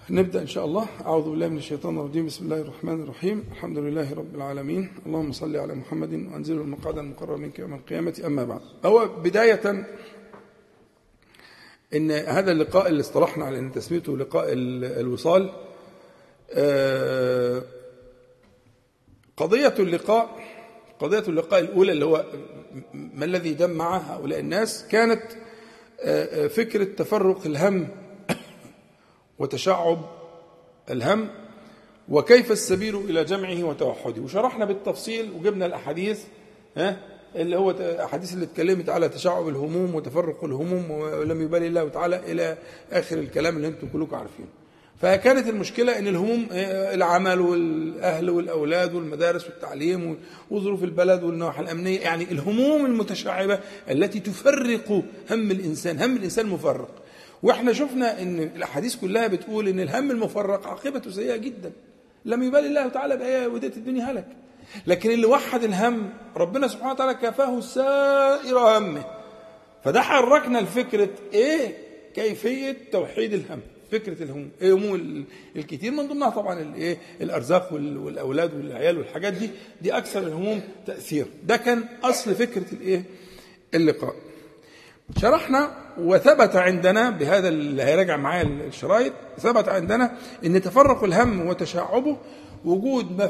نبدأ إن شاء الله. أعوذ بالله من الشيطان الرجيم. بسم الله الرحمن الرحيم. الحمد لله رب العالمين. اللهم صل على محمد وأنزله المقعد المقرب منك يوم القيامة. أما بعد، هو بداية إن هذا اللقاء اللي اصطلحنا على أن تسميته لقاء الوصال، قضية اللقاء الأولى اللي هو ما الذي جمع هؤلاء الناس كانت فكرة تفرق الهم وتشعب الهم وكيف السبيل إلى جمعه وتوحده، وشرحنا بالتفصيل وجبنا الأحاديث اللي هو أحاديث اللي اتكلمت على تشعب الهموم وتفرق الهموم ولم يبالي الله تعالى إلى آخر الكلام اللي انتم كلكم عارفينه. فكانت المشكلة ان الهموم العمل والأهل والأولاد والمدارس والتعليم وظروف البلد والنواحي الأمنية، يعني الهموم المتشعبة التي تفرق هم الإنسان مفرق. واحنا شفنا ان الأحاديث كلها بتقول ان الهم المفرق عاقبته سيئة جدا، لم يبالي الله تعالى بأي ودية الدنيا هلك. لكن اللي وحد الهم ربنا سبحانه وتعالى كفاه سائر همه. فده حركنا الفكرة كيفية توحيد الهم، فكرة الهموم الكتير من ضمنها طبعا الأرزاق والأولاد والعيال والحاجات دي أكثر الهموم تأثير. ده كان أصل فكرة اللقاء. شرحنا وثبت عندنا بهذا اللي هيراجع معايا الشرايط، ثبت عندنا ان تفرق الهم وتشعبه وجود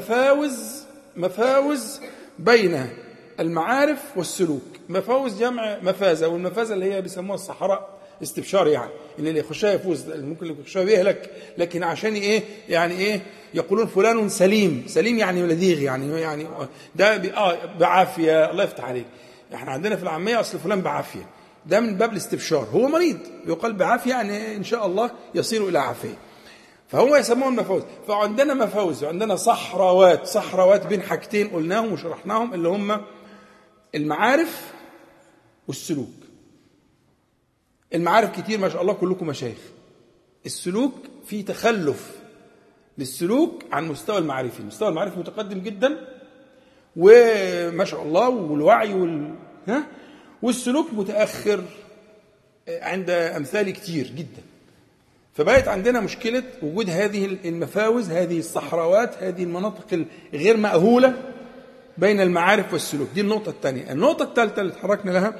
مفاوز بين المعارف والسلوك. مفاوز جمع مفازة، والمفازة اللي هي بيسموها الصحراء استبشار، يعني اللي يخشها يفوز، ممكن اللي يخشها بيهلك، لكن عشان يقولون فلان سليم يعني لذيذ، يعني ده بعافية، الله يفتح عليك. احنا عندنا في العامية اصل فلان بعافية، ده من باب الاستبشار، هو مريض يقال بعافية يعني إن شاء الله يصير إلى عافية، فهو يسمون مفاوز. فعندنا مفاوز وعندنا صحراوات بين حاجتين قلناهم وشرحناهم، اللي هم المعارف والسلوك. المعارف كتير ما شاء الله كلكم مشايخ، السلوك في تخلف للسلوك عن مستوى المعرفي. المستوى المعرفي متقدم جدا وما شاء الله، والوعي والسلوك متأخر عند أمثال كتير جدا. فبقت عندنا مشكلة وجود هذه المفاوز، هذه الصحراوات، هذه المناطق الغير مأهولة بين المعارف والسلوك. دي النقطة الثانية. النقطة الثالثة اللي تحركنا لها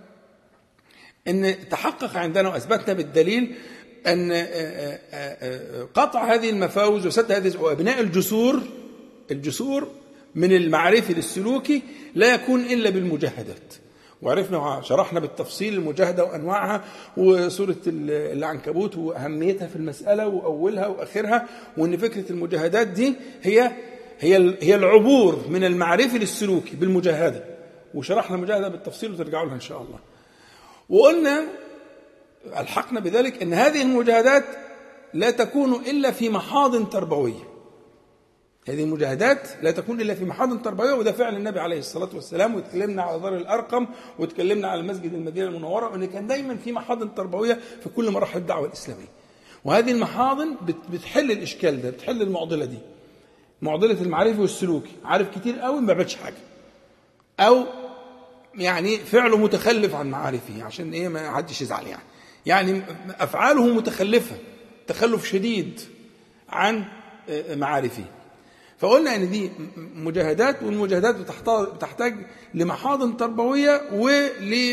أن تحقق عندنا وأثبتنا بالدليل أن قطع هذه المفاوز وسد هذه وبناء الجسور من المعرفي للسلوكي لا يكون إلا بالمجاهدات. وعرفنا وشرحنا بالتفصيل المجاهدة وأنواعها وسورة العنكبوت وأهميتها في المسألة وأولها وآخرها، وأن فكرة المجاهدات دي هي العبور من المعرفي للسلوكي بالمجاهدة. وشرحنا المجاهدة بالتفصيل وترجعوا لها إن شاء الله. وقلنا ألحقنا بذلك أن هذه المجاهدات لا تكون إلا في محاضن تربوية. هذه المجاهدات لا تكون إلا في محاضن تربوية، وده فعل النبي عليه الصلاة والسلام. وتكلمنا على دار الأرقم وتكلمنا على مسجد المدينة المنورة، وأن كان دايما في محاضن تربوية في كل مراحل الدعوة الإسلامية. وهذه المحاضن بتحل الإشكال ده، بتحل المعضلة دي، معضلة المعرفي والسلوكي. عارف كتير قوي ما بيعملش حاجة، أو يعني فعله متخلف عن معارفه، عشان ما حدش يزعل، يعني أفعاله متخلفة تخلف شديد عن معارفه. فقلنا ان دي مجاهدات، والمجاهدات بتحتاج لمحاضن تربويه ول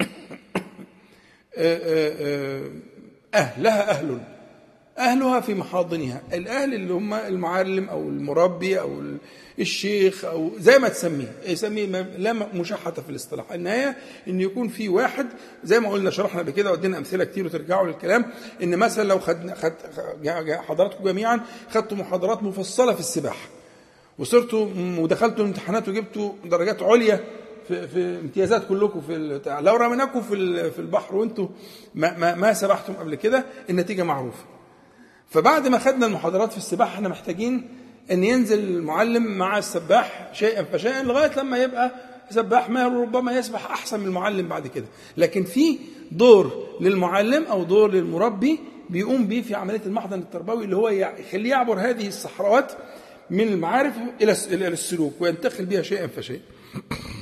اهلها في محاضنها. الاهل اللي هم المعلم او المربي او الشيخ او زي ما يسميه لا مشحة في الاصطلاح. النهايه ان يكون في واحد زي ما قلنا شرحنا بكده ودينا امثله كتير وترجعوا للكلام. ان مثلا لو حضراتكم جميعا خدتوا محاضرات مفصله في السباحه وصرتوا ودخلتوا الامتحانات وجبتوا درجات عليا في امتيازات كلكم لو رميناكم في البحر وانتوا ما سبحتم قبل كده، النتيجه معروفه. فبعد ما خدنا المحاضرات في السباحه احنا محتاجين ان ينزل المعلم مع السباح شيئا فشيئا لغايه لما يبقى سباح ماهر، وربما يسبح احسن من المعلم بعد كده. لكن في دور للمعلم او دور للمربي بيقوم به في عمليه المحضن التربوي، اللي هو يخليه يعبر هذه الصحراوات من المعارف الى السلوك وينتقل بها شيئا فشيئا.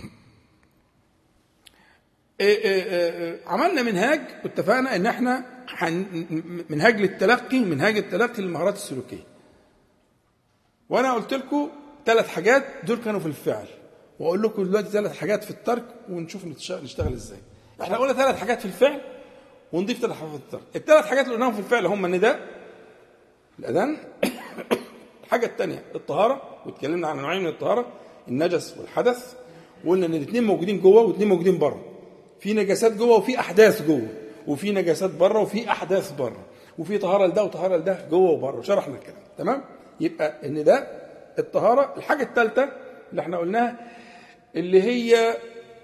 عملنا منهاج واتفقنا ان احنا منهاج التلقي للمهارات السلوكية. وأنا قلت لكم 3 حاجات دول كانوا في الفعل، وأقول لكم دلوقتي 3 حاجات في الترك، ونشوف نشتغل إزاي. إحنا قلنا 3 حاجات في الفعل ونضيف 3 حاجات في الترك. ال3 حاجات اللي قلناهم في الفعل هم النداء، الأذان الحاجة الثانية الطهارة، واتكلمنا عن نوعين من الطهارة، النجس والحدث، وقلنا ان الاثنين موجودين جوه واثنين موجودين بره. في نجاسات جوه وفي احداث جوه، وفي نجاسات بره وفي احداث بره، وفي طهارة لده وطهارة لده جوه وبره، وشرحنا الكلام. تمام؟ يبقى ان ده الطهارة. الحاجة الثالثة اللي احنا قلناها اللي هي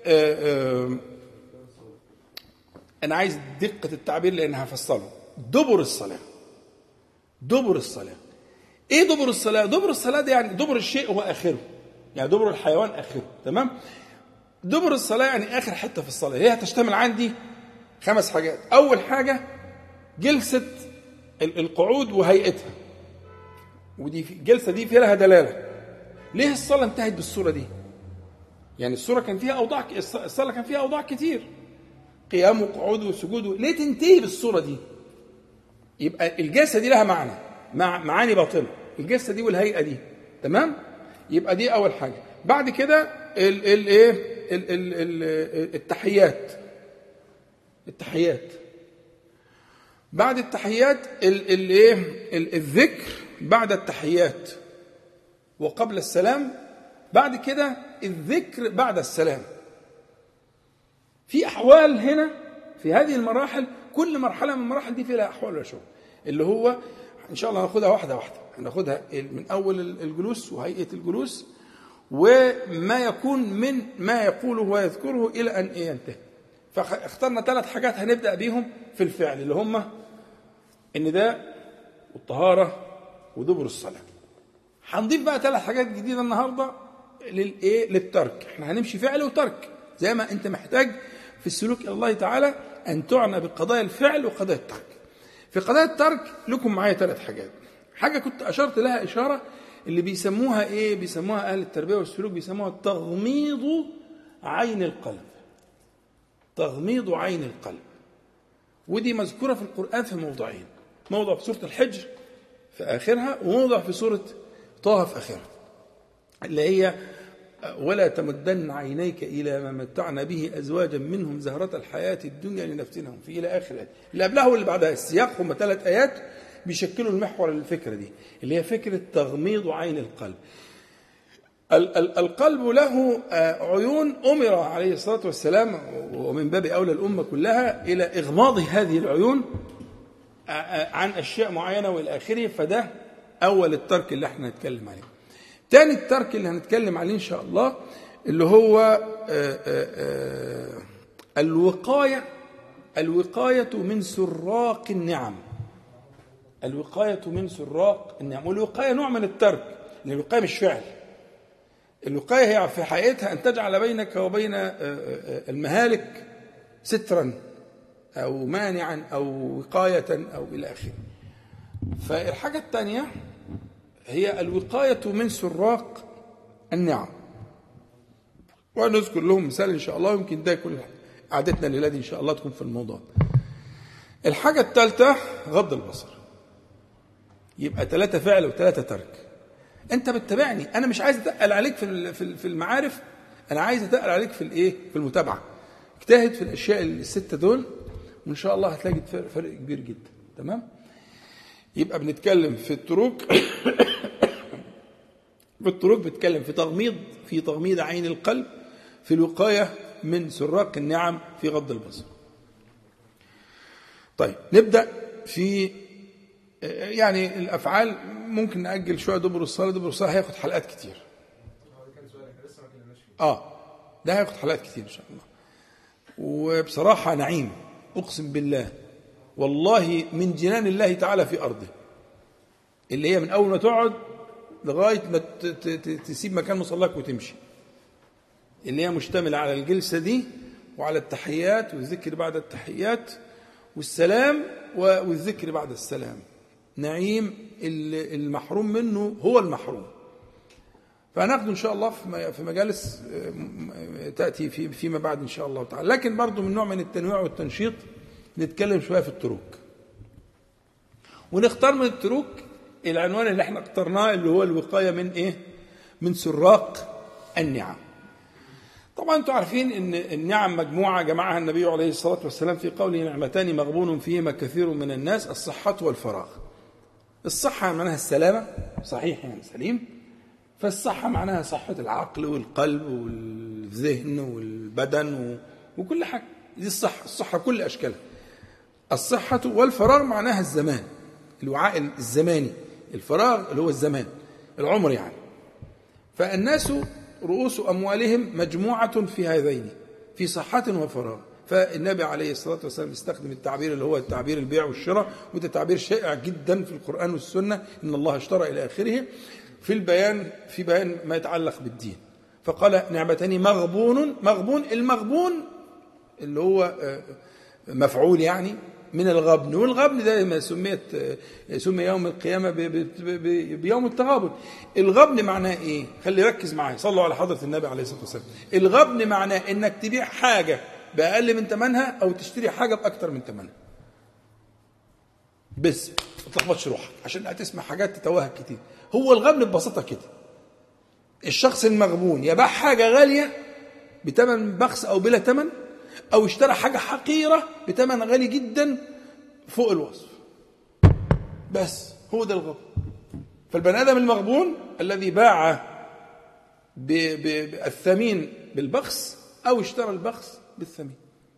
انا عايز دقة التعبير لانها هفصله، دبر الصلاة. دبر الصلاة ايه؟ دبر الصلاة، دبر الصلاة دي يعني دبر الشيء هو اخره، يعني دبر الحيوان اخره. تمام؟ دبر الصلاة يعني اخر حتة في الصلاة. هي هتشتمل عندي 5 حاجات. اول حاجة جلسة القعود وهيئتها، ودي الجلسة دي فيها لها دلالة. ليه الصلاة انتهت بالصورة دي؟ يعني الصلاة كان فيها اوضاع كتير، قيام وقعود وسجود، ليه تنتهي بالصورة دي؟ يبقى الجلسة دي لها معاني باطنة، الجلسة دي والهيئة دي. تمام؟ يبقى دي أول حاجة. بعد كده التحيات. بعد التحيات الذكر بعد التحيات وقبل السلام. بعد كده الذكر بعد السلام. في أحوال هنا في هذه المراحل، كل مرحلة من المراحل دي فيها أحوال وشغل، اللي هو إن شاء الله هناخدها واحدة واحدة. هناخدها من أول الجلوس وهيئة الجلوس، وما يكون من ما يقوله ويذكره إلى أن ينتهي. فاخترنا 3 حاجات هنبدأ بيهم في الفعل، اللي هم النداء والطهارة ودبر الصلاة. هنضيف بقى 3 حاجات جديدة النهاردة للترك. احنا هنمشي فعل وترك زي ما انت محتاج في السلوك إلى الله تعالى أن تعنى بقضايا الفعل وقضايا الترك. في قضايا الترك لكم معايا 3 حاجات. حاجة كنت أشرت لها إشارة، اللي بيسموها بيسموها أهل التربية والسلوك بيسموها تغميض عين القلب. تغميض عين القلب، ودي مذكورة في القرآن في موضعين، موضع في سورة الحجر في آخرها، وموضع في سورة طه في آخرها، اللي هي ولا تمدن عينيك إلى ما متعنا به أزواجا منهم زهرة الحياة الدنيا لنفتنهم فيه، إلى آخر الآية. اللي قبلها واللي بعدها السياق هم 3 آيات بيشكلوا المحور للفكرة دي، اللي هي فكرة تغميض عين القلب. القلب له عيون أمر عليه الصلاة والسلام، ومن باب أولى الأمة كلها، إلى إغماض هذه العيون عن أشياء معينة وإلى آخره. فده أول الترك اللي احنا هنتكلم عليه. تاني الترك اللي هنتكلم عليه إن شاء الله اللي هو الوقاية من سراق النعم. الوقاية من سراق النعم. والوقاية نوع من الترك، لأن الوقاية مش فعل. الوقاية هي في حقيقتها أن تجعل بينك وبين المهالك سترا أو مانعا أو وقاية أو إلى آخره. فالحاجة الثانية هي الوقاية من سراق النعم، ونذكر لهم مثال إن شاء الله، يمكن ده كل قعدتنا الليلة دي إن شاء الله تكون في الموضوع. الحاجة الثالثة غض البصر. يبقى 3 فعل و3 ترك. أنت بتتابعني، أنا مش عايز أتقل عليك في المعارف، أنا عايز أتقل عليك في المتابعة. اجتهد في الأشياء ال6 دول، وإن شاء الله هتلاقي فرق كبير جدا. تمام؟ يبقى بنتكلم في التروك بتكلم في تغميض عين القلب، في الوقاية من سراق النعم، في غض البصر. طيب نبدأ في يعني الأفعال. ممكن نأجل شوية دبر الصلاة هياخد حلقات كتير. ده هياخد حلقات كتير إن شاء الله. وبصراحة نعيم، أقسم بالله والله من جنان الله تعالى في أرضه، اللي هي من أول ما تقعد لغاية ما تسيب مكان مصلاك وتمشي، اللي هي مشتملة على الجلسة دي وعلى التحيات والذكر بعد التحيات والسلام والذكر بعد السلام. نعيم المحروم منه هو المحروم. فهناخده إن شاء الله في مجالس تأتي فيما بعد إن شاء الله تعالى. لكن برضو من نوع من التنويع والتنشيط نتكلم شوية في التروك. ونختار من التروك العنوان اللي احنا اخترناه اللي هو الوقاية من ايه؟ من سراق النعم. طبعا انتم عارفين ان النعم مجموعة جمعها النبي عليه الصلاة والسلام في قوله نعمتان مغبون فيهما كثير من الناس، الصحة والفراغ. الصحة معناها السلامة، صحيح يعني سليم، فالصحة معناها صحة العقل والقلب والذهن والبدن وكل حاجة، دي الصحة كل أشكالها. الصحة والفراغ معناها الزمان، الوعاء الزماني، الفراغ اللي هو الزمان العمر يعني. فالناس رؤوس أموالهم مجموعة في هذين، في صحة وفراغ. فالنبي عليه الصلاة والسلام استخدم التعبير اللي هو التعبير البيع والشراء، وده تعبير شائع جدا في القرآن والسنة، إن الله اشترى إلى آخره، في بيان ما يتعلق بالدين. فقال نعمتان مغبون. المغبون اللي هو مفعول يعني من الغبن، والغبن ده ما سمي يوم القيامة بيوم التغابن. الغبن معناه ايه؟ خلي ركز معايا، صلوا على حضرة النبي عليه الصلاة والسلام. الغبن معناه انك تبيع حاجة بأقل من ثمنها او تشتري حاجة بأكتر من ثمنها. بس ما تلخبطش روحك عشان هتسمع حاجات تتوهك كتير. هو الغبن ببساطة كده، الشخص المغبون يباع حاجة غالية بثمن بخس او بلا ثمن، أو اشترى حاجة حقيرة بثمن غالي جدا فوق الوصف. بس هو ده الغبن. فالبني آدم المغبون الذي باع بالثمين بالبخس أو اشترى البخس بالثمين.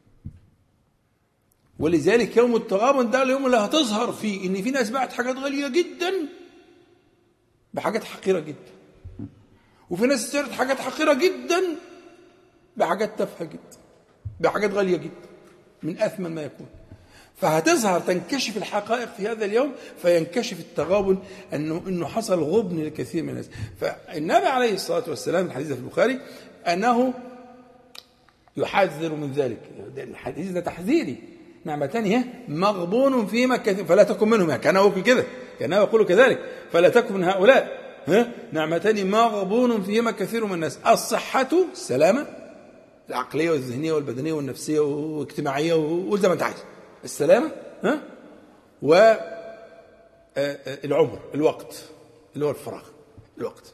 ولذلك يوم التغابن ده اليوم اللي هتظهر فيه إن في ناس باعت حاجات غالية جدا بحاجات حقيرة جدا، وفي ناس اشترت حاجات حقيرة جدا بحاجات تافهة جدا، بحاجات غالية جدا من أثمن ما يكون. فهتظهر تنكشف الحقائق في هذا اليوم، فينكشف التغابن أنه حصل غبن لكثير من الناس. فالنبي عليه الصلاة والسلام الحديث في البخاري أنه يحذر من ذلك. الحديث ده تحذيري، نعمتان مغبون فيما كثير فلا تكن منهم. كان يقول كده، كان يقول كذلك، فلا تكن من هؤلاء. نعمتان مغبون فيما كثير من الناس، الصحة السلامة العقلية والذهنية والبدنية والنفسية واجتماعية وزي ما انت عايز، السلامة والعمر الوقت اللي هو الفراغ الوقت.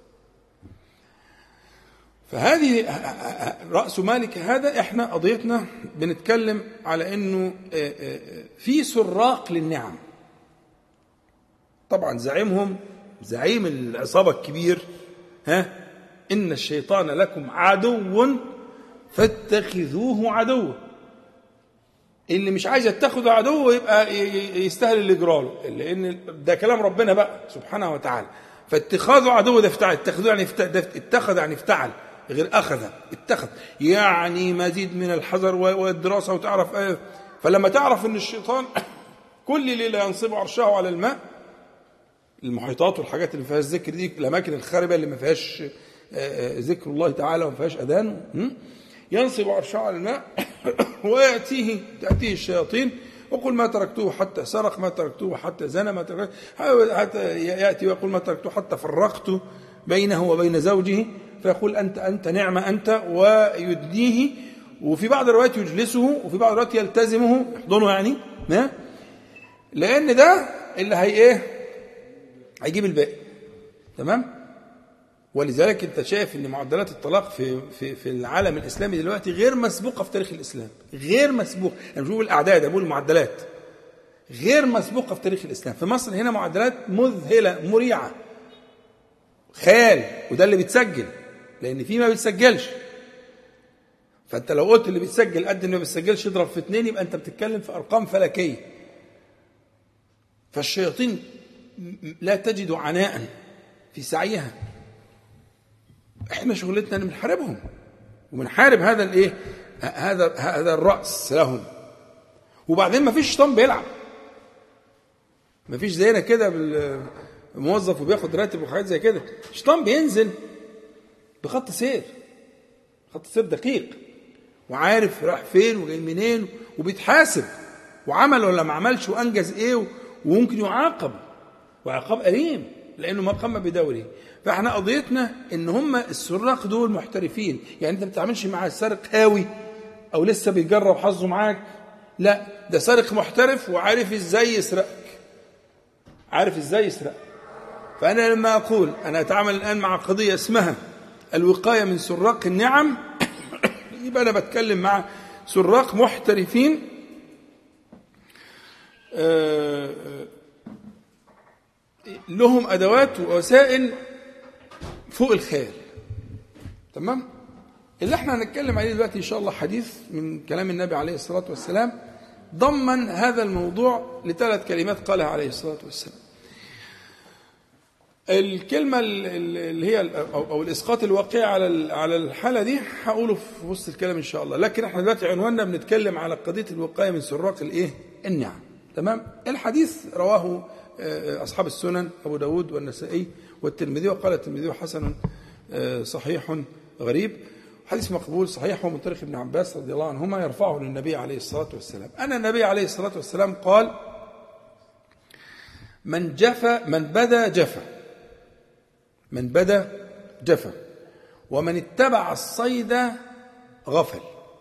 فهذه رأس مالك. هذا احنا قضيتنا بنتكلم على انه في سراق للنعم. طبعا زعيم العصابة الكبير إن الشيطان لكم عدو فاتخذوه عدوا. اللي مش عايز يتخذه عدو يبقى يستاهل اللي يجراله، لان ده كلام ربنا بقى سبحانه وتعالى. فاتخاذه عدو ده افتعل، اتخذوه يعني اتخذ يعني افتعل، غير اخذ، اتخذ يعني مزيد من الحذر والدراسه وتعرف فلما تعرف ان الشيطان كل ليله ينصب عرشه على الماء، المحيطات والحاجات اللي فيها الذكر دي، الاماكن الخاربه اللي ما فيهاش ذكر الله تعالى وما فيهاش اذان، ينصب عرشه على الماء وتأتيه الشياطين وقل ما تركتوه حتى سرق، ما تركتوه حتى زنى، ما تركتوه حتى يأتي ويقول ما تركتوه حتى فرقت بينه وبين زوجه، فيقول أنت نعمة أنت، ويدنيه. وفي بعض الروايات يجلسه، وفي بعض الروايات يلتزمه يحضنه يعني، لأن ده اللي هيجيب الباقي. تمام. ولذلك انت شايف ان معدلات الطلاق في العالم الاسلامي دلوقتي غير مسبوقه في تاريخ الاسلام، غير مسبوقه. انا مش بقول الاعداد، انا بقول المعدلات غير مسبوقه في تاريخ الاسلام. في مصر هنا معدلات مذهله مريعه، خيال، وده اللي بيتسجل، لان في ما بيتسجلش. فانت لو قلت اللي بيتسجل قد اللي ما بيتسجلش اضرب في 2، يبقى انت بتتكلم في ارقام فلكيه. فالشياطين لا تجد عناء في سعيها. احنا شغلتنا ان بنحاربهم وبنحارب هذا هذا الرأس لهم. وبعدين ما فيش شيطان بيلعب، ما فيش زينا كده بالموظف وبياخد راتب وحاجات زي كده. شيطان بينزل بخط سير، خط سير دقيق، وعارف راح فين وجاي منين، وبيتحاسب وعمل ولا ما عملش وانجز ايه، وممكن يعاقب وعقاب أليم لانه ما قام بدوره. فاحنا قضيتنا ان هم السراق دول محترفين. يعني انت ما بتتعاملش مع السارق هاوي او لسه بيجرب حظه معاك، لا، ده سارق محترف وعارف ازاي يسرقك. عارف إزاي يسرق. فأنا لما أقول أنا أتعامل الآن مع قضية اسمها الوقاية من سراق النعم يبقى أنا بتكلم مع سراق محترفين لهم أدوات ووسائل فوق الخيال. تمام؟ اللي احنا هنتكلم عليه دلوقتي إن شاء الله حديث من كلام النبي عليه الصلاة والسلام ضمن هذا الموضوع ل3 كلمات قالها عليه الصلاة والسلام. الكلمة اللي هي أو الإسقاط الواقعي على الحالة دي هقوله في وسط الكلام إن شاء الله، لكن احنا دلوقتي عنواننا بنتكلم على قضية الوقاية من سراق النعم. تمام؟ الحديث رواه أصحاب السنن أبو داود والنسائي والترمذي، وقال الترمذي حسن صحيح غريب، حديث مقبول صحيح ومن طريق ابن عباس رضي الله عنهما يرفعه للنبي عليه الصلاة والسلام أن النبي عليه الصلاة والسلام قال: من بدا جفا ومن اتبع الصيد غفل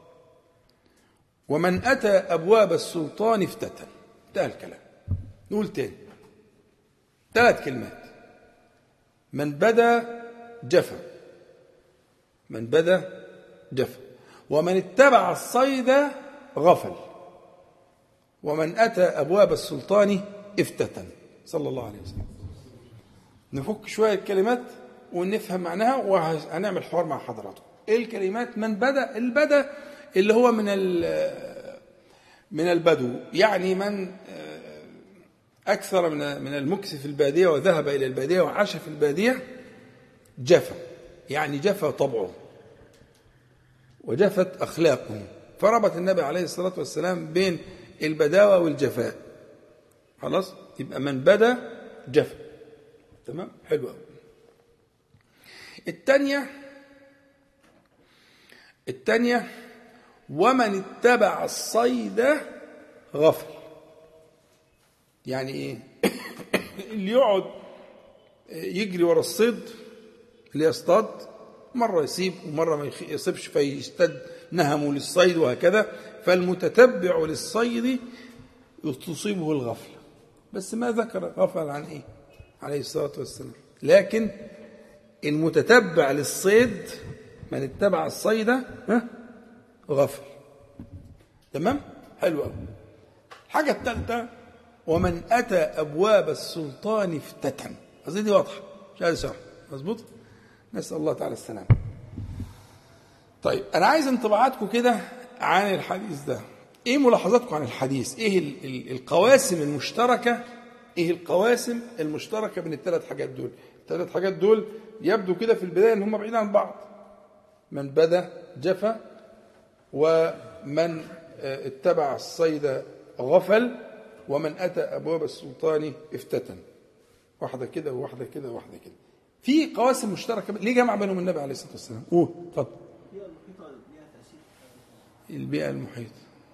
ومن أتى أبواب السلطان افتتن. انتهى الكلام. نقول تاني 3 كلمات: من بدا جفا ومن اتبع الصيد غفل ومن أتى أبواب السلطان افتتن. صلى الله عليه وسلم. نفك شوية الكلمات ونفهم معناها وهنعمل حوار مع حضراتكم. ايه الكلمات؟ من بدا، البدا اللي هو من البدو، يعني من أكثر من المكث في البادية وذهب إلى البادية وعاش في البادية. جفا يعني جفا طبعه وجفت أخلاقه، فربط النبي عليه الصلاة والسلام بين البداوة والجفاء. خلاص؟ يبقى من بدا جفا. تمام؟ حلو قوي. الثانية ومن اتبع الصيد غفل. يعني ايه؟ اللي يقعد يجري ورا الصيد اللي يصطاد، مرة يصيب ومرة ما يصيبش فيشتد نهمه للصيد وهكذا، فالمتتبع للصيد تصيبه الغفلة. بس ما ذكر غفل عن ايه عليه الصلاة والسلام، لكن المتتبع للصيد من اتبع الصيد غفل. تمام؟ حلو قوي. الحاجة الثالثة ومن أتى أبواب السلطان افتتن. قصدي دي واضحة، مش عايز شرح. مظبوط؟ نسأل الله تعالى السلام. طيب أنا عايز انطباعاتكم كده عن الحديث ده. إيه ملاحظاتكم عن الحديث؟ إيه القواسم المشتركة؟ إيه القواسم المشتركة بين ال3 حاجات دول؟ ال3 حاجات دول يبدو كده في البداية إن هم بعيد عن بعض. من بدا جفا ومن اتبع الصيد غفل ومن أتى أبواب السلطان افتتن. واحدة كده وواحدة كده وواحدة كده. في قواسم مشتركة ليه جمع بينهم النبي عليه الصلاة والسلام؟ اتفضل. البيئة المحيطة.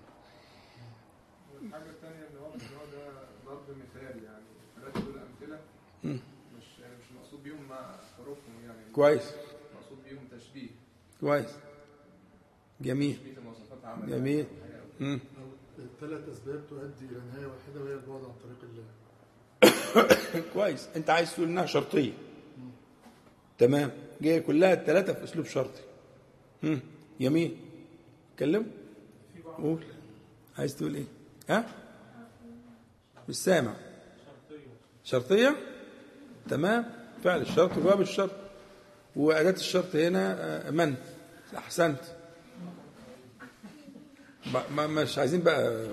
الحاجة الثانية إن هو ده ضرب مثال، يعني ثلاثة دول أمثلة مش مقصود بيهم حروفهم، يعني كويس. مقصود بيهم تشبيه. كويس. جميل. جميل. ال3 أسباب تؤدي إلى نهاية واحدة وهي البعد عن طريق الله. كويس. أنت عايز تقول إنها شرطية. تمام. جاية كلها ال3 في أسلوب شرطي. جميل. اتكلم. قول. عايز تقول إيه؟ ها؟ مش سامع. شرطية. تمام. فعل الشرط وجواب الشرط وأداة الشرط هنا من. أحسنت. مش عايزين بقى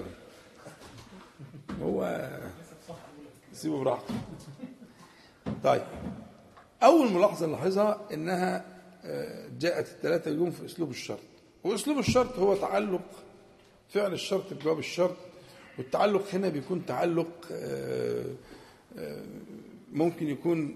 هو سيبه براحته. طيب أول ملاحظة نلاحظها إنها جاءت ال3 يوم في أسلوب الشرط، وأسلوب الشرط هو تعلق فعل الشرط بجواب الشرط، والتعلق هنا بيكون تعلق ممكن يكون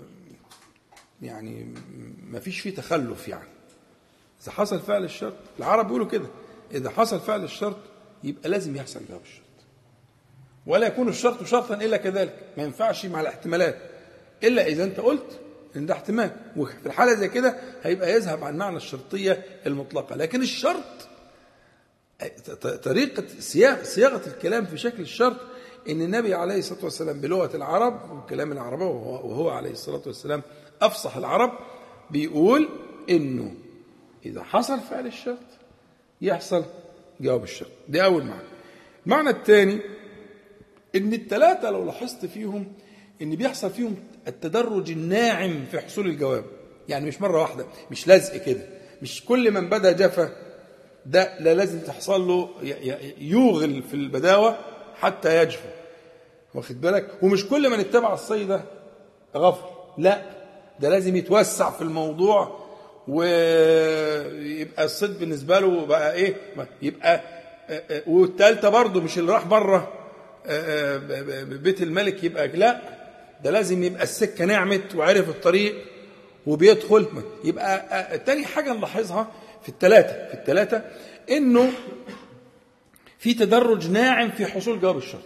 يعني ما فيش فيه تخلف. يعني إذا حصل فعل الشرط، العرب بيقولوا كده، إذا حصل فعل الشرط يبقى لازم يحصل جواب الشرط، ولا يكون الشرط شرطا إلا كذلك. ما ينفعش مع الاحتمالات إلا إذا أنت قلت إن ده احتمال، وفي الحالة زي كده هيبقى يذهب عن معنى الشرطية المطلقة. لكن الشرط طريقة صياغة الكلام في شكل الشرط إن النبي عليه الصلاة والسلام بلغة العرب وكلام العرب، وهو عليه الصلاة والسلام أفصح العرب، بيقول إنه إذا حصل فعل الشرط يحصل جواب الشرط. ده أول معنى. المعنى الثاني إن الثلاثة لو لاحظت فيهم إن بيحصل فيهم التدرج الناعم في حصول الجواب، يعني مش مرة واحدة، مش لزق كده، مش كل من بدأ جفا، ده لا لازم تحصل له يوغل في البداوة حتى يجفو، واخد بالك؟ ومش كل من اتبع الصيدة غفل، لا، ده لازم يتوسع في الموضوع ويبقى الصيد بالنسبة له بقى ايه، يبقى والتالتة برضه مش اللي راح بره بيت الملك يبقى، لا، ده لازم يبقى السكة نعمت وعرف الطريق وبيدخل. يبقى تاني حاجة نلاحظها في الثلاثة انه في تدرج ناعم في حصول جواب الشرط،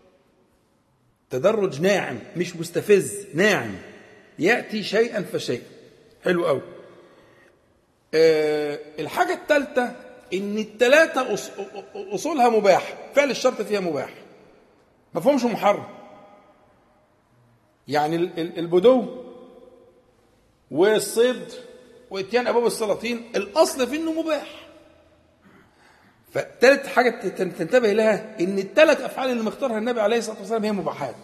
تدرج ناعم مش مستفز، ناعم يأتي شيئا فشيئا. حلو قوي. الحاجة الثالثة ان الثلاثة اصولها مباح، فعل الشرط فيها مباح، ما فهمش محرم. يعني البدو والصيد واتيان ابواب السلاطين الاصل في انه مباح. فثالث حاجه تنتبه لها ان الثلاث افعال اللي مختارها النبي عليه الصلاه والسلام هي مباحات،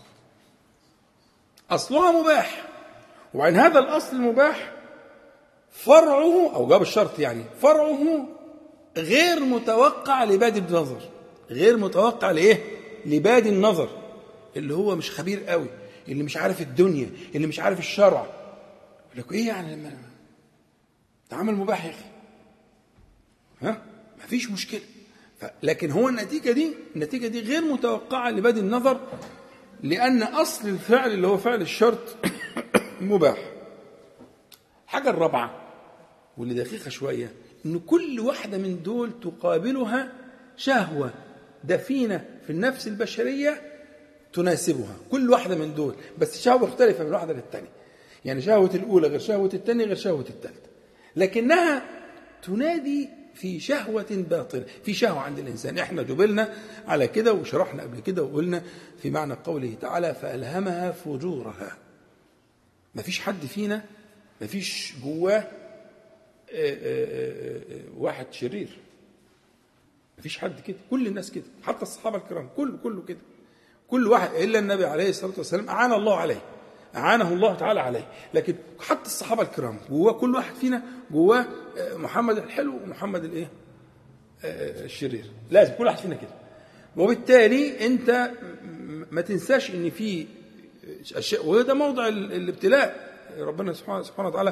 اصلها مباح. وعن هذا الاصل المباح فرعه او جواب الشرط، يعني فرعه غير متوقع لبادي النظر، غير متوقع لايه؟ لبادي النظر، اللي هو مش خبير قوي، اللي مش عارف الدنيا، اللي مش عارف الشرع، يقول لك ايه يعني لما ده عمل مباح يا اخي، ها مفيش مشكله. لكن هو النتيجه دي غير متوقعه لبادي النظر، لان اصل الفعل اللي هو فعل الشرط مباح. الحاجه الرابعه واللي دقيقه شويه، ان كل واحده من دول تقابلها شهوه دفينه في النفس البشريه تناسبها، كل واحده من دول، بس شهوه مختلفه من واحده للثانيه. يعني شهوه الاولى غير شهوه الثانيه غير شهوه الثالثه، لكنها تنادي في شهوة باطنة، في شهوة عند الإنسان. إحنا جبلنا على كده وشرحنا قبل كده وقلنا في معنى قوله تعالى فألهمها فجورها. ما فيش حد فينا ما فيش جواه واحد شرير، ما فيش حد كده، كل الناس كده، حتى الصحابة الكرام كله كده، كل واحد إلا النبي عليه الصلاة والسلام أعان الله عليه، أعانه الله تعالى عليه. لكن حتى الصحابة الكرام جواه، كل واحد فينا جواه محمد الحلو ومحمد الايه الشرير، لازم كل واحد فينا كده. وبالتالي انت ما تنساش ان في اشياء، وده موضع الابتلاء. ربنا سبحانه وتعالى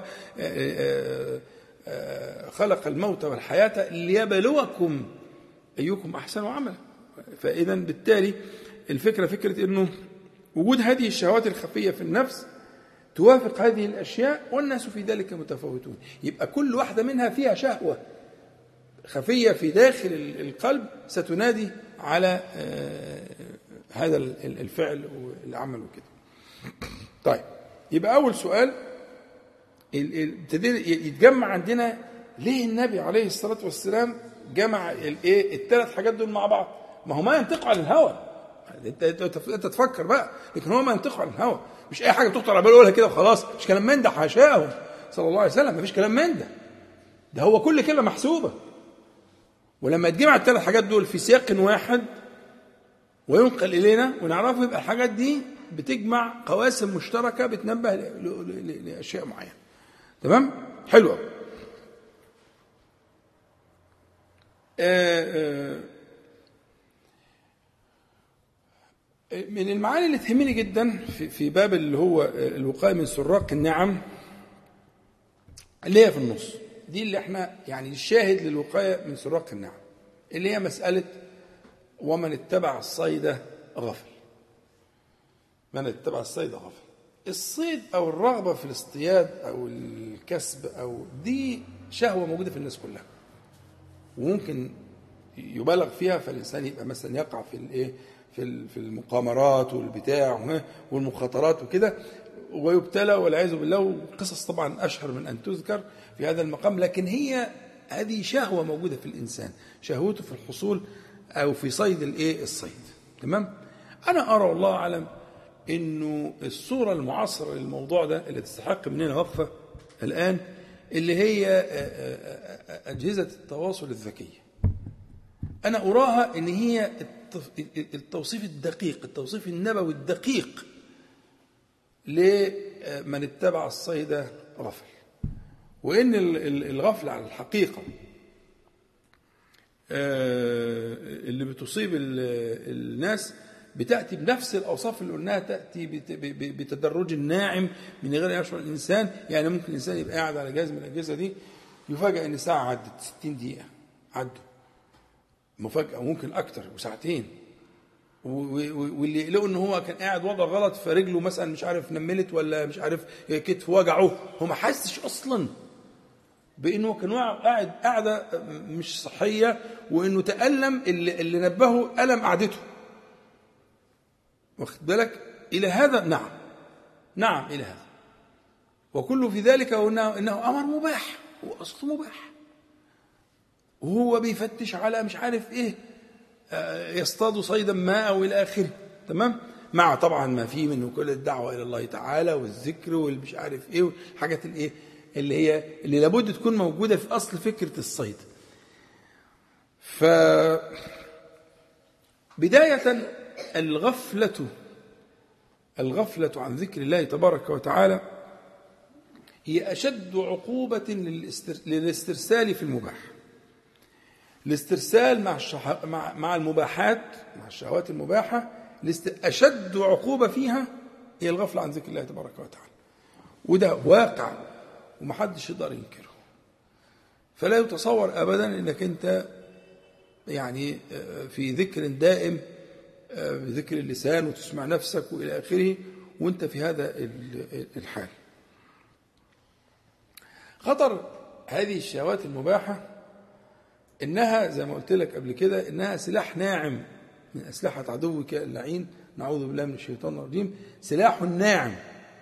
خلق الموت والحياة ليبلوكم ايكم احسن عملا. فاذا بالتالي الفكرة فكرة انه وجود هذه الشهوات الخفية في النفس توافق هذه الأشياء، والناس في ذلك متفاوتون. يبقى كل واحدة منها فيها شهوة خفية في داخل القلب ستنادي على هذا الفعل والعمل وكده. طيب، يبقى أول سؤال يتجمع عندنا ليه النبي عليه الصلاة والسلام جمع الثلاث حاجات دول مع بعض؟ ما هو ما ينطق عن الهوى، انت تفكر بقى، لكن هو ما ينطق عن الهوى، مش اي حاجه بتخطر على باله يقولها كده وخلاص، مش كلام من ده، حاشاه صلى الله عليه وسلم، ما فيش كلام من ده، ده هو كل كلمه محسوبه. ولما يتجمع الثلاث حاجات دول في سياق واحد وينقل الينا ونعرفه، يبقى الحاجات دي بتجمع قواسم مشتركه بتنبه لاشياء معينه. تمام؟ حلوه. من المعاني اللي تهمني جدا في باب اللي هو الوقاية من سراق النعم، اللي هي في النص دي، اللي احنا يعني الشاهد للوقاية من سراق النعم، اللي هي مسألة ومن اتبع الصيد غفل. من اتبع الصيد غفل. الصيد أو الرغبة في الاصطياد أو الكسب أو دي شهوة موجودة في الناس كلها، وممكن يبالغ فيها، فالإنسان يبقى مثلا يقع في الايه في المقامرات والبتاع والمخاطرات وكده، ويبتلى والعياذ بالله. وقصص طبعا أشهر من أن تذكر في هذا المقام، لكن هي هذه شهوة موجودة في الإنسان، شهوته في الحصول أو في صيد الصيد. تمام؟ أنا أرى والله أعلم إنه الصورة المعاصرة للموضوع ده اللي تستحق مننا وقفة الآن اللي هي أجهزة التواصل الذكية. أنا أراها إن هي التوصيف الدقيق، التوصيف النبوي الدقيق لمن اتبع الصيد غفل، وإن الغفل على الحقيقة اللي بتصيب الناس بتأتي بنفس الأوصاف اللي قلناها، تأتي بتدرج ناعم من غير أن يشعر الإنسان. يعني ممكن الإنسان يبقى قاعد على جهاز من الأجهزة دي يفاجأ إن ساعة عدت، 60 دقيقة عدوا مفاجأة، وممكن أكتر وساعتين، واللي يقلقوا إن هو كان قاعد وضع غلط فرجله مثلا مش عارف نملت ولا مش عارف كتف وجعه، هو ما حسش أصلا بأنه كان قاعدة مش صحية، وإنه تألم اللي نبهه ألم قعدته. واخد بالك إلى هذا؟ نعم إلى هذا، وكله في ذلك إنه أمر مباح، هو أصله مباح، وهو بيفتش على مش عارف إيه، يصطاد صيدا ما أو إلى آخره. تمام، مع طبعا ما فيه منه كل الدعوة إلى الله تعالى والذكر والمش عارف إيه والحاجات الإيه اللي لابد تكون موجودة في أصل فكرة الصيد. بداية الغفلة عن ذكر الله تبارك وتعالى هي أشد عقوبة للاسترسال في المباح. الاسترسال مع المباحات، مع الشهوات المباحة، أشد عقوبة فيها هي الغفلة عن ذكر الله تبارك وتعالى، وده واقع ومحدش يقدر ينكره. فلا يتصور أبدا أنك أنت يعني في ذكر دائم بذكر اللسان وتسمع نفسك وإلى آخره وأنت في هذا الحال. خطر هذه الشهوات المباحة إنها زي ما قلت لك قبل كده إنها سلاح ناعم من أسلحة عدوك اللعين، نعوذ بالله من الشيطان الرجيم، سلاح ناعم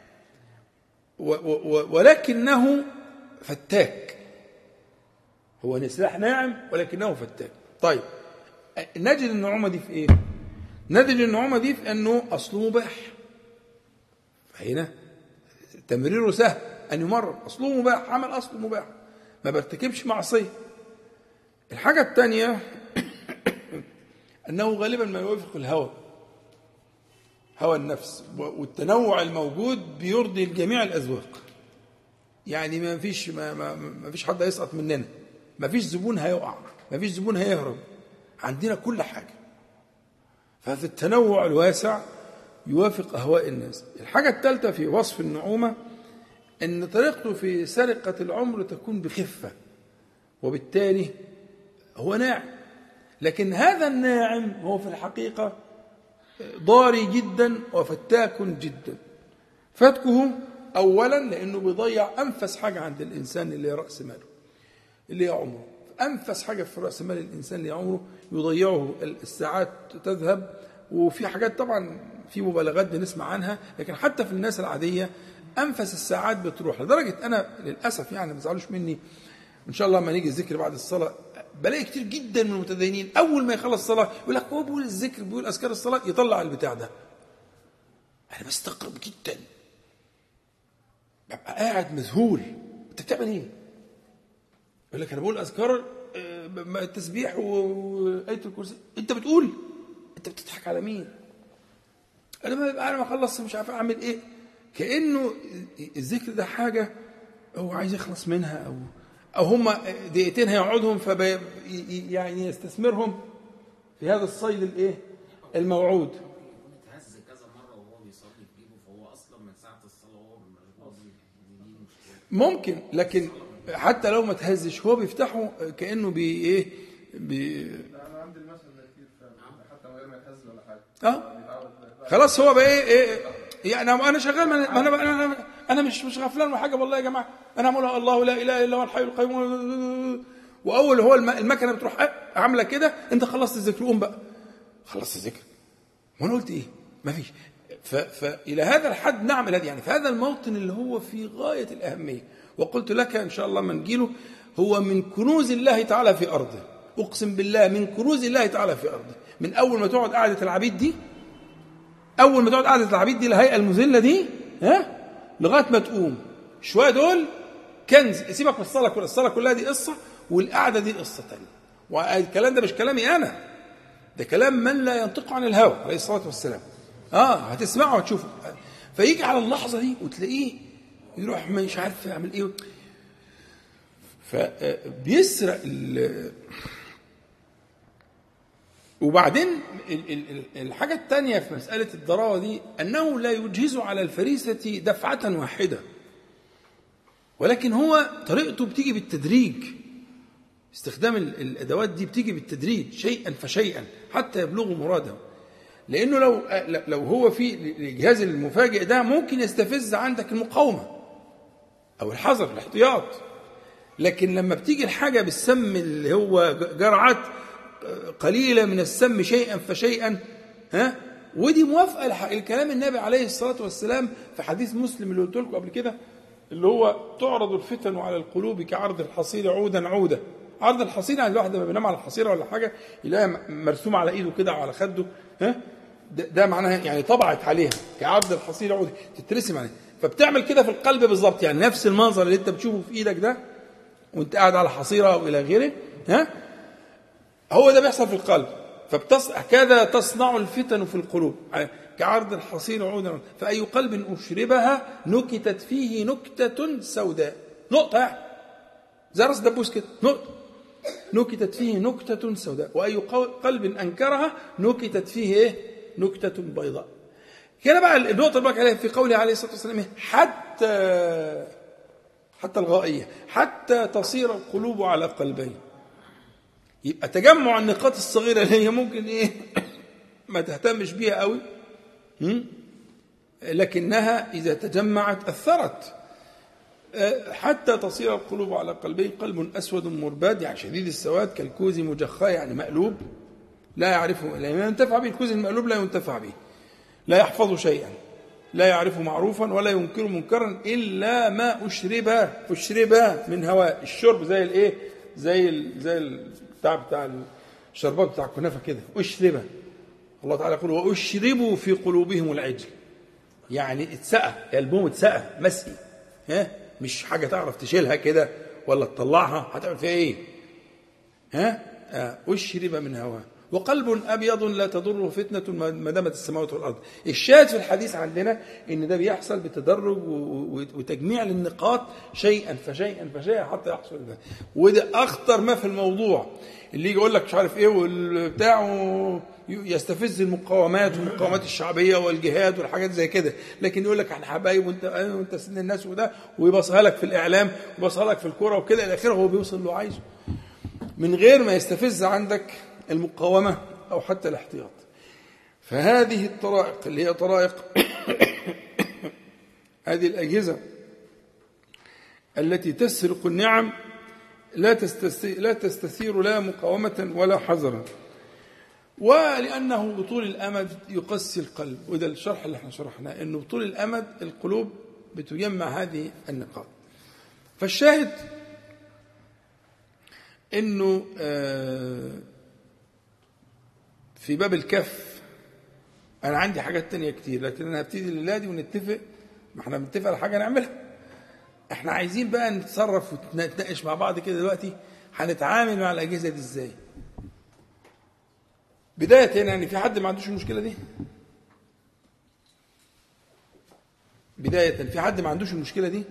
ولكنه فتاك. هو سلاح ناعم ولكنه فتاك. طيب نجد النعومة دي في إيه؟ نجد النعومة دي في أنه أصله مباح، فهنا تمريره سهل أن يمرر، أصله مباح، عمل أصله مباح، ما برتكبش معصية. الحاجة الثانية أنه غالبا ما يوافق الهوى، هوى النفس، والتنوع الموجود بيرضي الجميع الأذواق. يعني ما فيش حد هيسقط مننا، ما فيش زبون هيقع، ما فيش زبون هيهرب، عندنا كل حاجة. فهذا التنوع الواسع يوافق أهواء الناس. الحاجة الثالثة في وصف النعومة أن طريقته في سرقة العمر تكون بخفة، وبالتالي هو ناعم، لكن هذا الناعم هو في الحقيقة ضاري جدا وفتاك جدا. فتكه أولا لأنه بيضيع أنفس حاجة عند الإنسان اللي هي رأس ماله، اللي هي عمره. أنفس حاجة في رأس مال الإنسان اللي عمره يضيعه، الساعات تذهب، وفي حاجات طبعا في مبالغات بنسمع عنها، لكن حتى في الناس العادية أنفس الساعات بتروح. لدرجة أنا للأسف يعني ما تزعلوش مني، إن شاء الله ما نيجي الذكر بعد الصلاة بلاقي كتير جدا من المتدينين أول ما يخلص الصلاة يقول لك هو بيقول الذكر، بيقول أذكار الصلاة، يطلع البتاع ده. أنا بستغرب جدا، ببقى قاعد مذهول، أنت بتعمل إيه؟ يقول لك أنا بقول أذكار التسبيح وآية الكرسي. أنت بتقول، أنت بتضحك على مين؟ أنا ما خلصت مش عارف أعمل إيه. كأنه الذكر ده حاجة هو عايز يخلص منها، أو هم دقيقتين هيقعدهم يعني يستثمرهم في هذا الصيد الإيه الموعود. يتهز كذا مرة وهو بيصلي في جيبه، فهو أصلا من ساعة الصلاة وهو بالمشغول ممكن، لكن حتى لو ما تهزش هو بيفتحه كأنه انا عندي المثل ده كتير حتى من غير ما يتهز ولا حاجه. خلاص هو بقى ايه يعني انا شغال، انا مش غفلان ولا حاجه والله يا جماعه، انا عمال الله لا اله الا هو الحي القيوم، واول هو المكنه بتروح عامله كده، انت خلصت الذكر، قوم بقى خلصت الذكر، وانا قلت ايه ما فيش. فالى هذا الحد نعمل هذا، يعني في هذا الموطن اللي هو في غايه الاهميه، وقلت لك إن شاء الله ما نجيله، هو من كنوز الله تعالى في أرضه، أقسم بالله من كنوز الله تعالى في أرضه. من أول ما تقعد قاعدة العبيد دي اول ما تقعد قعده العبيد دي الهيئه المذله دي لغايه ما تقوم شويه دول كنز. سيبك من الصلاه كلها، الصلاه كلها دي قصه والقعده دي قصه ثانيه. والكلام ده مش كلامي انا، ده كلام من لا ينطق عن الهوى عليه الصلاه والسلام. هتسمعه وتشوفه. فيجي على اللحظه دي وتلاقيه يروح مش عارف يعمل ايه، فبيسرق وبعدين الحاجة الثانية في مسألة الضراوة دي أنه لا يجهز على الفريسة دفعة واحدة، ولكن هو طريقته بتيجي بالتدريج. استخدام الأدوات دي بتيجي بالتدريج شيئا فشيئا حتى يبلغوا مراده. لأنه لو هو في الجهاز المفاجئ ده ممكن يستفز عندك المقاومة أو الحذر الاحتياط، لكن لما بتيجي الحاجة بالسم اللي هو جرعات قليلة من السم شيئا فشيئا، ودي موافقة الكلام النبي عليه الصلاة والسلام في حديث مسلم اللي قلت لكم قبل كده، اللي هو تعرض الفتن على القلوب كعرض الحصير عودا عودا. عرض الحصير يعني الواحد لما بينام على الحصيرة ولا حاجة يلاقيها مرسومة على ايده كده وعلى خده، ده معناها يعني طبعت عليها كعرض الحصير عودا، تترسم عليها. فبتعمل كده في القلب بالظبط، يعني نفس المنظر اللي انت بتشوفه في ايدك ده وانت قاعد على حصيرة او الى غيره، هو ده بيحصل في القلب. كذا تصنع الفتن في القلوب كعرض الحصير عودا، فأي قلب أشربها نكتت فيه نكتة سوداء. نقطة زي راس دبوس كده، نقطة نكتت فيه نكتة سوداء. وأي قلب أنكرها نكتت فيه نكتة بيضاء. هنا بقى النقطة اللي بقى عليها في قوله عليه الصلاة والسلام حتى الغائية، حتى تصير القلوب على قلبين. يبقى تجمع النقاط الصغيرة اللي هي ممكن ما تهتمش بيها قوي، لكنها إذا تجمعت أثرت. حتى تصير القلوب على قلبين، قلب أسود مرباد يعني شديد السواد كالكوز مجخى يعني مقلوب لا يعرفه، لا ينتفع به. الكوز المقلوب لا ينتفع به، لا يحفظ شيئا، لا يعرف معروفا ولا ينكر منكرا إلا ما أشرب من هواء. الشرب زي الايه، زي بتاع الشربات بتاع الكنافه كده، أشرب. الله تعالى يقول وأشربوا في قلوبهم العجل، يعني اتسقى قلبهم، اتسقى مسقي، مش حاجه تعرف تشيلها كده ولا تطلعها، هتعمل فيها ايه؟ أشرب من هواه. وقلب أبيض لا تضره فتنة ما دامت السماوات والأرض. الشاهد في الحديث عندنا إن ده بيحصل بتدرج وتجميع للنقاط شيئا فشيئا حتى يحصل ده. وده أخطر ما في الموضوع، اللي يجي يقول لك مش عارف إيه والبتاع يستفز المقاومات والمقاومات الشعبية والجهاد والحاجات زي كده، لكن يقول لك احنا حبايب وانت سن الناس وده، ويبصها لك في الإعلام ويبصها لك في الكورة وكده إلى آخره، هو بيوصل اللي عايزه من غير ما يستفز عندك المقاومة أو حتى الاحتياط. فهذه الطرائق اللي هي طرائق هذه الأجهزة التي تسرق النعم لا تستثير لا مقاومة ولا حذرا، ولأنه بطول الأمد يقسي القلب. وده الشرح اللي احنا شرحناه، أنه بطول الأمد القلوب بتجمع هذه النقاط. فالشاهد أنه في باب الكف أنا عندي حاجات تانية كتير، لكن أنا هبتدي الليلة دي ونتفق، ما احنا بنتفق على حاجة نعملها. احنا عايزين بقى نتصرف ونتناقش مع بعض كده دلوقتي هنتعامل مع الأجهزة دي ازاي. بداية يعني في حد ما عندوش المشكلة دي؟ بداية في حد ما عندوش المشكلة دي؟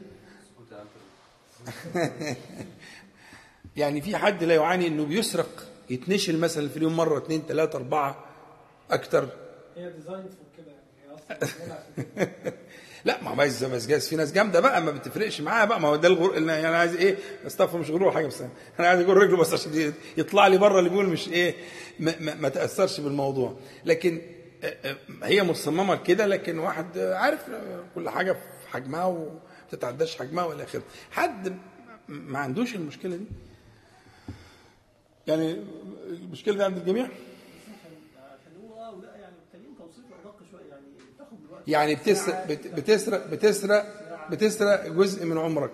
يعني في حد لا يعاني انه بيسرق يتنشل مثلا في اليوم مرة 2 3 4 أكتر؟ هي ديزاين كده يعني لا ما بس جاز في ناس جامده بقى ما بتفرقش معاها بقى، ما هو ده يعني انا عايز ايه استغفر مش غرور حاجه، بس انا عايز اقول رجله بس عشان يطلع لي بره اللي بيقول مش ايه ما تاثرش بالموضوع. لكن هي مصممه كده، لكن واحد عارف كل حاجه في حجمها وما تتعداش حجمها والى اخره. حد ما عندوش المشكله دي؟ يعني المشكله دي عند الجميع. يعني بتسرق جزء من عمرك.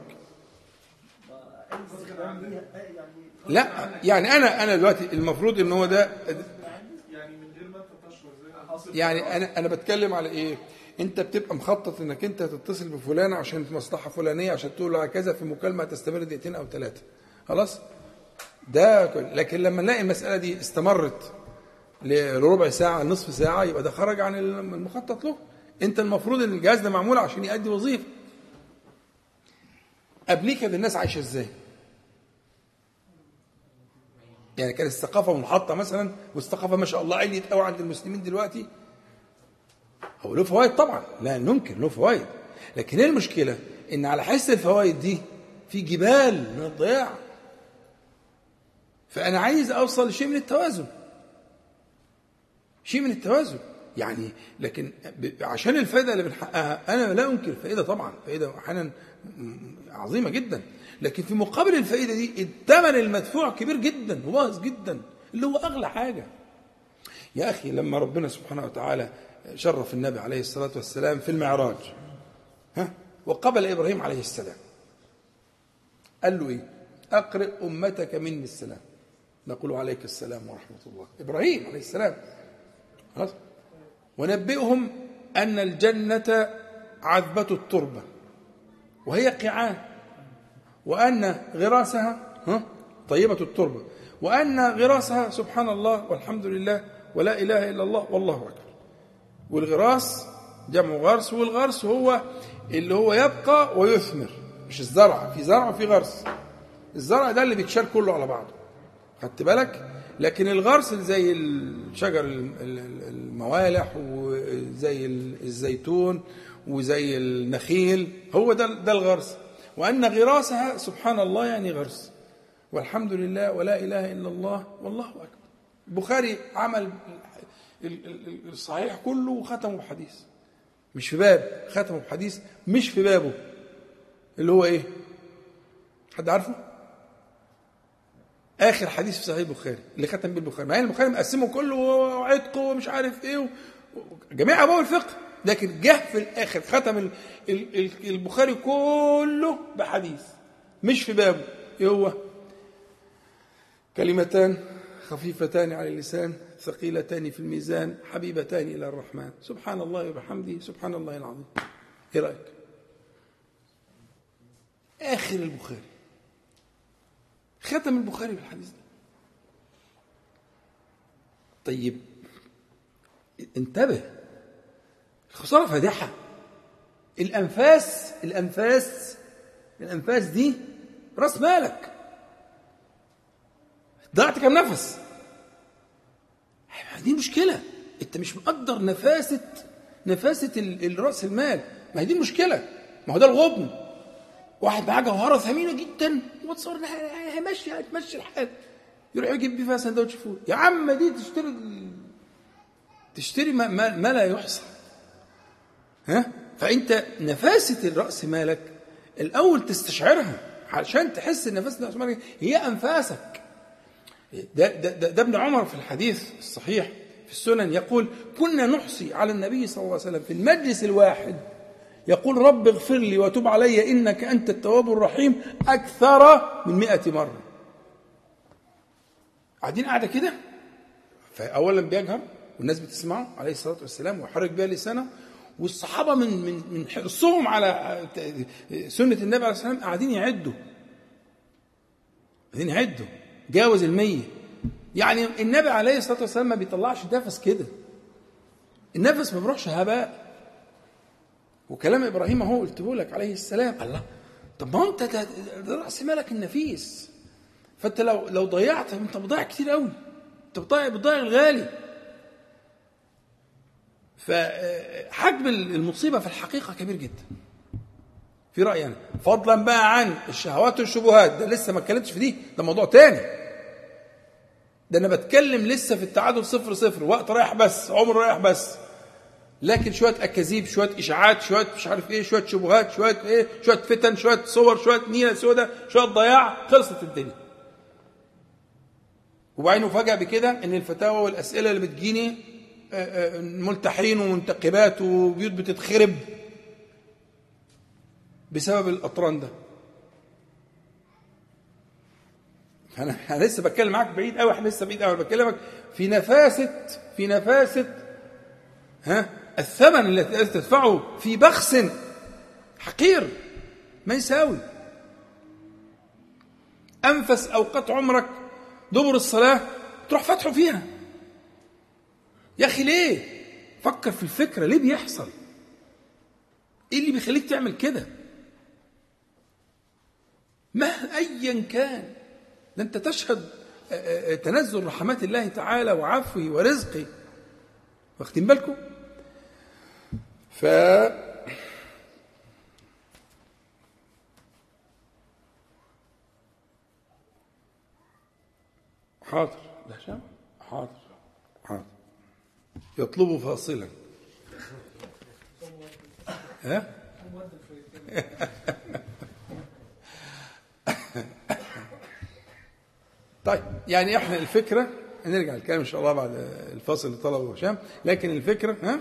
لا يعني انا دلوقتي المفروض ان هو ده يعني من غير ما انت تشعر يعني انا بتكلم على ايه؟ انت بتبقى مخطط انك انت تتصل بفلان عشان مصلحه فلانيه، عشان تقول له كذا في مكالمه تستمر 2 أو 3 خلاص. ده لكن لما نلاقي المساله دي استمرت لربع ساعه نصف ساعه، يبقى ده خرج عن المخطط له. انت المفروض ان الجهاز ده معمول عشان يؤدي وظيفه. قبليه كانت الناس عايشه ازاي؟ يعني كانت الثقافه منحطه مثلا، والثقافه ما شاء الله عليت قوي عند المسلمين دلوقتي. هو له فوائد طبعا، لا ننكر له فوائد، لكن ايه المشكله؟ ان على حس الفوائد دي في جبال من الضياع. فانا عايز اوصل لشيء من التوازن، شيء من التوازن يعني. لكن عشان الفائده اللي بنحققها، انا لا انكر الفائده طبعا، فائده احيانا عظيمه جدا، لكن في مقابل الفائده دي الثمن المدفوع كبير جدا وباهظ جدا، اللي هو اغلى حاجه. يا اخي لما ربنا سبحانه وتعالى شرف النبي عليه الصلاه والسلام في المعراج، وقبل ابراهيم عليه السلام، قال له ايه؟ اقرئ امتك مني السلام. نقول عليك السلام ورحمه الله. ابراهيم عليه السلام خلاص. ونبئهم ان الجنه عذبه التربه وهي قيعان، وان غراسها طيبه التربه، وان غراسها سبحان الله والحمد لله ولا اله الا الله والله اكبر. والغراس جمع غرس، والغرس هو اللي هو يبقى ويثمر، مش الزرع. في زرع وفي غرس. الزرع ده اللي بيتشال كله على بعضه، خدت بالك؟ لكن الغرس زي الشجر الموالح وزي الزيتون وزي النخيل، هو ده الغرس. وأن غراسها سبحان الله يعني غرس، والحمد لله ولا إله إلا الله والله أكبر. البخاري عمل الصحيح كله وختمه بحديث، مش في باب، ختمه بحديث مش في بابه، اللي هو إيه؟ حد عارفه؟ آخر حديث في صحيح البخاري اللي ختم بيه البخاري، مع ان البخاري مقسمه كله وعتقه ومش عارف ايه جميع ابواب الفقه، لكن جه في الاخر ختم البخاري كله بحديث مش في بابه. ايه هو؟ كلمتان خفيفتان على اللسان ثقيلتان في الميزان حبيبتان الى الرحمن سبحان الله وبحمده سبحان الله العظيم. ايه رايك؟ آخر البخاري ختم البخاري بالحديث ده. طيب انتبه، الخسارة فادحة. الأنفاس دي رأس مالك. ضيعت كم نفس؟ دي مشكلة. انت مش مقدر نفاسة الرأس المال. ما هي دي المشكلة، ما هو ده الغبن. واحد معاه جوهرة ثمينة جدا وتصور هيمشي الحال، يروح يجيب فيها سندوتش فول. يا عم دي تشتري ما لا يحصى. فأنت نفاسة الرأس مالك الأول تستشعرها عشان تحس ان نفاسة الرأس مالك هي أنفاسك. ده ابن عمر في الحديث الصحيح في السنن يقول: كنا نحصي على النبي صلى الله عليه وسلم في المجلس الواحد يقول: رب اغفر لي وتب علي إنك أنت التواب الرحيم أكثر من 100 مرة. قاعدين قاعدة كده، فأولا بيجهر والناس بتسمعه عليه الصلاة والسلام ويحرك بها لسانه، والصحابة من حرصهم على سنة النبي عليه الصلاة والسلام قاعدين يعدوا جاوز 100. يعني النبي عليه الصلاة والسلام ما بيطلعش نفس كده، النفس ما بيروحش هباء. وكلام إبراهيم هو قلته لك عليه السلام. الله، طب ما انت ده رأس مالك النفيس، فانت لو ضيعت انت بتضيع كتير قوي، انت بتضيع الغالي. فحجم المصيبة في الحقيقة كبير جدا في رأيي أنا، فضلا بقى عن الشهوات والشبهات. ده لسه ما اتكلمتش في دي، ده موضوع تاني. ده أنا بتكلم لسه في التعادل 0-0، وقت رايح بس، عمر رايح بس. لكن شوية أكاذيب، شوية إشاعات، شوية مش عارف إيه، شوية شبهات، شوية إيه، شوية فتن، شوية صور، شوية نيلة سودة، شوية ضياع، خلصت الدنيا. وبعدين فجأة بكده إن الفتاوى والأسئلة اللي بتجيني ملتحين ومنتقبات وبيوت بتتخرب بسبب الأطران ده. أنا لسه بتكلم معاك بعيد قوي، احنا لسه بعيد قوي، بكلمك في نفاسة الثمن الذي تدفعه في بخس حقير ما يساوي. أنفس أوقات عمرك دبر الصلاة تروح فتحه فيها. يا أخي ليه؟ فكر في الفكرة، ليه بيحصل؟ إيه اللي بيخليك تعمل كده؟ ما أيا كان، ده أنت تشهد تنزل رحمات الله تعالى وعفوه ورزقه. واخدين بالكم؟ حاضر لا شام حاضر يطلب فاصلا. طيب يعني احنا الفكره نرجع الكلام ان شاء الله بعد الفاصل اللي طلبه هشام، لكن الفكره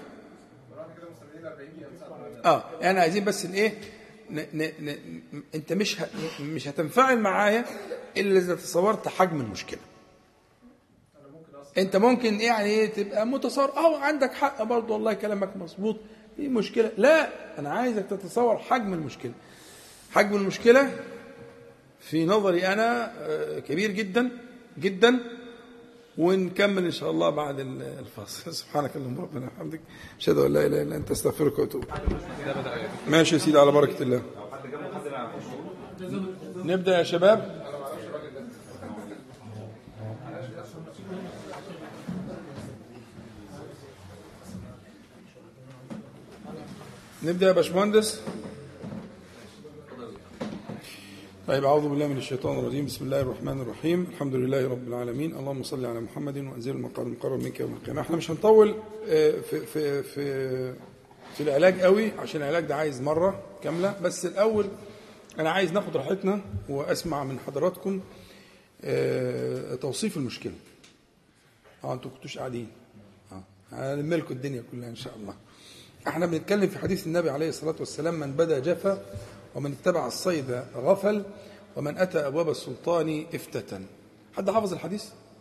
يعني عايزين بس ايه انت مش هتنفعل معايا الا اذا تصورت حجم المشكله. انت ممكن يعني تبقى متصور عندك حق برضه، والله كلامك مظبوط، في مشكله. لا، انا عايزك تتصور حجم المشكله. حجم المشكله في نظري انا كبير جدا جدا. ونكمل ان شاء الله بعد الفاصل. سبحانك اللهم ربنا وبحمدك، اشهد ان لا اله الا انت، استغفرك واتوب. ماشي يا سيدي، على بركه الله. نبدا يا شباب. نبدا يا باشمهندس. طيب، أعوذ بالله من الشيطان الرجيم. بسم الله الرحمن الرحيم. الحمد لله رب العالمين. اللهم صل على محمد وأنزل المقام المقرب منك يوم القيامة. احنا مش هنطول في العلاج قوي، عشان العلاج ده عايز مرة كاملة. بس الأول أنا عايز ناخد راحتنا وأسمع من حضراتكم توصيف المشكلة. أنتوا كنتوش قاعدين، هنلم لكم الدنيا كلها إن شاء الله. احنا بنتكلم في حديث النبي عليه الصلاة والسلام: من بدا جفا، ومن اتبع الصيد غفل، ومن أتى أبواب السلطان افتتن. حد حافظ الحديث؟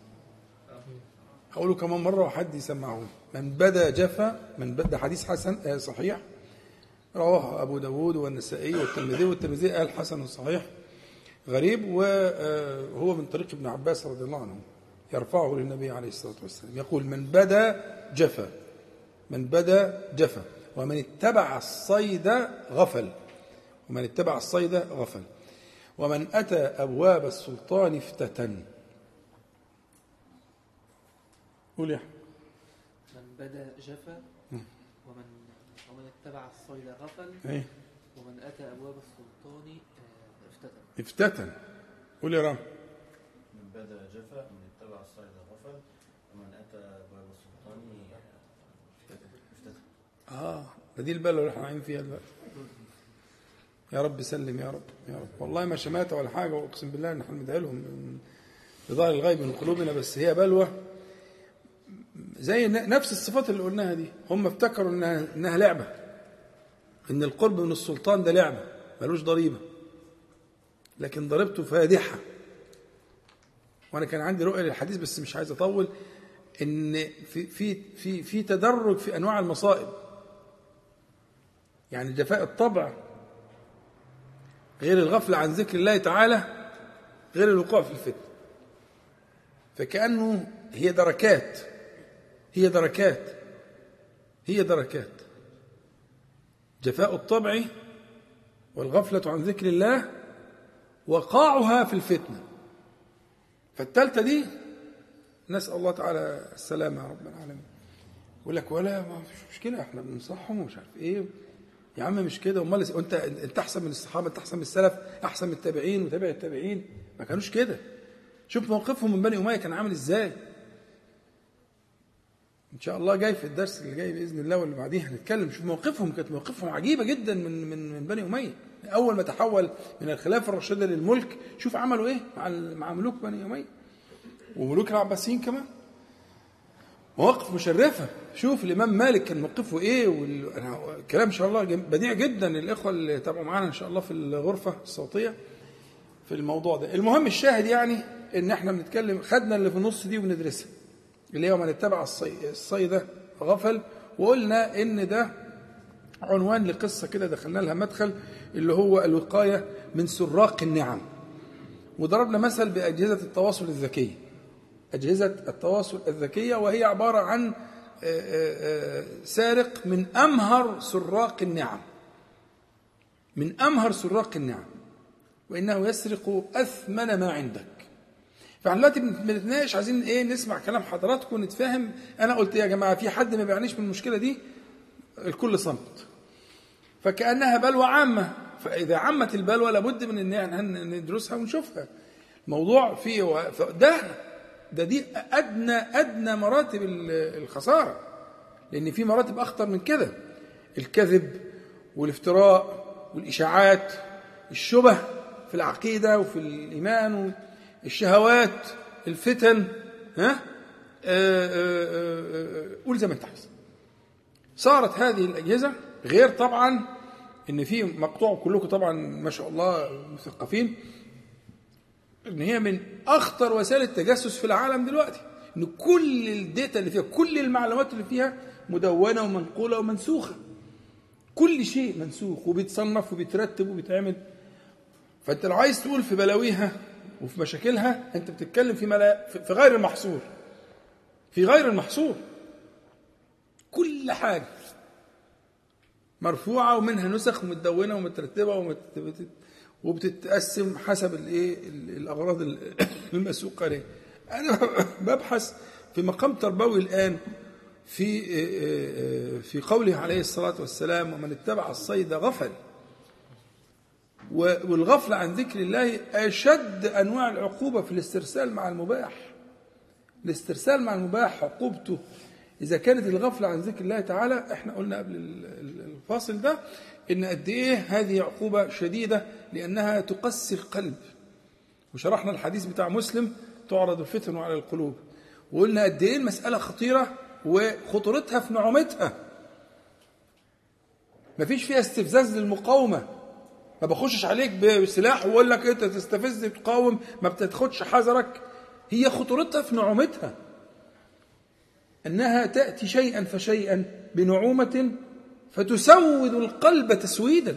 هقوله كمان مرة وحد يسمعه. من بدا جفا، من بدا، حديث حسن صحيح، رواه أبو داود والنسائي والترمذي قال حسن صحيح غريب، وهو من طريق ابن عباس رضي الله عنه يرفعه للنبي عليه الصلاة والسلام، يقول: من بدا جفا، من بدا جفا، ومن اتبع الصيد غفل، ومن اتبع الصيد غفل، ومن أتى أبواب السلطان افتتن. قول يا من بدا جفا، ومن اتبع الصيد غفل، ومن أتى أبواب السلطان افتتن. قول يا رام. من بدا جفا، من اتبع الصيد غفل، ومن أتى أبواب السلطان افتتن. دي البلوة اللي احنا عايشين فيها دلوقتي. يا رب سلم، يا رب يا رب. والله ما شماتة ولا حاجة، واقسم بالله ان احنا بندعي لهم بظاهر الغيب من قلوبنا، بس هي بلوة زي نفس الصفات اللي قلناها دي. هم افتكروا انها لعبة، ان القرب من السلطان ده لعبة ملوش ضريبة، لكن ضريبته فادحة. وانا كان عندي رؤية للحديث بس مش عايز اطول، ان في تدرج في انواع المصائب. يعني جفاء الطبع غير الغفلة عن ذكر الله تعالى، غير الوقوع في الفتن. فكأنه هي دركات، هي دركات، هي دركات. جفاء الطبع والغفلة عن ذكر الله وقاعها في الفتنة. فالتالتة دي نسأل الله تعالى السلامة يا رب العالمين. يقول لك ولا ما فيش مشكلة، احنا بننصحهم ومش عارف ايه. يا عم مش كده، امال انت احسن من الصحابه، انت احسن من السلف، احسن من التابعين وتابع التابعين. ما كانوش كده. شوف موقفهم من بني اميه كان عامل ازاي. ان شاء الله جاي في الدرس اللي جاي باذن الله واللي بعديه هنتكلم. شوف موقفهم، كانت موقفهم عجيبه جدا من بني اميه. اول ما تحول من الخلافه الراشده للملك، شوف عملوا ايه مع ملوك بني اميه وملوك العباسيين كمان. مواقف مشرفة. شوف الإمام مالك كان موقفه إيه، والكلام إن شاء الله بديع جدا. الإخوة اللي تابعوا معنا إن شاء الله في الغرفة الصوتية في الموضوع ده. المهم الشاهد يعني إن إحنا بنتكلم، خدنا اللي في النص دي وبندرسها، اللي هو من اتبع الصيد غفل، وقلنا إن ده عنوان لقصة كده دخلنا لها مدخل، اللي هو الوقاية من سراق النعم. وضربنا مثل بأجهزة التواصل الذكية. أجهزة التواصل الذكية وهي عبارة عن سارق من أمهر سراق النعم، من أمهر سراق النعم، وإنه يسرق أثمن ما عندك. فاحنا دلوقتي بنتناقش، عايزين ايه؟ نسمع كلام حضراتكم نتفاهم. انا قلت يا جماعه في حد ما بيعنيش من المشكله دي؟ الكل صمت، فكانها بلوى عامه. فاذا عمت البلوى لابد من ان ندرسها ونشوفها. الموضوع فيه دي ادنى مراتب الخساره، لان في مراتب اخطر من كده: الكذب والافتراء والاشاعات، الشبه في العقيده وفي الايمان، الشهوات، الفتن، قول زي ما انت عايز. صارت هذه الأجهزة، غير طبعا ان في مقطوع، كلكم طبعا ما شاء الله مثقفين، ان هي من اخطر وسائل التجسس في العالم دلوقتي، ان كل الداتا اللي فيها، كل المعلومات اللي فيها مدونة ومنقولة ومنسوخة، كل شيء منسوخ وبيتصنف وبيترتب وبيتعمل. فانت لو عايز تقول في بلاويها وفي مشاكلها، انت بتتكلم في غير المحصور، في غير المحصور. كل حاجة مرفوعة ومنها نسخ ومتدونة ومترتبة وبتتقسم حسب الأغراض المسوقة ليه. أنا ببحث في مقام تربوي الآن في قوله عليه الصلاة والسلام: ومن اتبع الصيد غفل. والغفلة عن ذكر الله أشد أنواع العقوبة في الاسترسال مع المباح. الاسترسال مع المباح عقوبته إذا كانت الغفلة عن ذكر الله تعالى. احنا قلنا قبل الفاصل ده إن قد إيه هذه عقوبة شديدة، لأنها تقسي القلب. وشرحنا الحديث بتاع مسلم: تعرض الفتن على القلوب. وقلنا قد إيه المسألة خطيرة وخطورتها في نعومتها. مفيش فيها استفزاز للمقاومة، ما بخشش عليك بسلاح وأقول لك أنت تستفز تقاوم، ما بتاخدش حذرك. هي خطورتها في نعومتها، أنها تأتي شيئا فشيئا بنعومة فتسود القلب تسويدا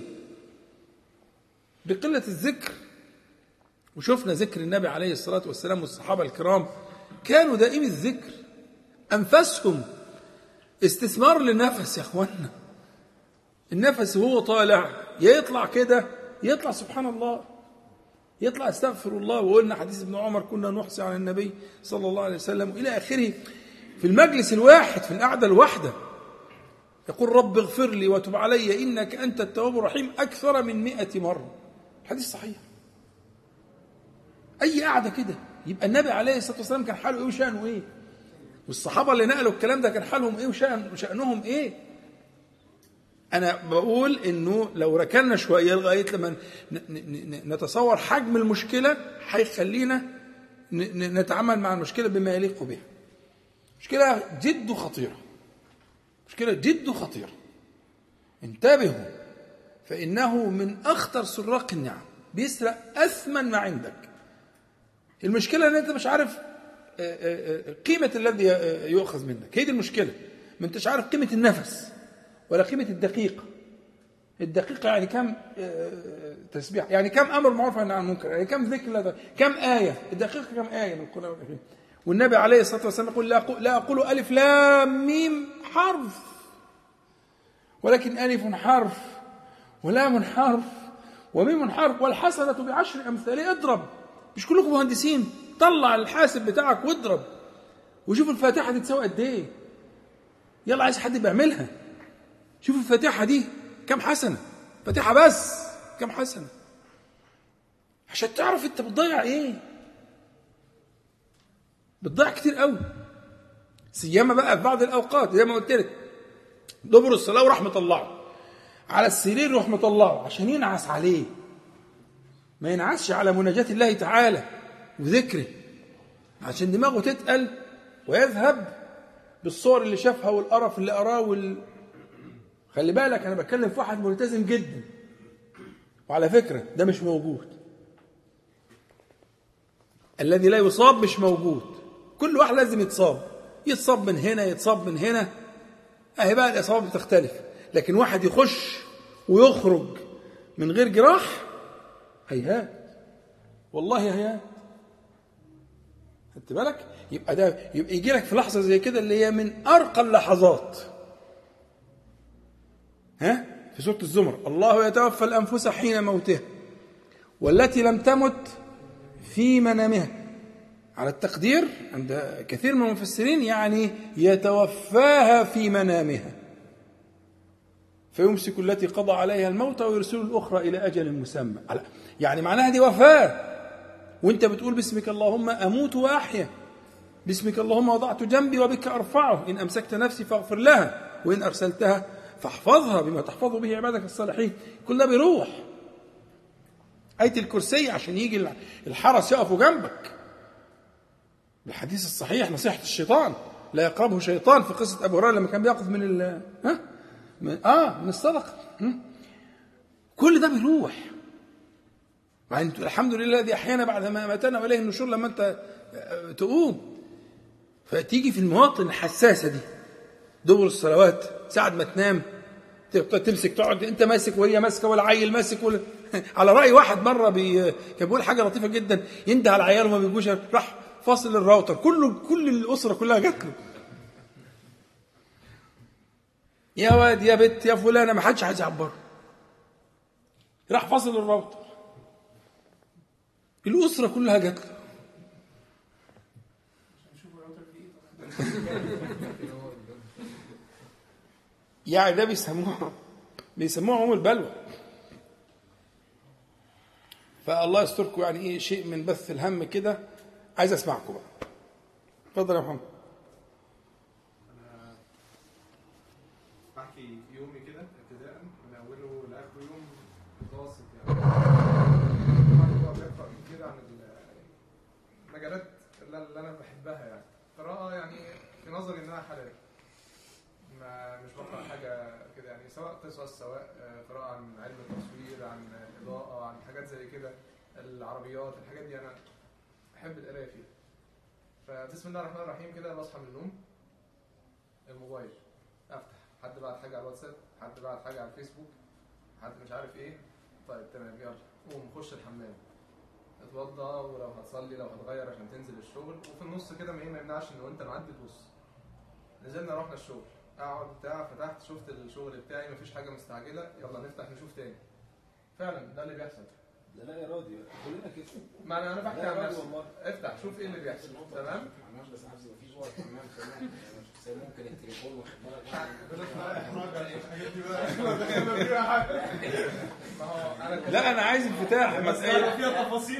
بقلة الذكر. وشفنا ذكر النبي عليه الصلاة والسلام والصحابة الكرام كانوا دائم الذكر، أنفسهم استثمار للنفس. يا أخوانا، النفس وهو طالع يطلع كده، يطلع سبحان الله، يطلع استغفر الله. وقلنا حديث ابن عمر: كنا نحصي عن النبي صلى الله عليه وسلم إلى آخره. في المجلس الواحد، في القعدة الواحدة، يقول: رب اغفر لي وتب علي إنك أنت التواب الرحيم أكثر من 100 مرة. حديث صحيح. أي قعدة كده يبقى النبي عليه الصلاة والسلام كان حاله إيه وشأنه إيه، والصحابة اللي نقلوا الكلام ده كان حالهم إيه وشأنهم إيه. أنا بقول إنه لو ركلنا شوية لغاية لما نتصور حجم المشكلة، هيخلينا نتعامل مع المشكلة بما يليق بها. مشكلة جد خطيرة، مشكلة جد خطيرة. انتبهوا، فإنه من أخطر سراق النعم، بيسرق أثمن ما عندك. المشكلة أن أنت مش عارف قيمة الذي يؤخذ منك. هي دي المشكلة. ما أنتش عارف قيمة النفس ولا قيمة الدقيقة. الدقيقة يعني كم تسبيح، يعني كم أمر معروف عن المنكر، يعني كم ذكر، كم آية. الدقيقة كم آية من القرآن الكريم. والنبي عليه الصلاة والسلام يقول: لا أقول ألف لام ميم حرف، ولكن ألف حرف ولام حرف وميم حرف والحسنة ب10 أمثالها. اضرب. مش كلكم مهندسين؟ طلع الحاسب بتاعك واضرب وشوف الفاتحة دي تساوي قد ايه. يلا، عايز حد بيعملها. شوف الفاتحة دي كم حسنة، فاتحة بس كم حسنة، عشان تعرف انت بتضيع ايه. بتضيع كتير قوي، سيما بقى في بعض الأوقات زي ما قلت لك، دبر الصلاة وراح مطلعه على السرير، وراح مطلعه عشان ينعس عليه. ما ينعسش على مناجاة الله تعالى وذكره، عشان دماغه تتقل ويذهب بالصور اللي شافها والقرف اللي قراه خلي بالك، أنا بتكلم في واحد ملتزم جدا، وعلى فكرة ده مش موجود. الذي لا يصاب مش موجود. كل واحد لازم يتصاب من هنا، يتصاب من هنا. اهي بقى الاصابه بتختلف. لكن واحد يخش ويخرج من غير جراح، هيهات والله هيهات. خدت بالك؟ يبقى يجي لك في لحظه زي كده اللي هي من ارقى اللحظات. في سوره الزمر: الله يتوفى الانفس حين موتها والتي لم تمت في منامها. على التقدير عند كثير من المفسرين يعني يتوفاها في منامها، فيمسك التي قضى عليها الموت ويرسل الأخرى إلى أجل مسمى. يعني معناها دي وفاة، وانت بتقول باسمك اللهم أموت وأحيا، باسمك اللهم وضعت جنبي وبك أرفعه، إن أمسكت نفسي فاغفر لها وإن أرسلتها فاحفظها بما تحفظ به عبادك الصالحين. كل ده بيروح. آية الكرسي عشان يجي الحرس يقفوا جنبك. الحديث الصحيح: نصيحة الشيطان لا يقربه شيطان، في قصة أبو هريرة لما كان بيقف من الصدقة. كل ده بيروح. الحمد لله الذي أحيانا بعد ما أماتنا وإليه النشور. لما أنت تقوم فتيجي في المواطن الحساسة دي، دبر الصلوات، ساعة ما تنام تمسك تقعد أنت ماسك وهي ماسكة والعيل ماسك على رأي واحد مرة كان بيقول حاجة لطيفة جدا: ينده على العيال وما بيجوش، راح فاصل الراوتر، كل الأسرة كلها جات له: يا واد يا بنت يا فلانة، ما حدش عايز يعبره. راح فاصل الراوتر، الأسرة كلها جات له. يعني ده بيسموه عموم البلوى. فالله يستركم. يعني ايه شيء من بث الهم كده. عايز اسمعكم بقى. اتفضل يا محمد. انا بحكي يومي كده ابتداء من اوله لاخره، يوم متوسط يعني. طبعا بقرا كده عن المجالات اللي انا بحبها، يعني قراءه يعني في نظري انها حلال. مش بقرا حاجه كده يعني، سواء قصص، سواء قراءه عن علم التصوير، عن الاضاءه، عن حاجات زي كده، العربيات، الحاجات دي انا احب القرايه فيها. فبسم الله الرحمن الرحيم كده بصحى من النوم، الموبايل افتح، حد بعت حاجه على الواتساب، حد بعت حاجه على الفيسبوك، حد مش عارف ايه، طيب تمام يلا قوم خش الحمام، اتوضى، ولو هتصلي لو هتغير عشان تنزل الشغل، وفي النص كده ما يمنعش ان وانت معدي تبص. نزلنا رحنا الشغل، اقعد بتاع، فتحت شفت الشغل بتاعي مفيش حاجه مستعجله، يلا نفتح نشوف تاني. فعلا ده اللي بيحصل. لا يا راضي كلنا كده. ما انا بحكي عن نفسي. افتح شوف ايه اللي بيحصل. تمام. بس حافظ مفيش وقت كمان ممكن التليفون واخد بالك. لا انا عايز انفتاح. فيها تفاصيل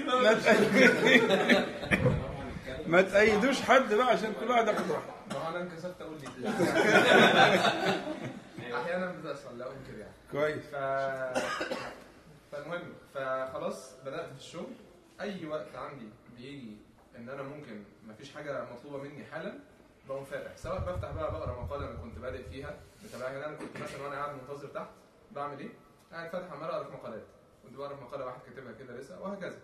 ما تأيدوش حد بقى عشان كل واحد ياخد راحته. ما انا انكسفت اقول لي احيانا بتحصل، لا انكر يعني. كويس. فالمهم فخلاص بدات في الشغل. اي وقت عندي بيجي ان انا ممكن مفيش حاجه مطلوبه مني حالا، بقوم فاتح، سواء بفتح بقى بقرا مقاله انا كنت بادئ فيها متابعها. انا كنت مثلا وانا قاعد منتظر تحت بعمل ايه؟ قاعد فاتح عمال اقرا في مقالات، كنت بقرا في مقاله واحد كاتبها كده لسه، وهكذا.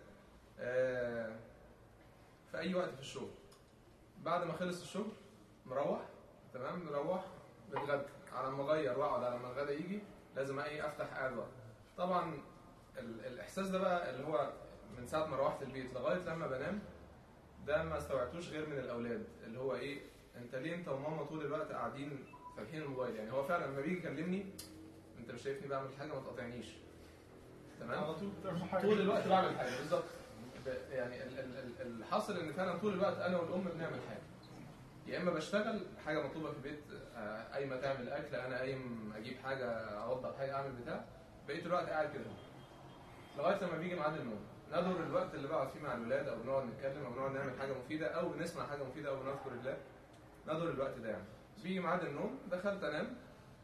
في اي وقت في الشغل. بعد ما خلص الشغل مروح، تمام، نروح نتغدى، على ما اغير واقعد على ما الغدا يجي لازم افتح قاعد وقت. طبعا الاحساس ده بقى اللي هو من ساعه ما روحت البيت لغايه لما بنام، ده ما استوعبتوش غير من الاولاد، اللي هو ايه، انت ليه انت وماما طول الوقت قاعدين فاتحين الموبايل؟ يعني هو فعلا لما بيجي يكلمني، انت مش شايفني بعمل حاجه، ما تقاطعنيش، تمام، طول الوقت بعمل حاجه بالظبط. يعني الحاصل ان فعلا طول الوقت انا والام بنعمل حاجه، يا اما بشتغل حاجه مطلوبه في البيت، قايمه تعمل اكل، انا قايم اجيب حاجه، اوضب حاجه، اعمل بتاع، بقيت الوقت قاعد كده لغايه لما بيجي ميعاد النوم. ندور الوقت اللي بقعد فيه مع الولاد، او بنقعد نتكلم، او بنقعد نعمل حاجه مفيده، او بنسمع حاجه مفيده، او بنذكر الله. ندور الوقت ده يعني. بيجي ميعاد النوم، دخلت انام،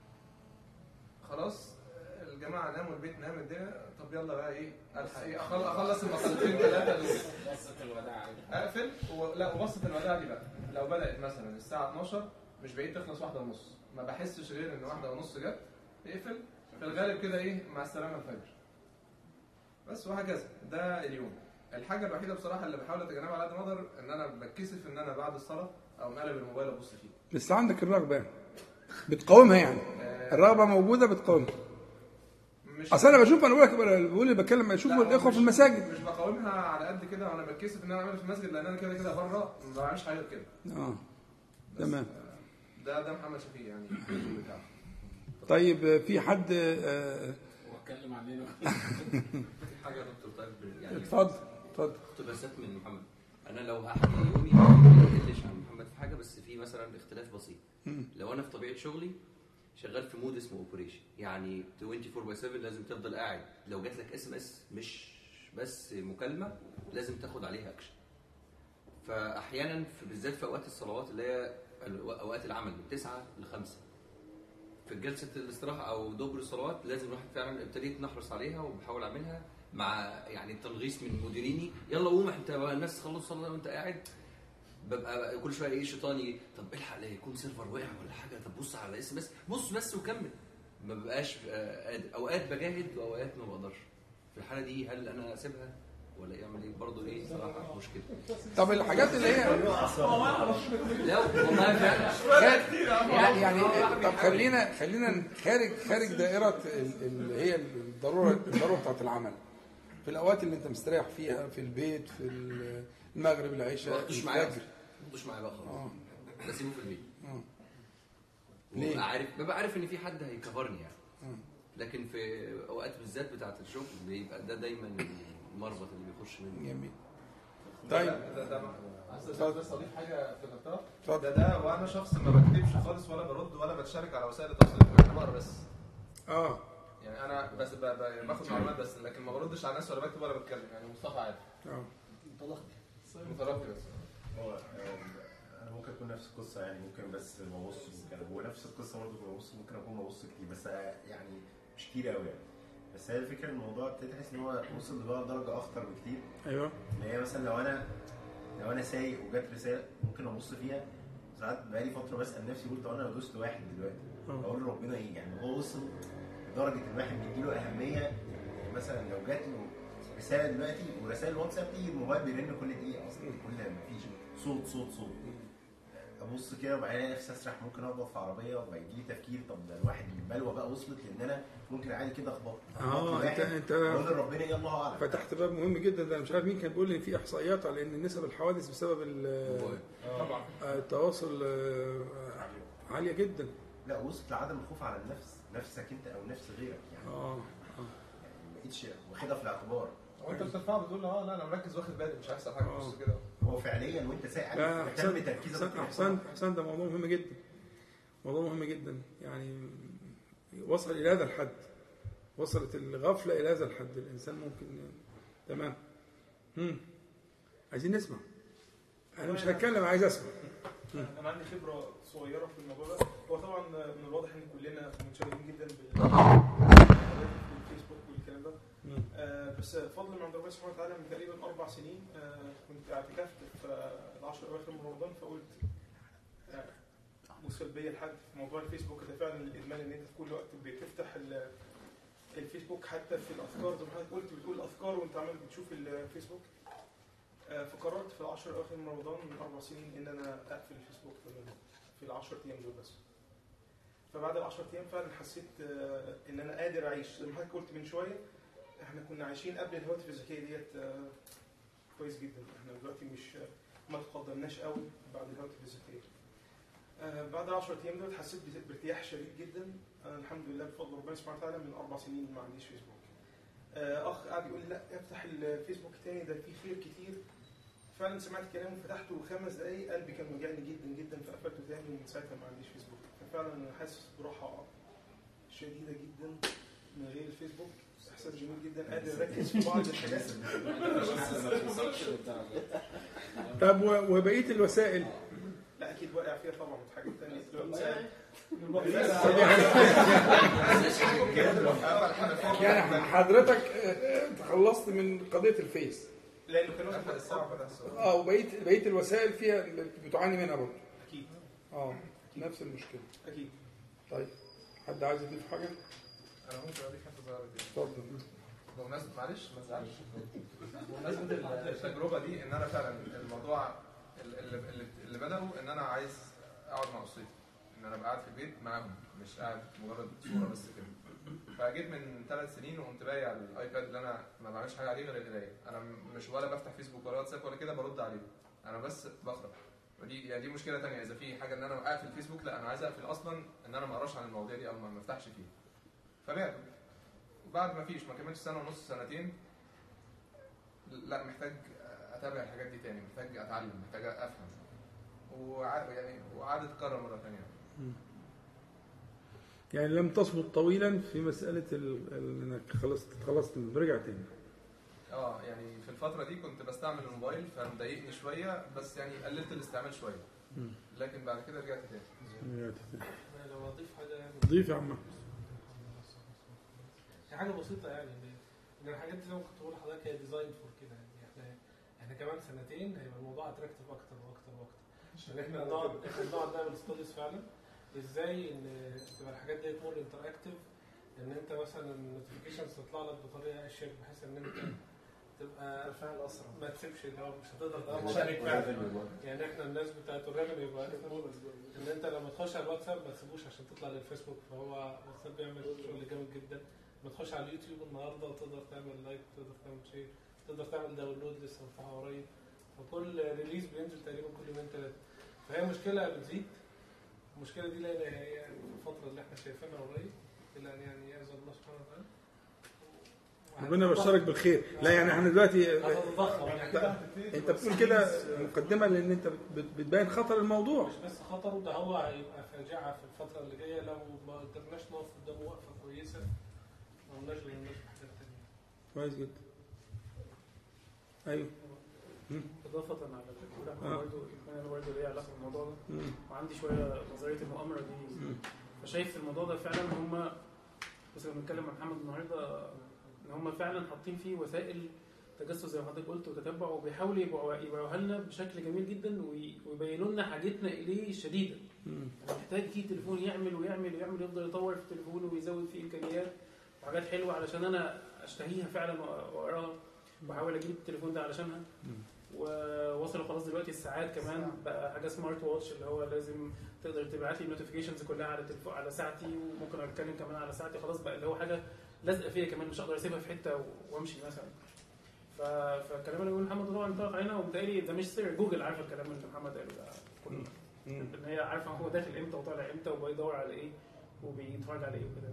خلاص الجماعه ناموا، البيت نام، الدنيا، طب يلا بقى ايه، الحق ايه، اخلص المقالتين ثلاثه دول، بصة الوداع اقفل لا، وبصة الوداع دي بقى لو بدات مثلا الساعه 12 مش بعيد تخلص 1:30، ما بحسش غير ان 1:30 جت، اقفل في الغالب كده، ايه، مع السلامه الفجر بس، وهكذا. ده اليوم. الحاجه الوحيده بصراحه اللي بحاول اتجنبها على قد ما اقدر ان انا بتكسف ان انا بعد الصلاه او مقلب الموبايل ابص فيه. بس عندك الرغبه. بتقاومها يعني، الرغبه موجوده بتقاومها. مش اصل انا بشوف، انا بقول اللي بتكلم، اشوف لا، الاخوه مش- في المساجد. مش بقاومها على قد كده، وانا بتكسف ان انا اعملها في المسجد، لان انا كده كده بره ما بعملش حاجه غير كده. بس تمام. ده محمد شفيق يعني بتاعه. طيب في حد واتكلم عننا حاجه يا دكتور. طيب يعني اتفضل. اقتباسات من محمد. انا لو هحكي يومي ما يقلش عن محمد في حاجه، بس في مثلا اختلاف بسيط. لو انا في طبيعه شغلي شغال في مود اسمه اوبريشن، يعني 24/7 لازم تفضل قاعد. لو جات لك SMS مش بس مكالمه لازم تاخد عليها اكشن. فاحيانا بالذات في اوقات الصلوات اللي هي اوقات العمل من 9 ل 5 في جلسه الاستراحه او دبر الصلوات، لازم الواحد فعلا ابتديت نحرص عليها وبحاول اعملها مع يعني التنغيص من مديريني. يلا قوم انت، الناس تخلص صلاه وانت قاعد. ببقى كل شويه شيطاني، طب الحق لا يكون سيرفر وقع ولا حاجه، طب بص على SMS، بص بس وكمل. ما ببقاش قادر. اوقات بجاهد واوقات ما بقدرش. في الحاله دي هل انا اسيبها ولا يعمل ايه؟ برضه ايه صراحه مشكله. طب الحاجات اللي هي لا والله فعلا يعني طب خلينا خارج دائره اللي هي الضروره بتاعت العمل، في الاوقات اللي انت مستريح فيها في البيت، في المغرب، العشاء، الفجر، ما تاخدوش معايا بقى خالص. بسيبه في البيت. ليه؟ ببقى عارف ان في حد هيكفرني يعني. لكن في اوقات بالذات بتاعه الشغل بيبقى ده دايما المربط اللي بيخش منه. جميل. طيب بس اضيف حاجه في النقطه. ده وانا شخص ما بكتبش خالص ولا برد ولا بتشارك على وسائل التواصل الاجتماعي، انا بقرا بس. يعني انا بس باخد معلومات بس، لكن ما بردش على الناس ولا بكتب ولا بتكلم. يعني مصطفى عادي. متلقي بس. هو انا ممكن اكون نفس القصه، يعني ممكن بس ببص، ممكن هو نفس القصه برضه ببص، ممكن اكون ببص كتير بس يعني مش كتير قوي يعني. بس هي الفكره الموضوع ابتديت احس ان هو وصل بقى درجه اخطر بكتير. ايوه. اللي هي مثلا لو انا سايق وجات رساله ممكن ابص فيها. ساعات بقالي فتره بسال نفسي، قلت انا لو دوست واحد دلوقتي اقول لربنا ايه؟ يعني هو وصل لدرجه ان الواحد بيديله اهميه. يعني مثلا لو جات له رساله دلوقتي، ورسائل الواتساب تيجي الموبايل بيرن كل دقيقه اصلا، كل ما فيش صوت ابص كده وبعدين الاقي نفسي اسرح، ممكن اخبط في عربيه وبقى يجي لي تفكير، طب ده الواحد البلوه بقى وصلت لان انا ممكن عادي كده اخبط. انت اقول لربنا ايه الله اعلم. فتحت باب مهم جدا. ده مش عارف مين كان بيقول لي في احصائيات على ان نسب الحوادث بسبب التواصل عاليه جدا. لا وصلت لعدم الخوف على النفس، نفسك انت او نفس غيرك يعني. يعني ما بقتش واخدها في الاعتبار. وانت بترفع بتقول لا انا مركز واخد بالي مش هيحصل حاجه بص كده. هو فعليا وانت سايق عارف مكان تركيزك. احسن ده موضوع مهم جدا، موضوع مهم جدا. يعني وصل الى هذا الحد، وصلت الغفله الى هذا الحد، الانسان ممكن تمام. عايزين نسمع. انا مش هتكلم، عايز اسمع. انا عندي خبره صغيره في الموضوع ده. هو طبعا من الواضح ان كلنا منشغلين جدا بالفيسبوك والكلام ده. بس فضل من عند ربنا سبحانه وتعالى من تقريبا 4 سنين كنت اعتكفت في العشر اواخر من رمضان، فقلت مسلبيه لحد في موضوع الفيسبوك ده فعلا الادمان، ان انت في كل وقت بتفتح الفيسبوك، حتى في الاذكار زي ما حضرتك قلت بتقول الاذكار وانت عمال بتشوف الفيسبوك. فقررت في العشر اواخر من رمضان من 4 سنين ان انا اقفل الفيسبوك في ال10 ايام دول بس. فبعد ال10 ايام فعلا حسيت ان انا قادر اعيش زي ما حضرتك قلت من شويه. احنا كنا عايشين قبل الهواتف الذكيه ديت كويس جدا، احنا دلوقتي ما تقدمناش قوي بعد الهواتف الذكيه. بعد ال10 ايام دول حسيت بارتياح شديد جدا. الحمد لله بفضل ربنا سبحانه وتعالى من 4 سنين ما عنديش فيسبوك. اخ قاعد يقول لي لا افتح الفيسبوك تاني ده فيه خير كتير. فعلا سمعت كلامه وفتحته 5 دقايق قلبي كان وجعني جدا جدا، فقفلته تاني ومن ساعتها ما عنديش فيسبوك. ففعلا انا حاسس براحه شديده جدا من غير الفيسبوك. احساس جميل جدا، قادر اركز في بعض الحاجات. طب وبقيه الوسائل؟ لا اكيد واقع فيها طبعا حاجات ثانيه. يعني حضرتك تخلصت من قضيه الفيس لانه كانوا قفل الساعه فتح وبقيه الوسائل فيها بتعاني منها برضه. اكيد نفس المشكله. اكيد. طيب حد عايز يضيف حاجه؟ انا ممكن اضيف حته صغيره كده. اتفضل. بمناسبه معلش ما تزعلش، بمناسبه التجربه دي ان انا فعلا الموضوع اللي بدأوا ان انا عايز اقعد مع اسرتي، ان انا ابقى قاعد في البيت معاهم، مش قاعد مجرد صوره بس كده. فجيت من 3 سنين وقمت بايع الايباد اللي انا ما بعملش حاجه عليه غير القرايه. انا مش ولا بفتح فيسبوك ولا واتساب ولا كده برد عليه، انا بس بقرا. ودي يعني دي مشكله ثانيه، اذا في حاجه ان انا اقفل الفيسبوك، لا انا عايز اقفل اصلا ان انا ما اقراش عن المواضيع دي او ما افتحش فيه. فبعته. وبعد ما كملتش سنه ونص سنتين، لا محتاج اتابع الحاجات دي تاني، محتاج اتعلم، محتاج افهم. وعادت تكرر مره ثانيه. يعني لم تصمت طويلا في مساله انك خلصت رجع تاني. يعني في الفتره دي كنت بستعمل الموبايل فمضايقني شويه، بس يعني قللت الاستعمال شويه. لكن بعد كده رجعت تاني. لو اضيف حاجه يعني ضيف يا عم. حاجه بسيطه يعني ان الحاجات دي زي ما كنت بقول لحضرتك هي ديزاين فور كده. يعني احنا كمان سنتين هيبقى الموضوع اتراكتيف اكتر واكتر واكتر، عشان احنا نقعد نعمل ستاديز فعلا ازاي ان تبقى الحاجات دي مور انتراكتيف، ان انت مثلا النوتيفيكيشنز تطلع لك بطريقه اشيك بحيث ان انت تبقى فعلا اسرع، ما تسيبش اللي هو مش هتقدر تشارك فعلا. يعني احنا الناس بتاعت الريفنيو يبقى ان انت لما تخش على الواتساب ما تسيبوش عشان تطلع للفيسبوك، فهو واتساب بيعمل شغل جامد جدا. لما تخش على اليوتيوب النهارده وتقدر تعمل لايك، تقدر تعمل شير، تقدر تعمل داونلود لسه مرفوعه قريب، فكل ريليز بينزل تقريبا كل يومين 3. فهي مشكله بتزيد. المشكله دي لا نهائيه في الفتره اللي احنا شايفينها قريب، الا ان يعني يعز الله سبحانه وتعالى. ربنا يبشرك بالخير. لا يعني احنا دلوقتي انت بتقول كده مقدمه لان انت بتبين خطر الموضوع. مش بس خطره، ده هو هيبقى فاجعه في الفتره اللي جايه لو ما قدرناش نقف قدامه وقفه كويسه وما قلناش للناس حاجات ثانيه. كويس جدا. ايوه. اضافه على اللي برضه انا برضه ليا علاقه بالموضوع ده، وعندي شويه نظريه المؤامره دي. فشايف الموضوع ده فعلا هم بس لما بنتكلم مع محمد النهارده ان هم فعلا حاطين فيه وسائل تجسس زي ما حضرتك قلت وتتبع، وبيحاولوا يبيعوها لنا بشكل جميل جدا ويبينوا لنا حاجتنا اليه الشديده. محتاج فيه تليفون يعمل ويعمل ويعمل، يفضل يطور في التليفون ويزود فيه امكانيات وحاجات حلوه علشان انا اشتهيها فعلا واقراها واحاول اجيب التليفون ده علشانها. ووصلوا خلاص دلوقتي الساعات كمان بقى حاجه سمارت واتش اللي هو لازم تقدر تبعت لي النوتيفيكيشنز كلها على التليفون على ساعتي، وممكن اتكلم كمان على ساعتي. خلاص بقى اللي هو حاجه لازقه فيا كمان، مش هقدر اسيبها في حته وامشي مثلا. فالكلام اللي بيقول محمد طبعا انطلق علينا، وبالتالي ده مش سر، جوجل عارفه الكلام اللي محمد قاله ده كله، ان هي عارفه هو داخل امتى وطالع امتى وبيدور على ايه وبيتفرج على ايه وكده.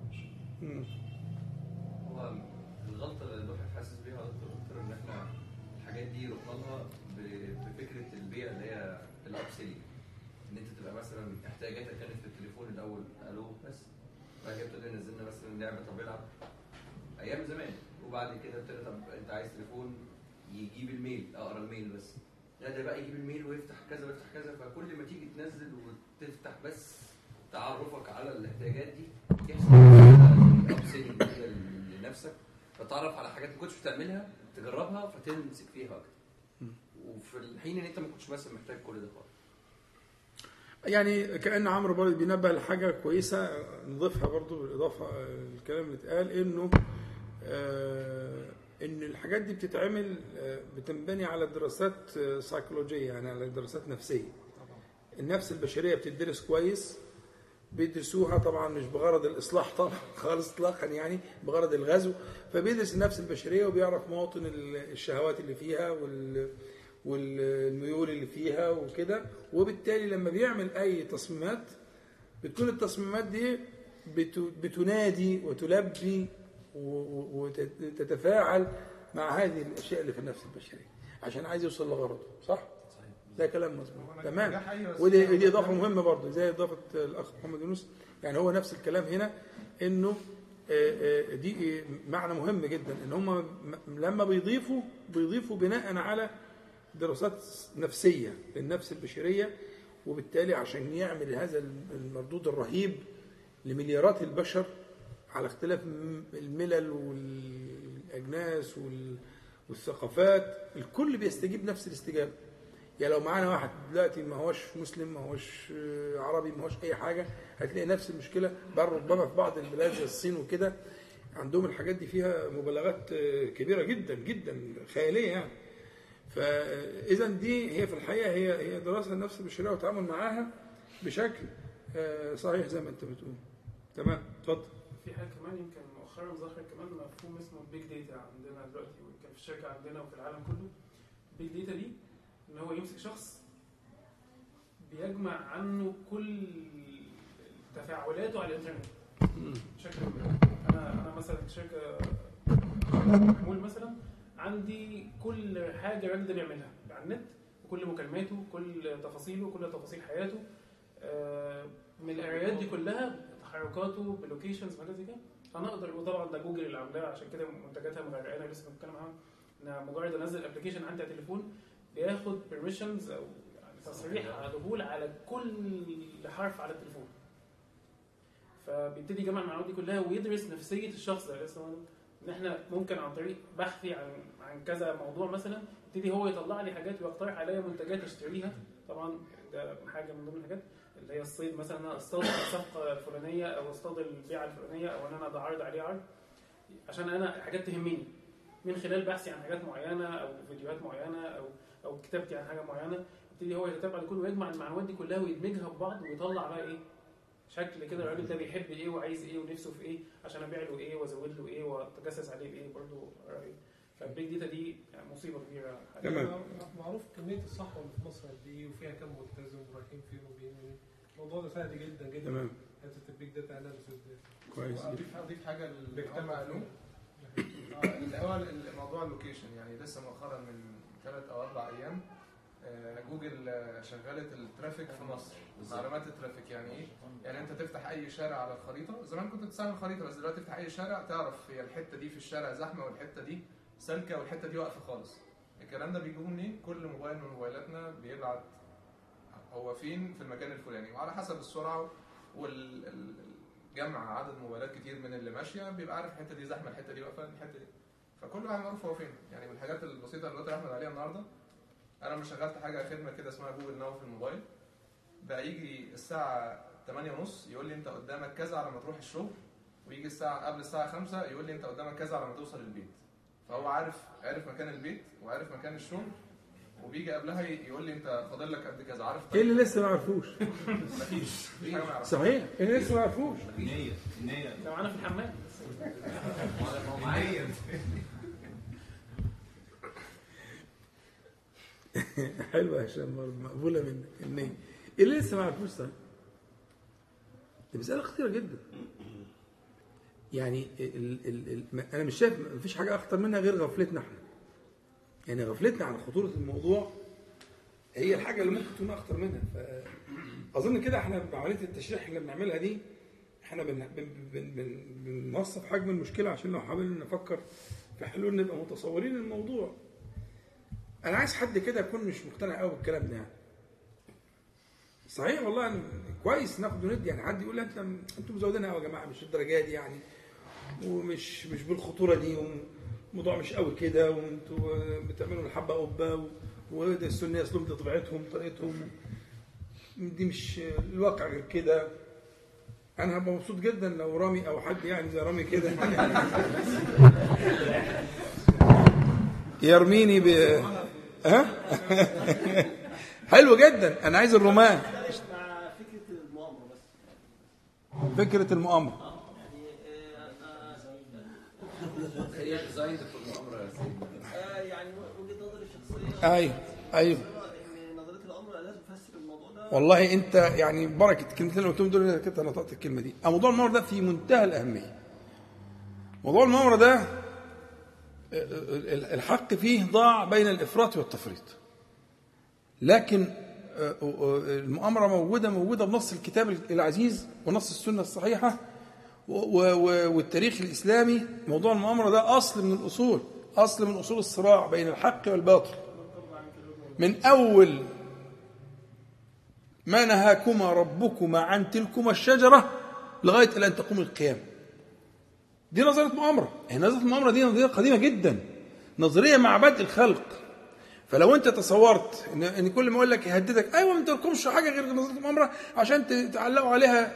هو الغلطه اللي الواحد حاسس بيها يا دكتور ان احنا الحاجات دي رحنا لها بفكره البيع اللي هي الابسيلينج، ان انت تبقى مثلا احتياجاتك كانت في التليفون الاول الو بس، بعد كده ابتدى نزلنا مثلا لعبه طب العب ايام زمان، وبعد كده ابتدى طب انت عايز تليفون يجيب الميل، اقرا الميل بس، لا ده بقى يجيب الميل ويفتح كذا ويفتح كذا. فكل ما تيجي تنزل وتفتح بس تعرفك على الاحتياجات دي يحصل ابسيلينج لنفسك، فتعرف على حاجات ما كنتش بتعملها تجربها فتمسك فيها اكتر، وفي الحين ان انت ما كنتش مثلا محتاج كل ده خالص. يعني كأن عمرو برضه بينبه لحاجة كويسة نضيفها برضه بالإضافة الكلام اللي اتقال، إنه إن الحاجات دي بتتعمل بتنبني على دراسات سيكولوجية، يعني على دراسات نفسية. النفس البشرية بتدرس كويس، بيدرسوها طبعا مش بغرض الإصلاح طبعا خالص إطلاقا، يعني بغرض الغزو. فبيدرس النفس البشرية وبيعرف مواطن الشهوات اللي فيها والميول اللي فيها وكده، وبالتالي لما بيعمل أي تصميمات بتكون التصميمات دي بتنادي وتلبي وتتفاعل مع هذه الأشياء اللي في النفس البشرية عشان عايز يوصل لغرضه. صح؟ ده كلام مظبوط تمام. ودي إضافة مهمة برضه زي إضافة الأخ محمد يونس، يعني هو نفس الكلام هنا، إنه دي معنى مهم جدا، إن هم لما بيضيفوا بناء على دراسات نفسية للنفس البشرية، وبالتالي عشان يعمل هذا المردود الرهيب لمليارات البشر على اختلاف الملل والأجناس والثقافات، الكل بيستجيب نفس الاستجابة. يعني لو معانا واحد دلوقتي ما هوش مسلم، ما هوش عربي، ما هوش أي حاجة، هتلاقي نفس المشكلة. بل ربما في بعض البلاد زي الصين وكده عندهم الحاجات دي فيها مبالغات كبيرة جدا جدا خيالية يعني. فإذا دي هي في الحقيقة هي دراسة النفس البشرية والتعامل معاها بشكل صحيح زي ما انت بتقول. تمام، اتفضل. في حاجه كمان يمكن مؤخرا ظهر كمان مفهوم اسمه بيج داتا عندنا دلوقتي، ويمكن في الشركه عندنا وفي العالم كله. بيج داتا دي ان هو يمسك شخص بيجمع عنه كل تفاعلاته على الانترنت بشكل انا مثلا شركه محمول مثلا، عندي كل حاجه الراجل ده بيعملها على النت، وكل مكالماته، كل تفاصيله، كل تفاصيل حياته، من القرايات دي كلها، تحركاته، بلوكيشنز، حاجات زي كده. انا اقدر، وطبعا ده جوجل اللي عاملاها عشان كده منتجاتها مغرقانه، لسه بنتكلم عنها، ان مجرد انزل ابلكيشن عندي على التليفون بياخد بيرميشنز او تصريح على دخول على كل حرف على التليفون. فبيبتدي يجمع المعلومات دي كلها ويدرس نفسيه الشخص ده. لسه ان احنا ممكن عن طريق بحثي عن كذا موضوع مثلا، يبتدي هو يطلع لي حاجات ويقترح عليا منتجات اشتريها. طبعا ده حاجه من ضمن الحاجات اللي هي الصيد مثلا، انا اصطاد الصفقه الفلانيه او اصطاد البيعه الفلانيه، او ان انا بعرض عليه عرض عشان انا حاجات تهمني من خلال بحثي عن حاجات معينه او فيديوهات معينه او كتابتي عن حاجه معينه. يبتدي هو يتتبع الكل ويجمع المعلومات دي كلها ويدمجها ببعض ويطلع بقى ايه شكل كده الراجل ده بيحب ايه وعايز ايه ونفسه في ايه عشان ابيع له ايه وازود له ايه واتجسس عليه بايه برضه. فالبيج داتا دي مصيبه كبيره. تمام. معروف كميه الصحوه اللي في مصر قد ايه وفيها كم ملتزم ورايحين فين وبين مين. الموضوع ده سهل جدا جدا. تمام. حته البيج داتا اناليسيس دي كويس. اضيف حاجه للمجتمع قالوه اللي هو موضوع اللوكيشن. يعني لسه مؤخرا من 3 أو 4 أيام جوجل شغلت الترافيك في مصر، معلومات الترافيك. يعني ايه؟ يعني انت تفتح اي شارع على الخريطه، زمان كنت تستعمل خريطه، بس دلوقتي تفتح اي شارع تعرف هي الحته دي في الشارع زحمه والحته دي سالكه والحته دي واقفه خالص. الكلام ده بيجيبه منين؟ كل موبايل من موبايلاتنا بيبعت هو فين في المكان الفلاني، وعلى حسب السرعه والجمع عدد موبايلات كتير من اللي ماشيه بيبقى عارف الحته دي زحمه، الحته دي واقفه، الحته دي. فكل واحد معروف هو فين. يعني من الحاجات البسيطه اللي قلت لاحمد عليها النهارده، انا مش شغلت حاجه خدمه كده اسمها جوجل ناو في الموبايل. بقى يجي الساعه 8:30 يقول لي انت قدامك كذا على ما تروح الشغل، ويجي الساعه قبل الساعه 5 يقول لي انت قدامك كذا على ما توصل البيت. فهو عارف مكان البيت وعارف مكان الشغل، وبيجي قبلها يقول لي انت فاضل لك قد كذا. عارف ايه اللي لسه ما عرفوش؟ مفيش حاجه ما يعرفش. صحيح، ايه اللي لسه ما عرفوش؟ النية ده معانا في الحمام. حلوه يا هشام، برضه مقبوله منك النية. ايه اللي لسه ما عرفوش؟ صح، دي مساله خطيره جدا. يعني انا مش شايف مفيش حاجه اخطر منها غير غفلتنا احنا. يعني غفلتنا عن خطوره الموضوع هي الحاجه اللي ممكن تكون اخطر منها. فاظن كده احنا بعمليه التشريح اللي بنعملها دي احنا بنوصف حجم المشكله، عشان لو حابين نفكر في حلول نبقى متصورين الموضوع. انا عايز حد كده يكون مش مقتنع قوي بالكلام ده. يعني صحيح والله أنا كويس ناخد وندي. يعني حد يقول لي انتم مزودينها قوي يا جماعه، مش الدرجه دي يعني، ومش بالخطوره دي، والموضوع مش قوي كده، وانتوا بتعملوا الحبه قبه، وده السنه اسلوب دي طبيعتهم طريقتهم، دي مش الواقع غير كده. انا هبقى مبسوط جدا لو رامي او حد يعني زي رامي كده يرميني ها حلو جدا. انا عايز الرمان. مع فكره المؤامره بس. فكره المؤامره هي ديزاين في المؤامره يا سيدي. يعني وجهه نظري الشخصيه. ايوه ان نظريه الامر لازم تفسر الموضوع ده. والله انت يعني بركه الكلمتين اللي قلتهم دول كده نطقت الكلمه دي. موضوع المؤامره ده في منتهى الاهميه. موضوع المؤامره ده الحق فيه ضاع بين الافراط والتفريط. لكن المؤامره موجوده بنص الكتاب العزيز ونص السنه الصحيحه والتاريخ الاسلامي. موضوع المؤامره ده اصل من اصول الصراع بين الحق والباطل. من اول ما نهاكما ربكما عن تلكما الشجره لغايه الى ان تقوم القيامه. دي نظريه مؤامره. نظريه المؤامره دي نظريه قديمه جدا، نظريه مع بدء الخلق. فلو انت تصورت ان كل ما اقول لك يهددك ايوه ما تركمش حاجه غير نظريه المؤامره عشان تعلقوا عليها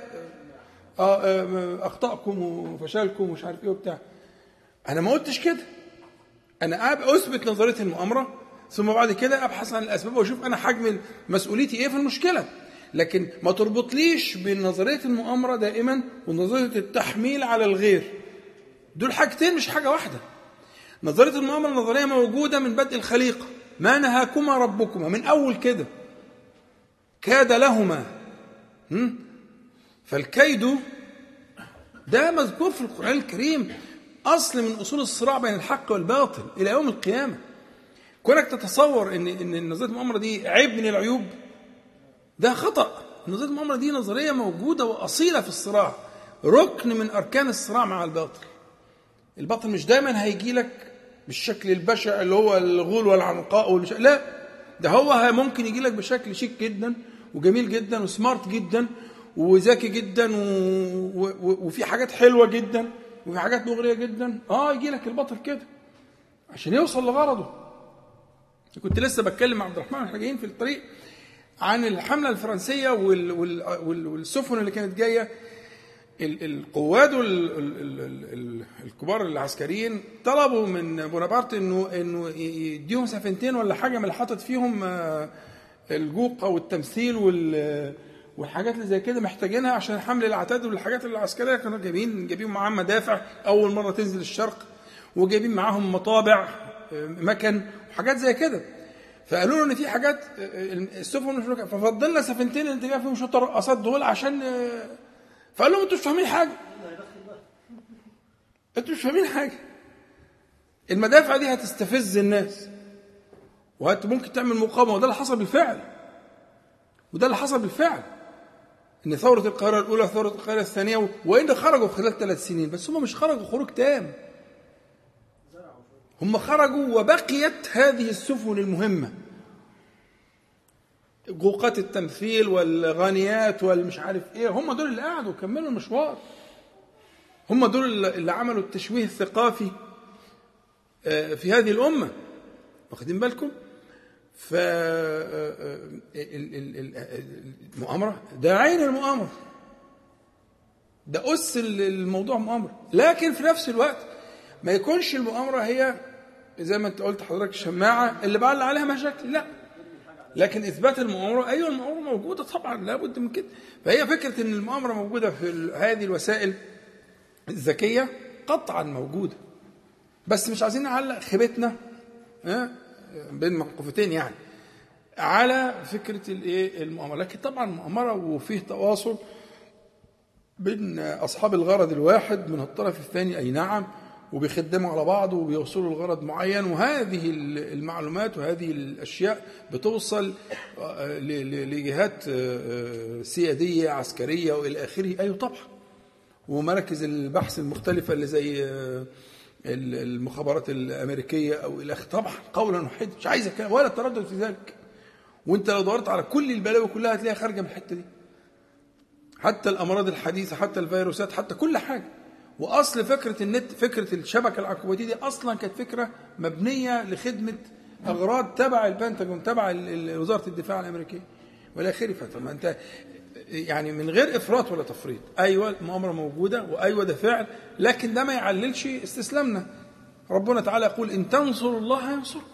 اخطائكم وفشلكم ومش عارف ايه وبتاع، انا ما قلتش كده. انا اثبت نظريه المؤامره ثم بعد كده ابحث عن الاسباب واشوف انا حجم مسؤوليتي ايه في المشكله. لكن ما تربطليش بين نظرية المؤامرة دائما ونظرية التحميل على الغير. دول حاجتين مش حاجة واحدة. نظرية المؤامرة نظرية موجودة من بدء الخليقة، ما نهاكما ربكما، من أول كده كاد لهما. فالكيد ده مذكور في القرآن الكريم، أصل من أصول الصراع بين الحق والباطل إلى يوم القيامة. كونك تتصور إن نظرية المؤامرة دي عيب من العيوب، ده خطأ. نظرية المؤامرة دي نظرية موجودة وأصيلة في الصراع، ركن من أركان الصراع مع الباطل. الباطل مش دايما هيجي لك بالشكل البشع اللي هو الغول والعنقاء لا، ده هو ممكن يجي لك بشكل شيك جدا وجميل جدا وسمارت جدا وذكي جدا وفي حاجات حلوة جدا وفي حاجات مغرية جدا. يجي لك الباطل كده عشان يوصل لغرضه. كنت لسه بتكلم مع عبد الرحمن واحنا جايين في الطريق عن الحملة الفرنسية والسفن اللي كانت جاية. القواد الكبار العسكريين طلبوا من بونابرت انه يديهم سفينتين ولا حاجه من اللي حاطط فيهم الجوقه والتمثيل والحاجات اللي زي كده محتاجينها عشان حمل العتاد والحاجات العسكريه. كانوا جايبين معاهم مدافع اول مره تنزل الشرق، وجايبين معاهم مطابع مكن وحاجات زي كده. فقالوا له ان في حاجات السفن مش، ففضلنا سفينتين اللي جاي فيهم شطر رقصات دول عشان. فقال لهم انتوا مش فاهمين حاجه، انتوا مش فاهمين حاجه. المدافع دي هتستفز الناس ممكن تعمل مقاومه، وده اللي حصل بالفعل. ان ثوره القاهره الاولى ثوره القاهره الثانيه، وان خرجوا خلال 3 سنين، بس هم مش خرجوا خروج تام، هم خرجوا وبقيت هذه السفن المهمه، جوقات التمثيل والغانيات والمش عارف ايه، هم دول اللي قعدوا وكملوا المشوار، هم دول اللي عملوا التشويه الثقافي في هذه الأمة. واخدين بالكم؟ المؤامرة ده عين المؤامرة، ده أس الموضوع مؤامرة. لكن في نفس الوقت ما يكونش المؤامرة هي زي ما انت قلت حضرتك الشماعة اللي بعلق عليها مشاكل، لا، لكن إثبات المؤامرة، أيوة المؤامرة موجودة طبعا، لابد من كده. فهي فكرة أن المؤامرة موجودة في هذه الوسائل الذكية قطعا موجودة، بس مش عايزين نعلق خيبتنا بين موقفتين يعني على فكرة المؤامرة. لكن طبعا المؤامرة وفيه تواصل بين أصحاب الغرض الواحد من الطرف الثاني، أي نعم، وبيخدموا على بعض وبيوصلوا لغرض معين، وهذه المعلومات وهذه الأشياء بتوصل لجهات سيادية عسكرية وإلى آخره. أيوة طبعا، ومراكز البحث المختلفة اللي زي المخابرات الأمريكية أو إلى آخره، طبعا قولا واحدا، مش عايز ولا تردد في ذلك. وانت لو دورت على كل البلاوي كلها هتلاقيها خارجة من الحتة دي، حتى الأمراض الحديثة، حتى الفيروسات، حتى كل حاجة. وأصل فكرة النت، فكرة الشبكة العنكبوتية دي أصلا كانت فكرة مبنية لخدمة أغراض تبع البنتاجون، تبع وزارة الدفاع الأمريكية والى آخره. فما أنت يعني من غير إفراط ولا تفريط، أيوة المؤامرة موجودة، وأيوة ده فعل، لكن ده ما يعللش استسلامنا. ربنا تعالى يقول إن تنصروا الله ينصركم،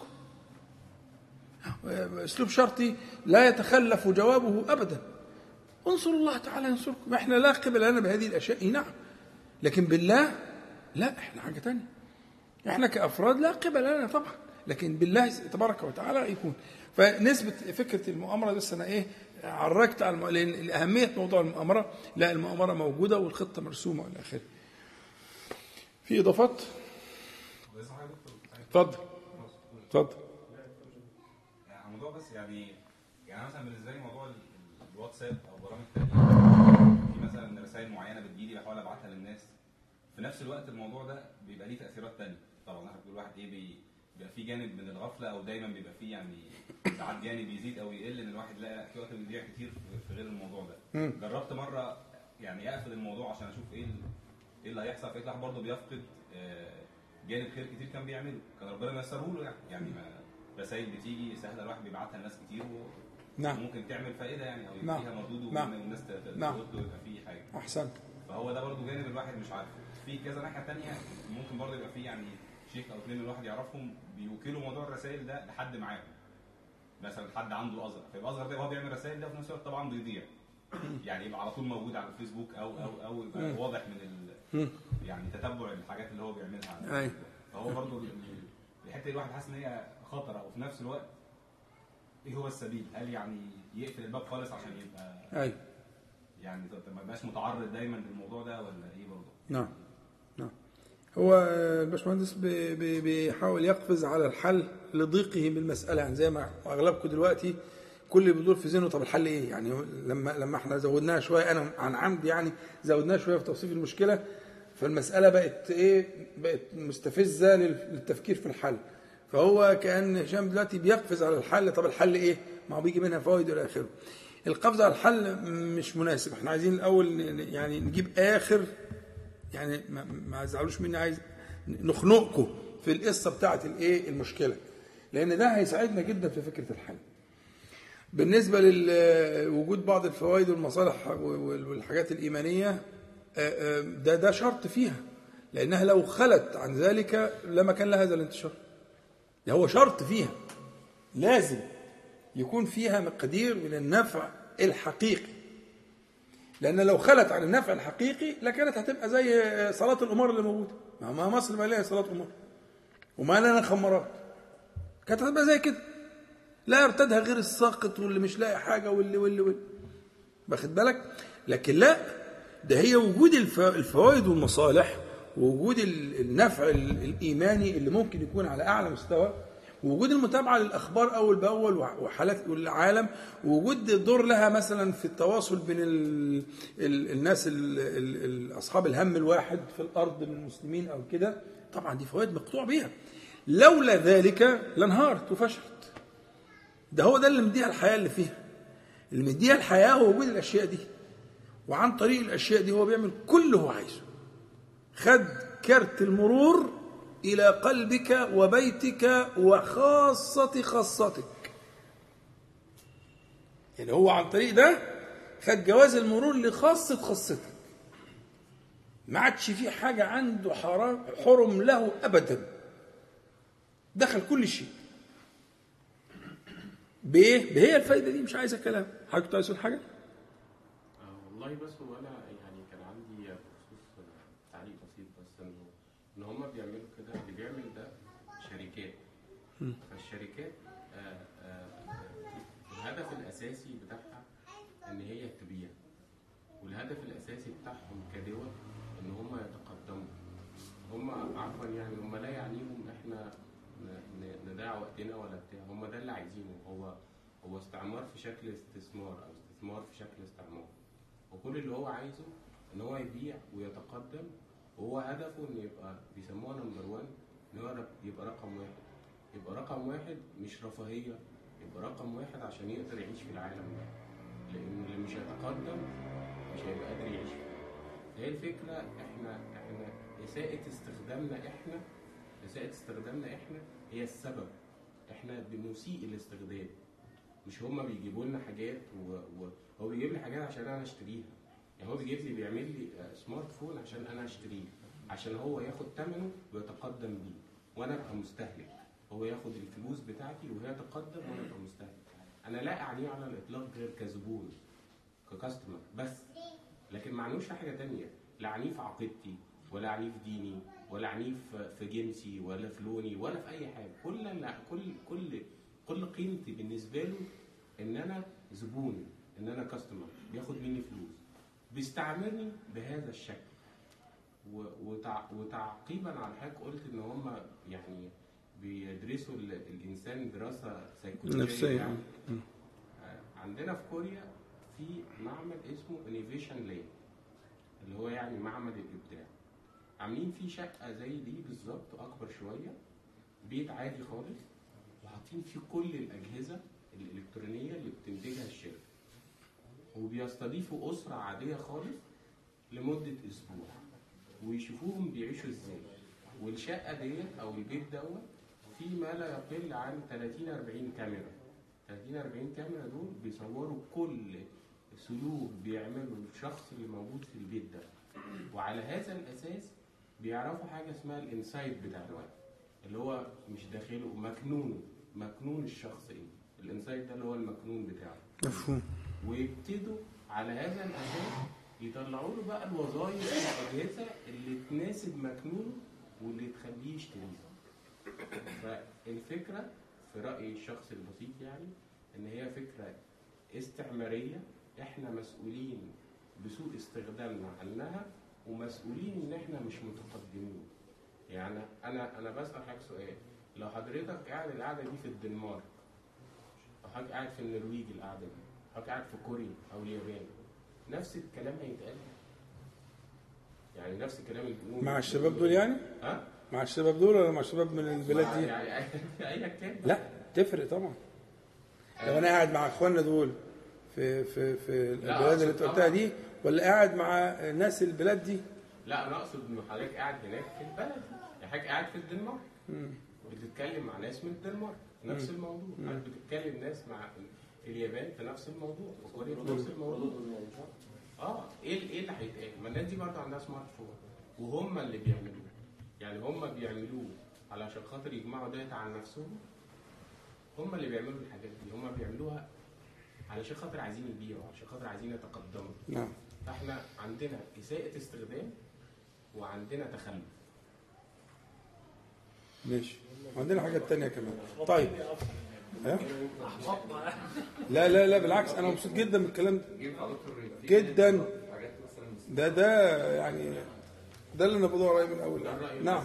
أسلوب شرطي لا يتخلف جوابه أبدا. انصروا الله تعالى ينصركم. احنا لا قبل لنا بهذه الأشياء، نعم، لكن بالله لا، احنا حاجة تانية. احنا كأفراد لا قبل لنا طبعا، لكن بالله تبارك وتعالى يكون. فنسبة فكرة المؤامرة لسه أنا عرجت على لأن أهمية موضوع المؤامرة. لا، المؤامرة موجودة والخطة مرسومة والى آخره. في إضافات؟ اتفضل. الموضوع بس يعني مثلا بالنسبة لي موضوع الواتساب أو برامج تانية، في مثلا رسائل معينة بتجيلي بحاول أبعتها للناس، في نفس الوقت الموضوع ده بيبقى ليه تأثيرات تانية. طبعا احنا بنقول واحد بيبقى فيه جانب من الغفلة، أو دايما بيبقى فيه يعني ساعات جانب يزيد أو يقل، إن الواحد لا في وقت بيضيع كتير في غير الموضوع ده. جربت مرة يعني أقفل الموضوع عشان أشوف إيه اللي هيحصل، فإيه الواحد برضه بيفقد جانب خير كتير كان بيعمله، كان ربنا ييسره له يعني رسائل بتيجي سهلة الواحد بيبعتها لناس كتير نعم، ممكن تعمل فائدة يعني، أو يبقى نعم، فيها مردود نعم، والناس نعم، يبقى فيه حاجة. أحسنت. فهو ده برضه جانب الواحد مش عارف. في كذا ناحية تانية ممكن برضه يبقى فيه يعني شيخ أو اتنين الواحد يعرفهم بيوكلوا موضوع الرسائل ده لحد معاهم، مثلا حد عنده ازهر، فيبقى ازهر ده وهو بيعمل رسائل ده في نفس الوقت طبعا بيضيع. يعني يبقى على طول موجود على الفيسبوك او يبقى واضح من يعني تتبع الحاجات اللي هو بيعملها. ايوه. فهو برضه الحته دي الواحد حاسس ان هي خطره، وفي نفس الوقت ايه هو السبيل؟ هل يعني يقفل الباب خالص عشان يبقى ايوه يعني ما يبقاش متعرض دايما للموضوع ده، ولا ايه برضه؟ نعم. هو الباشمهندس بيحاول يقفز على الحل لضيقه بالمساله، يعني زي ما اغلبكم دلوقتي كل اللي بيدور في ذهنه طب الحل ايه؟ يعني لما احنا زودناها شويه، انا عن عمد يعني زودناها شويه في توصيف المشكله، فالمساله بقت مستفزه للتفكير في الحل. فهو كان هشام دلوقتي بيقفز على الحل، طب الحل ايه؟ ما هو بيجي منها فوائد الى اخره. القفز على الحل مش مناسب، احنا عايزين الاول يعني نجيب اخر، يعني ما تزعلوش مني، عايز نخنقكم في القصه بتاعه الايه المشكله، لان ده هيساعدنا جدا في فكره الحل. بالنسبه لوجود بعض الفوائد والمصالح والحاجات الايمانيه، ده شرط فيها، لانها لو خلت عن ذلك لما كان لها هذا الانتشار. ده هو شرط فيها، لازم يكون فيها مقدار من النفع الحقيقي، لأن لو خلت عن النفع الحقيقي لكانت هتبقى زي صلاة الأمور اللي موجودة. ما مصر ما لها صلاة أمور وما لنا خمرات، كانت هتبقى زي كده، لا يرتدها غير الساقط واللي مش لاقي حاجة واللي باخد بالك. لكن لا، ده هي وجود الفوائد والمصالح، ووجود النفع الإيماني اللي ممكن يكون على أعلى مستوى، ووجود المتابعة للأخبار أول بأول وحالات العالم، ووجود دور لها مثلا في التواصل بين الناس أصحاب الهم الواحد في الأرض من المسلمين أو كده، طبعا دي فوائد مقطوع بيها. لولا ذلك لانهارت وفشلت. ده هو ده اللي مديها الحياة، اللي فيها اللي مديها الحياة هو وجود الأشياء دي، وعن طريق الأشياء دي هو بيعمل كل اللي هو عايزه. خد كارت المرور إلى قلبك وبيتك وخاصة خاصتك، يعني هو عن طريق ده خد جواز المرور لخاصة خاصتك، ما عادش فيه حاجة عنده حرم له أبدا، دخل كل شيء. بهي الفايدة دي، مش عايزة كلام. حضرتك عايز تقول حاجة؟ والله بس هو أنا يعني كان عندي بخصوص تعليق بسيط، بس إن هم بيعملوا كده، اللي بيعمل ده شركات. فالشركات الهدف الأساسي بتاعها إن هي تبيع، والهدف الأساسي بتاعهم كدول إن هم يتقدموا. هم عفوا يعني هم لا يعنيهم إحنا نضيع وقتنا ولا بتاع، هم ده اللي عايزينه. هو استعمار في شكل استثمار، أو استثمار في شكل استعمار، وكل اللي هو عايزه إن هو يبيع ويتقدم، وهو هدفه إن يبقى بيسموه نمبر 1، إن هو يبقى رقم واحد. يبقى رقم واحد مش رفاهية، يبقى رقم واحد عشان يقدر يعيش في العالم ده، لأن اللي مش هيتقدم مش هيبقى قادر يعيش فيه. هي الفكرة إحنا إساءة استخدامنا إحنا هي السبب. إحنا بنسيء الاستخدام، مش هما بيجيبوا لنا حاجات هو بيجيب لي حاجات عشان أنا أشتريها. يعني هو بيعمل لي سمارت فون عشان أنا أشتريه، عشان هو ياخد ثمنه ويتقدم بيه وأنا أبقى مستهلك. هو ياخد الفلوس بتاعتي وهي تقدم وأنا أبقى مستهلك. أنا لا أعنيه على الإطلاق غير كزبون، ككاستمر بس، لكن ما عنيوش حاجة تانية. لا عنيه في عقيدتي، ولا عنيه في ديني، ولا عنيه في جنسي، ولا في لوني، ولا في أي حاجة. كل قيمتي بالنسبة له إن أنا زبون، إن أنا كاستمر بياخد مني فلوس، بيستعملني بهذا الشكل. وتعقيبا على حاجة قلت إن هم يعني بيدرسوا الإنسان دراسة سيكولوجية يعني. عندنا في كوريا في معمل اسمه انيفيشن لاب، اللي هو يعني معمل الإبداع. عاملين فيه شقة زي دي بالظبط، أكبر شوية، بيت عادي خالص، وحاطين فيه كل الأجهزة الإلكترونية اللي بتنتجها الشركة، وبيستضيفوا أسرة عادية خالص لمدة أسبوع ويشوفوهم بيعيشوا إزاي. والشقة ديت أو البيت دوت فيه ما لا يقل عن 30-40 كاميرا. 30-40 كاميرا دول بيصوروا كل سلوك بيعمله الشخص اللي موجود في البيت ده، وعلى هذا الأساس بيعرفوا حاجة اسمها الانسايت بتاع الواحد، اللي هو مش داخله مكنون الشخص ايه، الانسايت ده اللي هو المكنون بتاعه. مفهوم. ويبتدوا على هذا الاساس يطلعوا له بقى الوظائف والاجهزه اللي تناسب مكنونه واللي تخليه يشتريها. فالفكره في راي الشخص البسيط يعني ان هي فكره استعماريه، احنا مسؤولين بسوء استخدامنا عنها ومسؤولين ان احنا مش متقدمين. يعني انا بسال حضرتك سؤال، لو حضرتك قاعد القعده دي في الدنمارك، او حضرتك قاعد في النرويج القعده دي، حضرتك قاعد في كوريا او اليابان، نفس الكلام هيتقال. يعني نفس الكلام اللي بنقوله مع الشباب دول يعني؟ ها؟ مع الشباب دول ولا مع الشباب من البلاد دي؟ يعني اي كلام. لا تفرق طبعا. لو انا قاعد مع اخواننا دول في البلاد اللي انت قلتها دي، ولا قاعد مع ناس البلاد دي؟ لا انا اقصد ان حضرتك قاعد هناك في البلد، يعني حضرتك قاعد في الدنمارك بتتكلم مع ناس من الدنمارك نفس الموضوع، حضرتك بتتكلم ناس مع اليابان في نفس الموضوع، وكوريا في نفس الموضوع. ايه اللي هيتقال؟ ما الناس دي برضه عندها سمارت فون وهم اللي بيعملوه، يعني هم بيعملوه علشان خاطر يجمعوا داتا عن نفسهم. هم اللي بيعملوا الحاجات دي، هم بيعملوها علشان خاطر عايزين يبيعوا، علشان خاطر عايزين يتقدموا. نعم. فاحنا عندنا إساءة استخدام وعندنا تخلف. ماشي. وعندنا حاجات تانية كمان. طيب. لا لا لا بالعكس، انا مبسوط جدا بالكلام ده جدا. ده يعني ده اللي انا بدور عليه من اول. نعم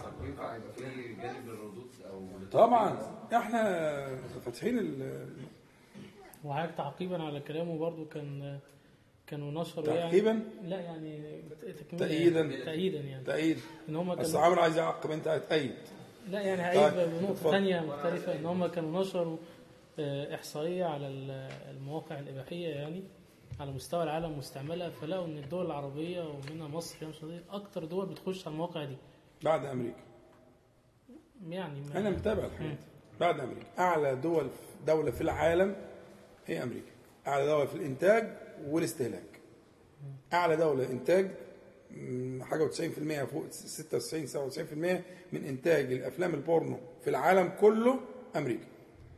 طبعا احنا فاتحين وحضرتك تعقيبا على كلامه برضو كانوا نشروا تعقيبا يعني لا يعني تأييدا يعني تأييد ان هم بس عمرو عايز يعقب، انت هتأيد. لا يعني هيبقى بنقطة ثانية مختلفة، ان هم كانوا نشروا إحصائية على المواقع الإباحية يعني على مستوى العالم مستعملة، فلقوا ان الدول العربية ومنها مصر يعني اكتر دول بتخش على المواقع دي بعد امريكا. يعني انا متابع الحاجات بعد امريكا. اعلى دولة في العالم هي امريكا، اعلى دولة في الانتاج والاستهلاك. اعلى دولة انتاج حاجة و90% فوق 96 97% من انتاج الافلام البورنو في العالم كله امريكا.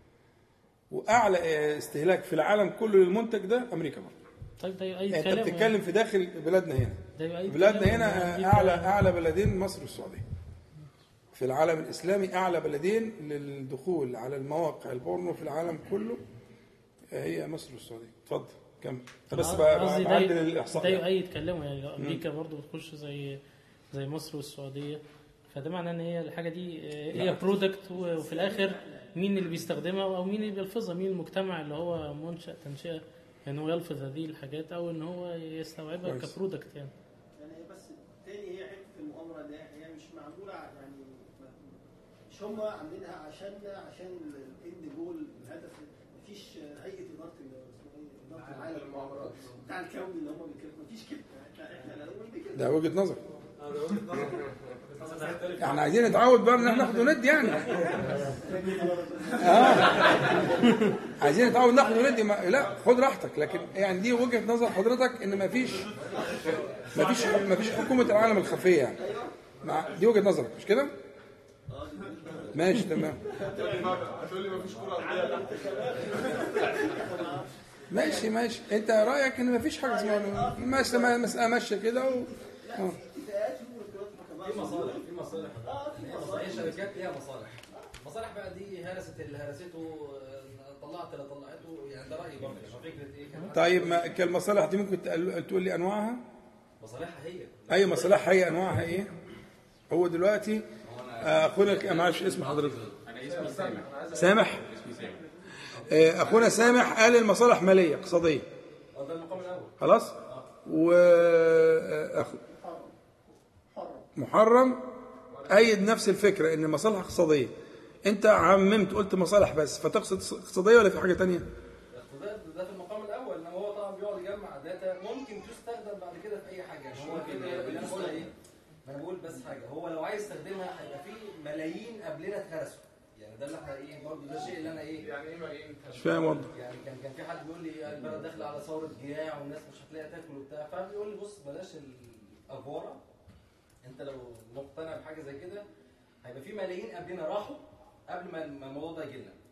واعلى استهلاك في العالم كله للمنتج ده امريكا برضه. طيب اي انت كلام بتتكلم في داخل بلادنا هنا. بلادنا هنا اعلى بلدين مصر والسعوديه. في العالم الاسلامي اعلى بلدين للدخول على المواقع البورنو في العالم كله هي مصر والسعوديه. اتفضل كمل. بس بعدل الاحصاء. ده يتكلموا يعني لو امريكا برضه بتخش زي مصر والسعوديه، فده معناه ان هي الحاجه دي هي برودكت، وفي الاخر مين اللي بيستخدمها او مين اللي بيلفظها، مين المجتمع اللي هو منشأ تنشئه ان هو يلفظ هذه الحاجات او ان هو يستوعبها كبرودكت يعني. بس تاني هي حته المؤامره ده هي مش معموله يعني مش هم عاملينها عشان الاند جول الهدف. مفيش هيئه اداره العالم المؤامرات بتاع الكون اللي هم بيتكلموا، مفيش كده. احنا ده وجهه نظر. احنا عايزين نتعود بقى ان احنا ناخد وند يعني. عايزين نتعود ناخد وند. لا خد راحتك، لكن يعني دي وجهه نظر حضرتك ان مفيش حكومه العالم الخفيه يعني. دي وجهه نظرك مش كده؟ ماشي تمام. هتقول لي مفيش كره ارضيه. ماشي انت رايك ان مفيش حاجه اسمها مساله ماشيه كده في مصالح هي شركات ليها مصالح بقى دي هرست اللي هرسته، طلعت اللي طلعته يعني. ده رايي برضه فكره ايه. طيب ما المصالح دي ممكن تقول لي انواعها؟ مصالحها هي اي مصالح هي انواعها ايه؟ هو دلوقتي اخونا معلش اسم حضرتك. انا اسمي سامح. اخونا سامح قال المصالح ماليه اقتصاديه. ده المقام الاول خلاص. محرم ايد نفس الفكره ان المصالح اقتصاديه. انت عممت قلت مصالح بس، فتقصد اقتصاديه ولا في حاجه ثانيه؟ ده في المقام الاول، انما هو طبعا بيقعد يجمع داتا ممكن تستخدم بعد كده في اي حاجه. هو كده انا بقول ايه، ما انا بقول بس حاجه، هو لو عايز يستخدمها هيبقى في ملايين قبلنا اتهرسوا يعني. ده اللي احنا ايه برضه، ده الشيء اللي انا ايه يعني ايه ملايين مش فاهم وضح. يعني كان في حد بيقول لي البلد داخله على ثوره جياع والناس مش هتلاقي تاكل وبتاع، فبيقول لي بص بلاش الافوره، انت لو مقتنع بحاجه زي كده هيبقى في ملايين قبلنا راحوا قبل ما الموضوع ده يجي لنا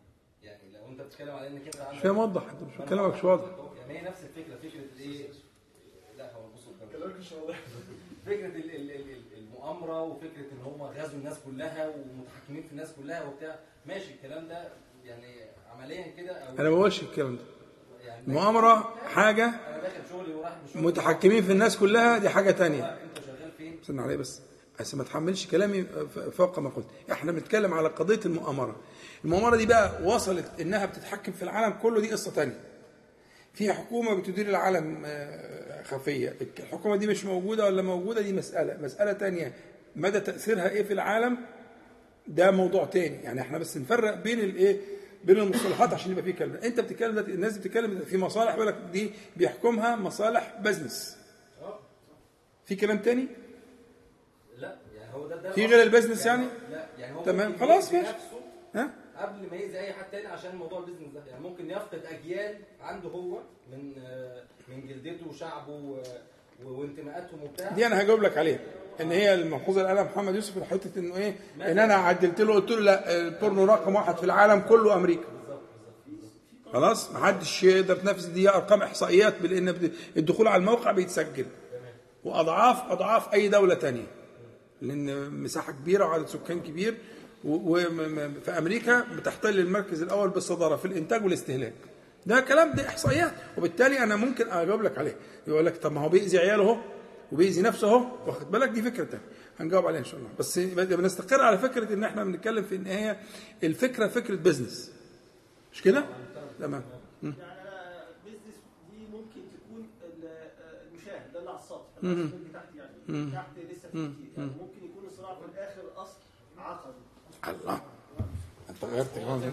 يعني لو انت بتتكلم على انك انت مش فاهم اوضح، انت مش كلامك مش واضح. يعني هي نفس الفكره، فكره ايه؟ لا هو بصوا كلامك مش واضح. فكره المؤامره وفكره ان هم غزوا الناس كلها ومتحكمين في الناس كلها وبتاع، ماشي الكلام ده يعني عمليا كده. انا ما بقولش الكلام ده. يعني المؤامره حاجه، انا داخل شغلي ورايح بشغلي، متحكمين في الناس كلها دي حاجه ثانيه. انت شغال فين؟ استنى عليه بس ما تحملش كلامي فوق ما قلت. احنا بنتكلم على قضيه المؤامره. المؤامره دي بقى وصلت انها بتتحكم في العالم كله، دي قصه ثانيه. في حكومه بتدير العالم خفيه، الحكومه دي مش موجوده ولا موجوده، دي مساله ثانيه. مدى تاثيرها ايه في العالم ده موضوع ثاني. يعني احنا بس نفرق بين الايه، بين المصطلحات عشان يبقى في كلام. انت بتتكلم، الناس بتتكلم في مصالح، بالك دي بيحكمها مصالح بزنس. في كلام ثاني؟ لا يعني هو ده في غير البيزنس يعني؟ لا يعني هو تمام خلاص ماشي. ها قبل ما يأذي اي حد تاني عشان موضوع البيزنس ده. يعني ممكن يفقد اجيال عنده هو من جلدته وشعبه وانتماءاتهم وبتاع. دي انا هجاوب لك عليها، ان هي الملحوظه اللي قالها محمد يوسف في حته انه ايه، ان انا عدلت له قلت له لا البورنو رقم 1 في العالم كله امريكا. خلاص ما حدش يقدر ينافس، دي ارقام احصائيات، لان الدخول على الموقع بيتسجل واضعاف اي دوله ثانيه، لان مساحه كبيره وعدد سكان كبير. وفي امريكا بتحتل المركز الاول بالصداره في الانتاج والاستهلاك. ده كلام، ده احصائيات، وبالتالي انا ممكن اجاوب لك عليه. يقول لك طب ما هو بيأذي عياله اهو وبيأذي نفسه اهو، واخد بالك؟ دي فكره ثانيه هنجاوب عليها ان شاء الله. بس بنستقر على فكره ان احنا بنتكلم في ان هي الفكره فكره بزنس، مش كده؟ تمام. يعني انا بزنس دي ممكن تكون المشاهد ده اللي على السطح اللي تحت، يعني تحت لسه في كتير. يعني ممكن يكون الصراع في الاخر اصل عقدي. الله انت غيرت كمان.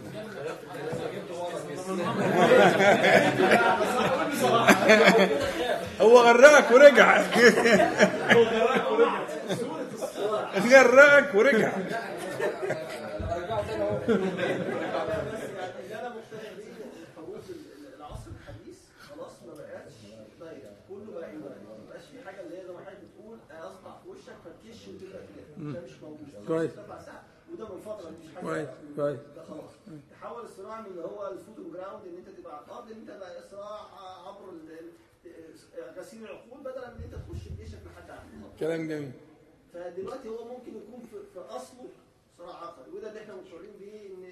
هو غرقك ورجع. غرقك ورجع. العصر الحديث خلاص ما بقاش دايركت، كله بقى ايموجي، ما بقاش في حاجه اللي هي زي ما حضرتك بتقول اصبح في وشك فتكش وتبقى كده، ده مش موجود. كويس. وده من فتره مش حاجه. كويس. ده خلاص. تحول الصراع من اللي هو الفوتنج جراوند، ان انت تبقى على الارض، ان انت بقى صراع عبر غسيل العقول، بدلا من ان انت تخش بجيشك لحد عنده. كلام جميل. فدلوقتي هو ممكن يكون في اصله صراع عقدي، وده اللي احنا مشعورين بيه ان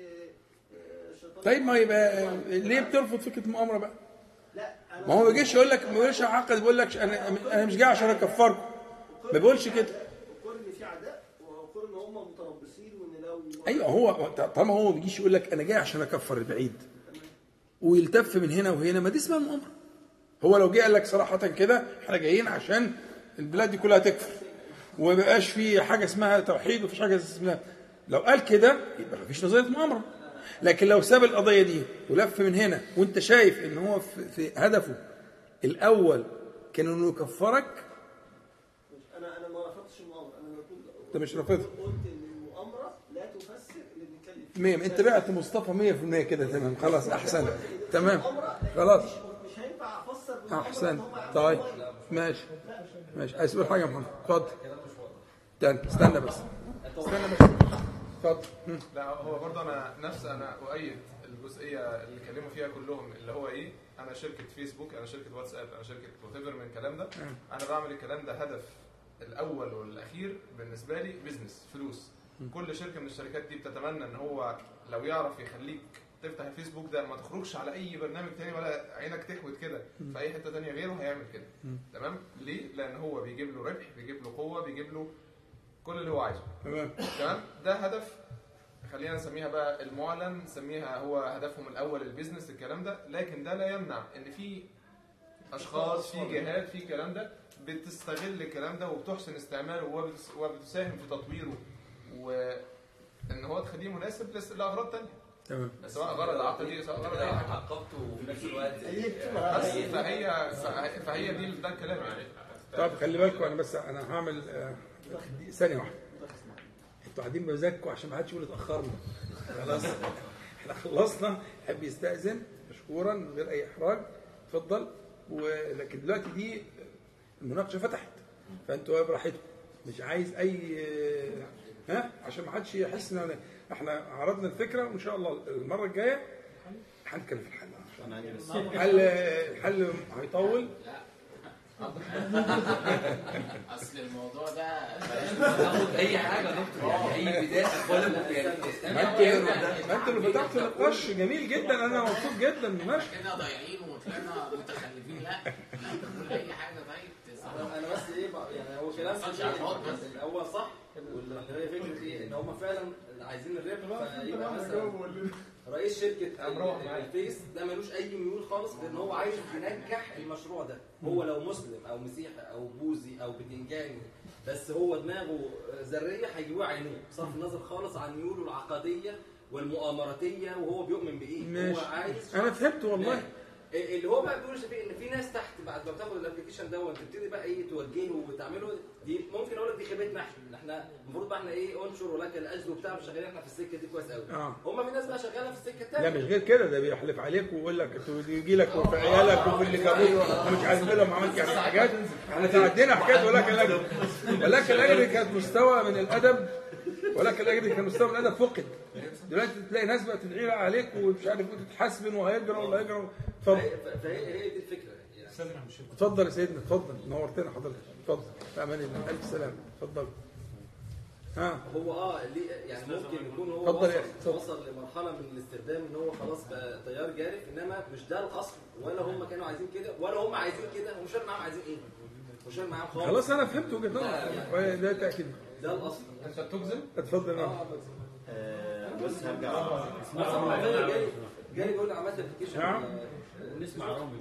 طيب ما يبقى ليه بترفض فكره المؤامره بقى؟ لا ما هو ما بيجيش يقول لك، ما بيقولش عقد، بيقول لك انا مش جاي عشان اكفركم، ما بيقولش كده. وكون ان في عداء، وكون ان هم متربصين، وان لو ايوه هو طالما هو ما بيجيش يقول لك انا جاي عشان اكفر البعيد ويلتف من هنا وهنا، ما دي اسمها المؤامره. هو لو جه قال لك صراحه كده احنا جايين عشان البلاد دي كلها تكفر وما بقاش في حاجه اسمها توحيد ومفيش حاجه اسمها، لو قال كده يبقى مفيش نظريه مؤامره. لكن لو ساب القضيه دي ولف من هنا وانت شايف ان هو في هدفه الاول كان انه يكفرك، انا ما رفضتش المؤامره، انا انت مش رافضها، قلت ان المؤامره لا تفسر اللي بنتكلم فيه. انت بعت مصطفى 100% كده. تمام خلاص احسن. تمام خلاص مش هينفع افسر احسن. طيب ماشي عايز تقول حاجه يا محمد؟ اتفضل. استنى بس اتفضل. لا هو برضه انا اؤيد الجزئيه اللي اتكلموا فيها كلهم، اللي هو ايه، انا شركه فيسبوك، انا شركه واتساب، انا شركه وات من الكلام ده، انا بعمل الكلام ده هدف الاول والاخير بالنسبه لي بيزنس، فلوس. كل شركه من الشركات دي بتتمنى ان هو لو يعرف يخليك تفتح الفيسبوك ده ما تخرجش على اي برنامج تاني ولا عينك تحوت كده في اي حته تانيه غيره، هيعمل كده. تمام؟ ليه؟ لان هو بيجيب له ربح، بيجيب له قوه، بيجيب له كل اللي هو عايزه. تمام؟ ده هدف، خلينا نسميها بقى المعلن، نسميها هو هدفهم الاول البيزنس، الكلام ده. لكن ده لا يمنع ان في اشخاص، في جهات، في الكلام ده بتستغل الكلام ده وبتحسن استعماله وبتساهم في تطويره وان هو تخليه مناسب لاغراض ثانيه. تمام. سواء غرض عقدي، سواء غرض اي حاجه عقبته وفي نفس الوقت فهي دي ده الكلام يعني. طب خلي بالكم، انا هعمل ثانيه واحده. انتوا قاعدين بذاكروا عشان ما حدش يقول اتاخرنا. خلاص احنا خلصنا. حب يستاذن مشكورا من غير اي احراج، اتفضل. ولكن دلوقتي دي المناقشه فتحت، فانتوا براحتكم، مش عايز اي عشان ما حدش يحس ان احنا عرضنا الفكره، وان شاء الله المره الجايه هنتكلم في الحل. انا عندي بس الحل هيطول. اصل الموضوع ده ناخد اي حاجه يا دكتور، يعني اي بدايه ما انتوا اللي فتحتوا نقاش جميل جدا، انا مبسوط جدا. ماشي كده ضايعين وطلعنا متخلفين. لا نقول اي حاجه. طيب انا بس ايه بقى، يعني هو كلام هو صح، هي فكره ايه ان هم فعلا عايزين الربح. فيبقى مثلا رئيس شركه الفيس ده ملوش اي ميول خالص، لان هو عايز ينجح المشروع ده. هو لو مسلم او مسيحي او بوذي او بتنجاني بس هو دماغه ذريه هيجيبوه عينوه، بصرف النظر خالص عن ميوله العقديه والمؤامراتيه وهو بيؤمن بايه. هو عايز انا فهمت والله. اللي هو بقى بيقول ان في ناس تحت بعد ما بتاخد الابلكيشن ده وتبتدي بقى ايه توجهه وتعمله. دي ممكن اقول لك دي خيبتنا احنا المفروض بقى احنا ايه انشر ولك الاجر وبتاع، شغالين احنا في السكه دي كويس قوي. هم في ناس بقى شغاله في السكه الثانيه. لا مش غير كده، ده بيحلف عليك ويقول لك يجي لك وفي عيالك وفي اللي جابوك ومش عارف ايه لما عملت يعني حاجات. احنا تعدينا حكايه ولكن الاجر كانت مستوى من الادب، ولكن الاجر كان مستوى من الادب فقد. دلوقتي تلاقي ناس بقى تدعي عليك ومش عارف تتحاسبن وهيجرى ولا هيجرى. اتفضل. فهي دي الفكره. اتفضل يا سيدنا، اتفضل. نورتنا حضرتك. اتفضل. في امان الله. الف سلامه. اتفضل. هو يعني ممكن يكون هو وصل لمرحله من الاستخدام ان هو خلاص بقى تيار جارف، انما مش ده الاصل، ولا هم كانوا عايزين كده ولا هم عايزين كده، ومش فارق معاهم عايزين ايه. مش فارق معاهم خالص. خلاص انا فهمت وجهه نظرك. ده تاكيد. ده الاصل. انت بتجزم؟ اتفضل. بس هرجع جالي بيقول لي عملت ابلكيشن نسمع رامي.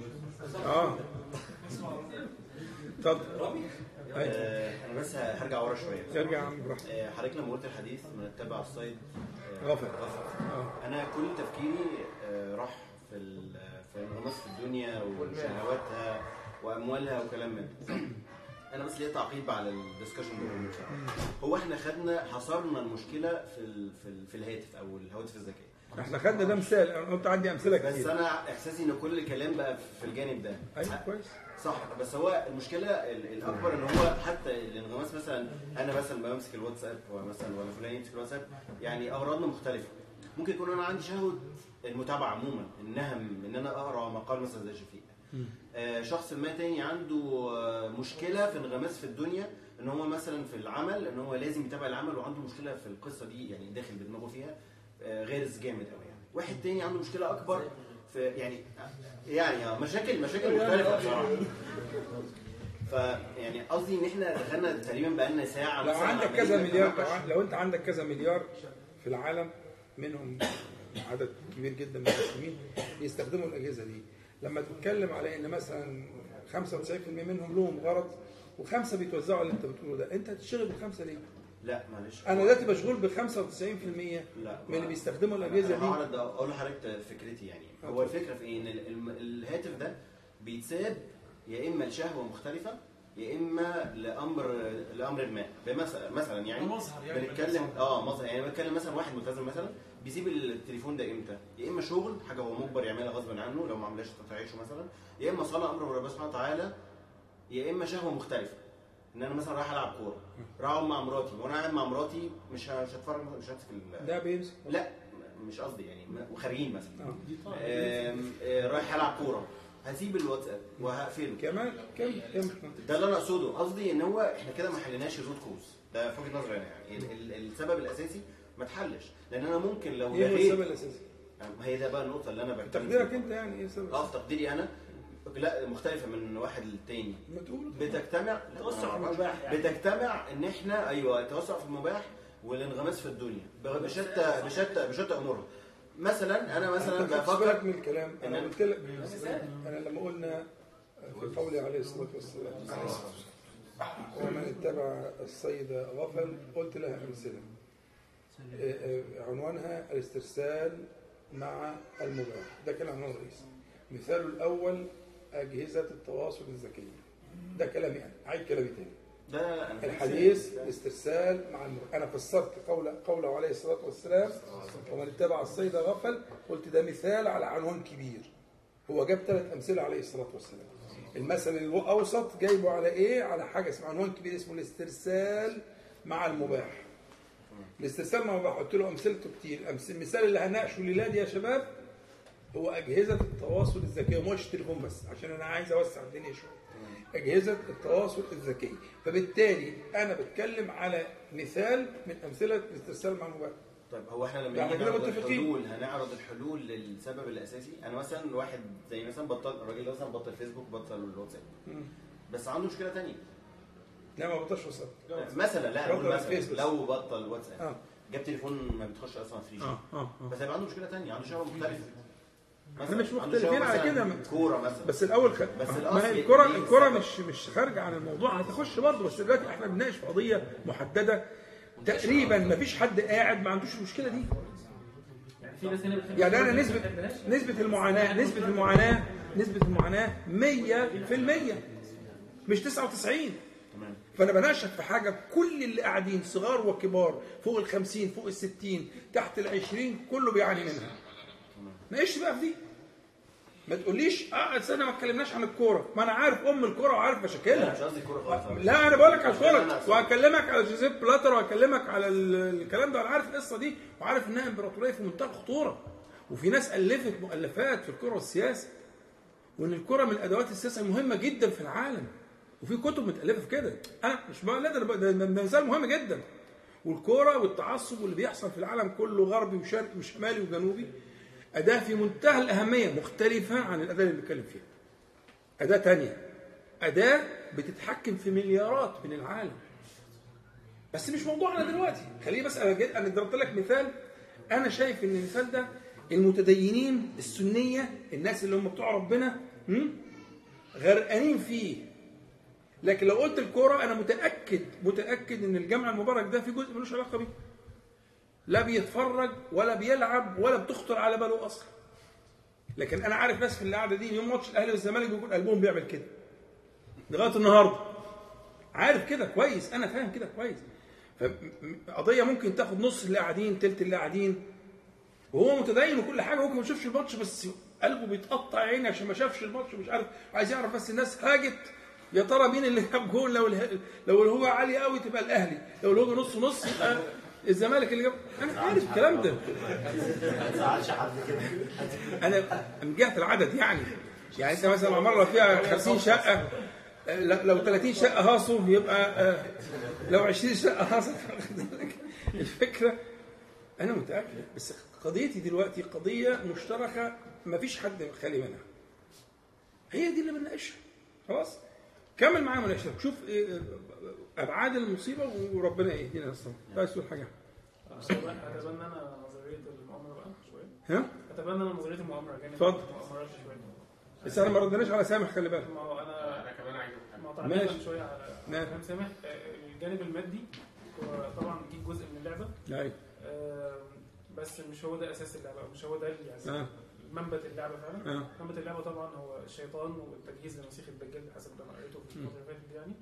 اتفضل. رامي. انا بس هرجع ورا شويه. ارجع يا عم براحتك. حضرتك لما قلت الحديث من اتبع الصيد غفل. انا كل تفكيري راح في انغماس في الدنيا وشهواتها واموالها وكلام من ده. انا بس ليا تعقيب على الدسكشن ده. هو احنا حصرنا المشكله في الهاتف او الهواتف الذكيه. احنا خدنا ده مثال، انا قلت عندي امثله كتير. بس انا احساسي ان كل الكلام بقى في الجانب ده. ايوه كويس. صح. بس هو المشكله الاكبر ان هو حتى الانغماس مثلا انا مثلا بمسك الواتساب مثلا ولا فلان يمسك الواتساب، يعني اغراضنا مختلفه. ممكن يكون انا عندي شهوه المتابعه عموما، النهم ان انا اقرا مقال مثلا زي شفيق. شخص ما تاني عنده مشكله في انغماس في الدنيا، ان هو مثلا في العمل ان هو لازم يتابع العمل وعنده مشكله في القصه دي، يعني داخل بدماغه فيها غير جامد قوي. يعني واحد تاني عنده مشكله اكبر في يعني مشاكل مختلفه بصراحه. فيعني قصدي ان احنا دخلنا تقريبا بقالنا ساعه. لو عندك كذا مليار، لو انت عندك كذا مليار في العالم، منهم عدد كبير جدا من المسلمين بيستخدموا الاجهزه دي، لما تتكلم على ان مثلا 95% منهم لهم غرض و5 بيتوزعوا اللي انت بتقوله ده، انت هتشتغل بالخمسه ليه؟ لا معلش، انا دلوقتي مشغول ب 95% من اللي بيستخدموا الاجهزه دي. هعرض اقول لحضرتك فكرتي. يعني هو الفكره في ايه؟ ان الهاتف ده بيتساب يا اما لشهوه مختلفه يا اما لامر ما. مثلا يعني بنتكلم مظهر، يعني بنتكلم مثلا واحد ملتزم مثلا بيسيب التليفون ده امتى؟ يا اما شغل حاجه هو مجبر يعملها غصب عنه لو ما عملهاش تعيشه مثلا، يا اما صلاه امر ربنا سبحانه وتعالى، يا اما شهوه مختلفه. ان انا مثلا رايح العب كوره، رايح اقعد مع مراتي، وانا قاعد مع مراتي مش هتفرج، مش همسك ده بيمسك. لا مش قصدي يعني، وخارجين مثلا رايح العب كوره، هسيب الواتساب وهقفله كمان. ده اللي انا اقصده. قصدي ان هو احنا كده ما حليناش الروت كوز ده في وجهه نظري انا. يعني السبب الاساسي ما اتحلش، لان انا ممكن لو ايه هو السبب الاساسي؟ ما هي ده بقى النقطه اللي انا بتكلم تقديرك انت يعني ايه السبب؟ في تقديري انا لا مختلفه من واحد للتاني. بتجتمع توسع في المباح يعني. بتجتمع ان احنا التوسع في المباح والانغماس في الدنيا بشتى امورها. مثلا انا بفكر من الكلام انا قلت لك انا لما قلنا في قولي عليه الصلاه والسلام ومن اتبع الصيد غفل، قلت لها امثله عنوانها الاسترسال مع المباح. ده كان عنوان رئيسي. مثاله الاول اجهزه التواصل الذكيه. ده كلامي يعني، عيد كلامي تاني. ده الحديث الاسترسال مع المباح. انا فسرت قوله عليه الصلاه والسلام ومن اتبع الصيد غفل، قلت ده مثال على عنوان كبير. هو جاب 3 امثله عليه الصلاه والسلام. المثل الاوسط جايبه على ايه؟ على حاجه اسمها عنوان كبير اسمه الاسترسال مع المباح. الاسترسال مع المباح قلت له امثلته كتير. المثال اللي هناقشه ليلاد يا شباب هو اجهزه التواصل الذكيه، مش التليفون بس، عشان انا عايز اوسع الدنيا شويه. اجهزه التواصل الذكيه، فبالتالي انا بتكلم على مثال من امثله استرسال المعلومات. طيب هو احنا لما نيجي نعرض الحلول هنعرض الحلول للسبب الاساسي. انا مثلا واحد زي مثلا الراجل ده مثلا بطل فيسبوك بطل الواتساب، بس عنده مشكله ثانيه. لا ما بطلش واتساب مثلا، لا اقول مثلا لو بطل واتساب جاب تليفون ما بيدخلش اصلا 3G، بس هيبقى عنده مشكله ثانيه، عنده شغل مختلف. احنا مش مختلفين على كده، كوره مثلا، بس الاول بس ما هي الكوره مش خارجه عن الموضوع، هتخش برضه، بس دلوقتي احنا بنناقش في قضيه محدده تقريبا ما فيش حد قاعد ما عندوش المشكله دي. يعني انا نسبه المعاناه 100%، مش 99. فانا بناقشك في حاجه كل اللي قاعدين صغار وكبار، فوق ال50 فوق ال60 تحت ال20 كله بيعاني منها. ناقش بقى في دي، ما تقوليش استنى ما اتكلمناش عن الكوره، ما انا عارف الكوره وعارف مشاكلها. مش قصدي الكوره خالص، لا انا بقول لك على الكوره، وهكلمك على جوزيف بلاتر، وهكلمك على الكلام ده. انا عارف القصه دي، وعارف انها امبراطوريه في منتهى الخطوره، وفي ناس الفت مؤلفات في الكوره والسياسه، وان الكوره من ادوات السياسه المهمه جدا في العالم، وفي كتب متالفه في كده. انا مش بقول ده مثال مهم جدا. والكوره والتعصب واللي بيحصل في العالم كله، غربي وشرقي وشمالي وجنوبي، أداة في منتهى الأهمية، مختلفة عن الأداة اللي بنتكلم فيها. أداة تانية، أداة بتتحكم في مليارات من العالم. بس مش موضوعنا دلوقتي، خليه بس أنا ضربت لك مثال. أنا شايف إن المثال ده المتدينين السنية، الناس اللي هم بتوع ربنا غرقانين فيه. لكن لو قلت الكورة، أنا متأكد إن الجمع المبارك ده في جزء ملوش علاقة بيه، لا بيتفرج ولا بيلعب ولا بتخطر على باله اصلا. لكن انا عارف ناس في القعده دي يوم ماتش الاهلي والزمالك بيكون قلبهم بيعمل كده لغايه النهارده، عارف كده كويس، انا فاهم كده كويس. فقضيه ممكن تاخد نص اللي قاعدين، تلت اللي قاعدين، وهو متدين وكل حاجه، ممكن ما يشوفش الماتش بس قلبه بيتقطع عيني عشان ما شافش الماتش، مش عارف، عايز يعرف بس الناس هاجت يا ترى مين اللي جاب جول. لو الهوجه عالي قوي تبقى الاهلي، لو الهوجه نص نص يبقى الزمالك اللي جاب. انا عارف الكلام ده، ما تزعلش حد كده. انا من جهه العدد يعني انت مثلا عماره فيها 50 شقه، لو 30 شقه هاصوا يبقى لو 20 شقه هاصوا. الفكره انا متاكد، بس قضيتي دلوقتي قضيه مشتركه ما فيش حد خالي منها، هي دي اللي بنناقشها. خلاص كمل معايا مناقشه، شوف ابعاد المصيبه وربنا يهدينا الصراحه. عايز تقول حاجه؟ اتبنى انا نظريه المؤامره بقى شويه. اتبنى انا نظريه المؤامره جانب اتفضل. بس انا ما ردناش على سامح، خلي بالك. ما هو انا كمان عايز تعليقا شويه على كلام سامح. الجانب المادي هو طبعا دي جزء من اللعبه، ايوه، بس مش هو ده اساس اللعبه، مش هو ده يعني منبت اللعبه فعلا. منبت اللعبه طبعا هو الشيطان والتجهيز لمسيح الدجال حسب ما قريته في الفتره اللي فاتت يعني.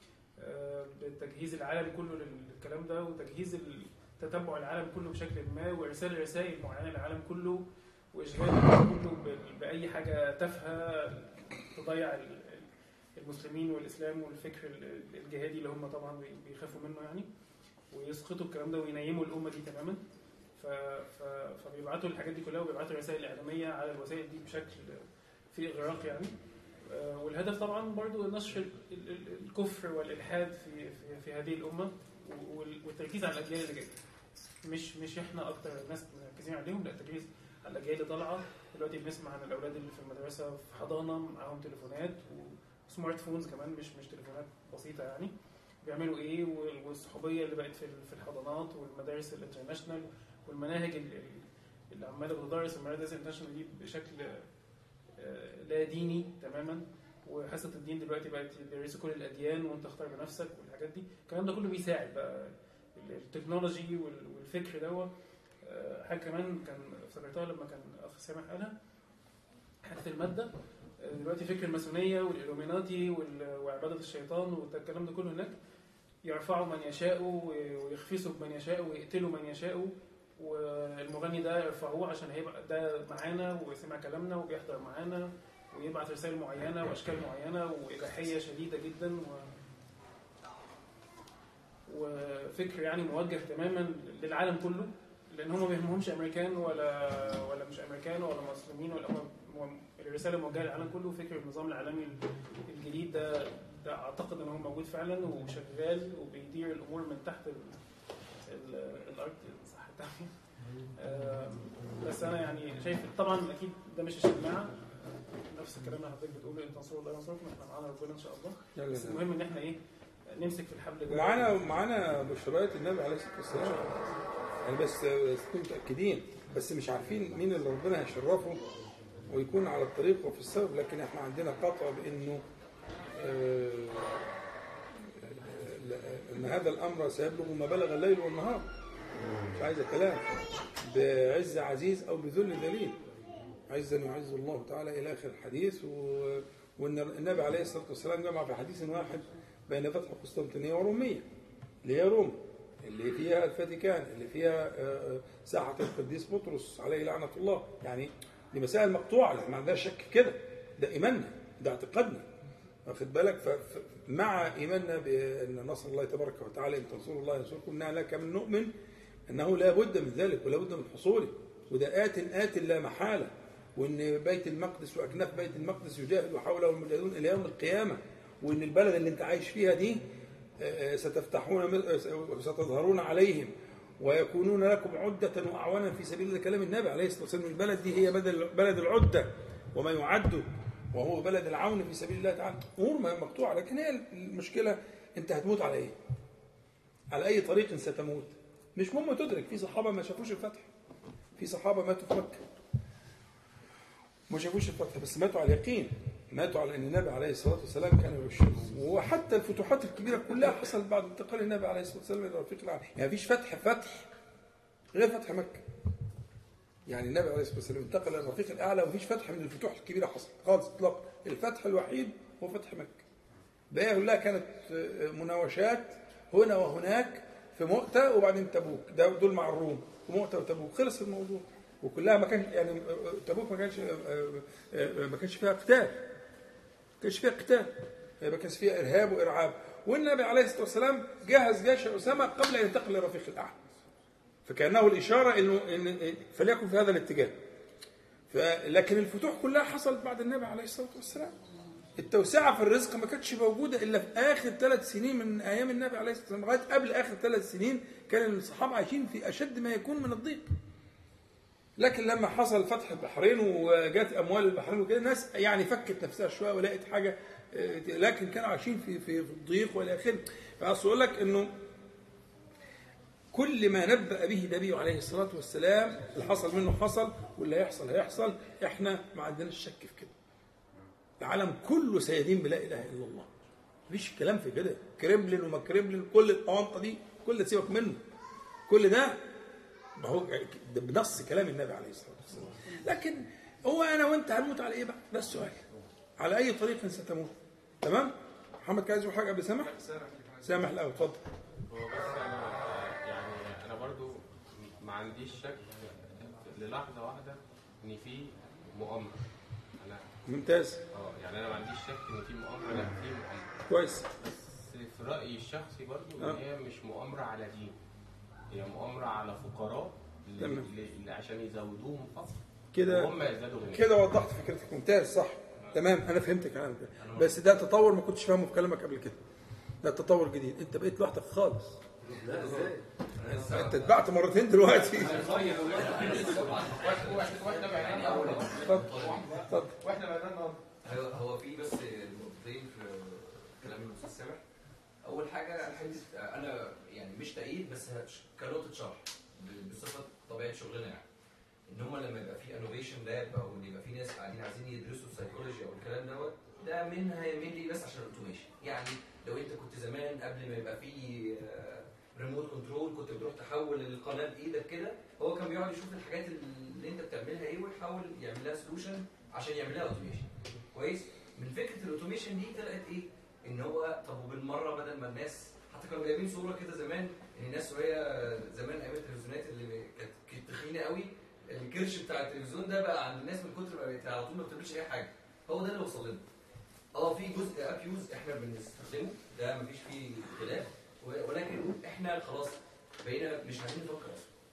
بتجهيز العالم كله للكلام ده، وتجهيز تتبع العالم كله بشكل ما، وارسال رسائل معينه للعالم كله، واشغال العالم كله باي حاجه تافهه تضيع المسلمين والاسلام والفكر الجهادي اللي هم طبعا بيخافوا منه يعني، ويسقطوا الكلام ده وينيموا الامه دي تماما. فبيبعتوا الحاجات دي كلها، وبيبعتوا رسائل اعلاميه على الوسائل دي بشكل في اغراق يعني. والهدف طبعا برضو نشر الكفر والالحاد في هذه الامه، والتركيز على الاجيال اللي جايه. مش احنا اكتر ناس مركزين عليهم، لا، التركيز على الاجيال اللي طالعه دلوقتي. بنسمع عن الاولاد اللي في المدرسه في حضانه معاهم تليفونات وسمارت فونز كمان، مش تليفونات بسيطه يعني، بيعملوا ايه، والصحوبيه اللي بقت في الحضانات والمدارس الانترناشونال، والمناهج اللي عماله بتدرس المدارس الانترناشونال دي بشكل لا ديني تماما. وحصه الدين دلوقتي بقت يدرسوا كل الاديان وانت اختار بنفسك والحاجات دي. الكلام ده كله بيساعد بقى التكنولوجي والفكر دوت. حاجه كمان كان افتكرتها لما كان اخ سامح قالها، حته الماده. دلوقتي فكر الماسونيه والإلوميناتي وعباده الشيطان والكلام ده كله هناك، يرفعوا من يشاء ويخفسوا بمن يشاء ويقتلوا من يشاء، والمغني ده يرفعوه عشان هيبقى ده معانا وسمع كلامنا وبيحضر معانا ويبعت رسائل معينه واشكال معينه واباحيه شديده جدا، وفكر يعني موجه تماما للعالم كله، لان هم ما بيهمهمش امريكان ولا مش امريكان ولا مسلمين، ولا هم الرساله موجهه للعالم كله. فكره النظام العالمي الجديد ده اعتقد ان هو موجود فعلا وشغال وبيدير الامور من تحت الارض، صح التعبير. بس انا يعني شايف طبعا اكيد ده مش الشماعه، نفس الكلام اللي حضرتك بتقوله ان تنصروا الله ينصركم، احنا معانا ربنا ان شاء الله. بس المهم ان احنا نمسك في الحبل ده. معانا بشرايات النبي عليه الصلاه والسلام يعني، بس تكونوا متاكدين، بس مش عارفين مين اللي ربنا هيشرفه ويكون على الطريق وفي السبب. لكن احنا عندنا قطع بانه ان هذا الامر سيبلغ ما بلغ الليل والنهار، مش عايز كلام، بعز عزيز او بذل ذليل، عزا يعز الله تعالى الى اخر الحديث. وان النبي عليه الصلاه والسلام جمع في حديث واحد بين فتح قسطنطينيه وروميه، اللي هي روما، اللي فيها الفاتيكان، اللي فيها ساحه القديس بطرس عليه لعنه الله. يعني دي مسائل مقطوعه، ما عندناش شك كده، ده ايماننا، ده اعتقادنا، واخد بالك. مع ايماننا بان نصر الله تبارك وتعالى ان تنصروا الله ينصركم، انها لك من نؤمن انه لا بد من ذلك ولا بد من حصوله، وده آت لا محاله، وان بيت المقدس واكناف بيت المقدس يجاهد حوله المجاهدون الى يوم القيامه، وان البلد اللي انت عايش فيها دي ستظهرون عليهم ويكونون لكم عدة وأعوانا في سبيل الله. كلام النبي عليه الصلاة والسلام. البلد دي هي بلد العدة وما يعد، وهو بلد العون في سبيل الله تعالى. أمور مقطوعة، لكن هي المشكلة أنت هتموت على إيه؟ على أي طريق ستموت؟ مش مهم تدرك. في صحابة ما شافوش الفتح، في صحابة ماتوا في مكة ما شافوش الفتح، بس ماتوا على اليقين، ماتوا على أن النبي عليه الصلاة والسلام كان يبشرهم. وحتى الفتوحات الكبيرة كلها حصلت بعد انتقال النبي عليه الصلاة والسلام إلى الرفيق الأعلى. يعني مفيش فتح غير فتح مكة. يعني النبي عليه الصلاة والسلام انتقل إلى الرفيق الأعلى ومفيش فتح من الفتوح الكبيرة حصل خالص إطلاقا. الفتح الوحيد هو فتح مكة. بقى كلها كانت مناوشات هنا وهناك في مؤتة وبعدين تبوك، دول مع الروم، ومؤتة وتبوك، خلص الموضوع. وكلها ما كان يعني تبوك ما كانش فيها قتال، ما كانش فيها إرهاب وإرعاب. والنبي عليه الصلاة والسلام جهز جيش أسامة قبل أن ينتقل للرفيق الأعلى، فكأنه الإشارة إنه فليكن في هذا الاتجاه. لكن الفتوح كلها حصلت بعد النبي عليه الصلاة والسلام. التوسعة في الرزق ما كانتش موجودة إلا في آخر 3 سنين من أيام النبي عليه الصلاة والسلام. لغاية قبل آخر 3 سنين كان الصحابة عايشين في أشد ما يكون من الضيق. لكن لما حصل فتح البحرين وجات أموال البحرين وكده، الناس يعني فكت نفسها شوية ولقيت حاجة، لكن كانوا عايشين في الضيق والى اخره. فأصل أقول لك إنه كل ما نبأ به النبي عليه الصلاة والسلام اللي حصل منه حصل، واللي هيحصل. إحنا ما عندناش شك في كده. العالم كله سيدين بلا إله إلا الله، مفيش كلام في كده. كريملين وما كريملين، كل الأونطة دي كل سيبك منه، كل ده ما هو ده بنص كلام النبي عليه الصلاة والسلام. لكن هو أنا وأنت هنموت على إيه بقى؟ ده السؤال. على أي طريق ستموت؟ تمام؟ محمد كان عايز يقول حاجة قبل سامح؟ سامح الأول، اتفضل. هو بس أنا برضو ما عنديش شك للحظة واحدة إن في مؤامرة. ممتاز. يعني أنا ما عنديش شك إن في مؤامرة، لا في مؤامرة. كويس. بس في رأيي الشخصي برضو إن هي مش مؤامرة على دين، هي مؤامرة على فقراء اللي عشان يزودوهم فقر كده، وهم يزدادوا غنى. كده وضحت فكرتك. ممتاز، صح، تمام، انا فهمتك كلامك. بس ده تطور ما كنتش فاهمه في كلامك قبل كده. ده تطور جديد، انت بقيت لوحدك خالص. لا ازاي؟ انت اتبعت مرتين دلوقتي. هو في بس نقطتين في كلام الاستاذ سامح. اول حاجه انا يعني مش تأييد بس كنقطه شرح بصفه طبيعه شغلنا، يعني ان هم لما يبقى في انوفيشن لاب او ان يبقى في ناس قاعدين عايزين يدرسوا السايكولوجي او الكلام دوت، ده منها يميل بس عشان الاوتوميشن. يعني لو انت كنت زمان قبل ما يبقى في ريموت كنترول كنت بتروح تحول القناه بايدك كده، هو كان بيقعد يشوف الحاجات اللي انت بتعملها ايه ويحاول يعمل لها سولوشن عشان يعمل لها اوتوميشن. كويس؟ من فكره الاوتوميشن دي طلعت ايه؟ ان هو طب وبالمره بدل ما الناس حتى كانوا جايبين صوره كده زمان ان الناس وهي زمان ايام التلفزيونات اللي كانت تخينه قوي، الكرش بتاع التلفزيون ده بقى عند الناس من كتر ما بقت على طول ما بتعملش اي حاجه. هو ده اللي وصل لنا. في جزء ابيوز احنا بنستخدمه، ده مفيش فيه خلاف، ولكن احنا خلاص بقينا مش عايزين نفكر اصلا.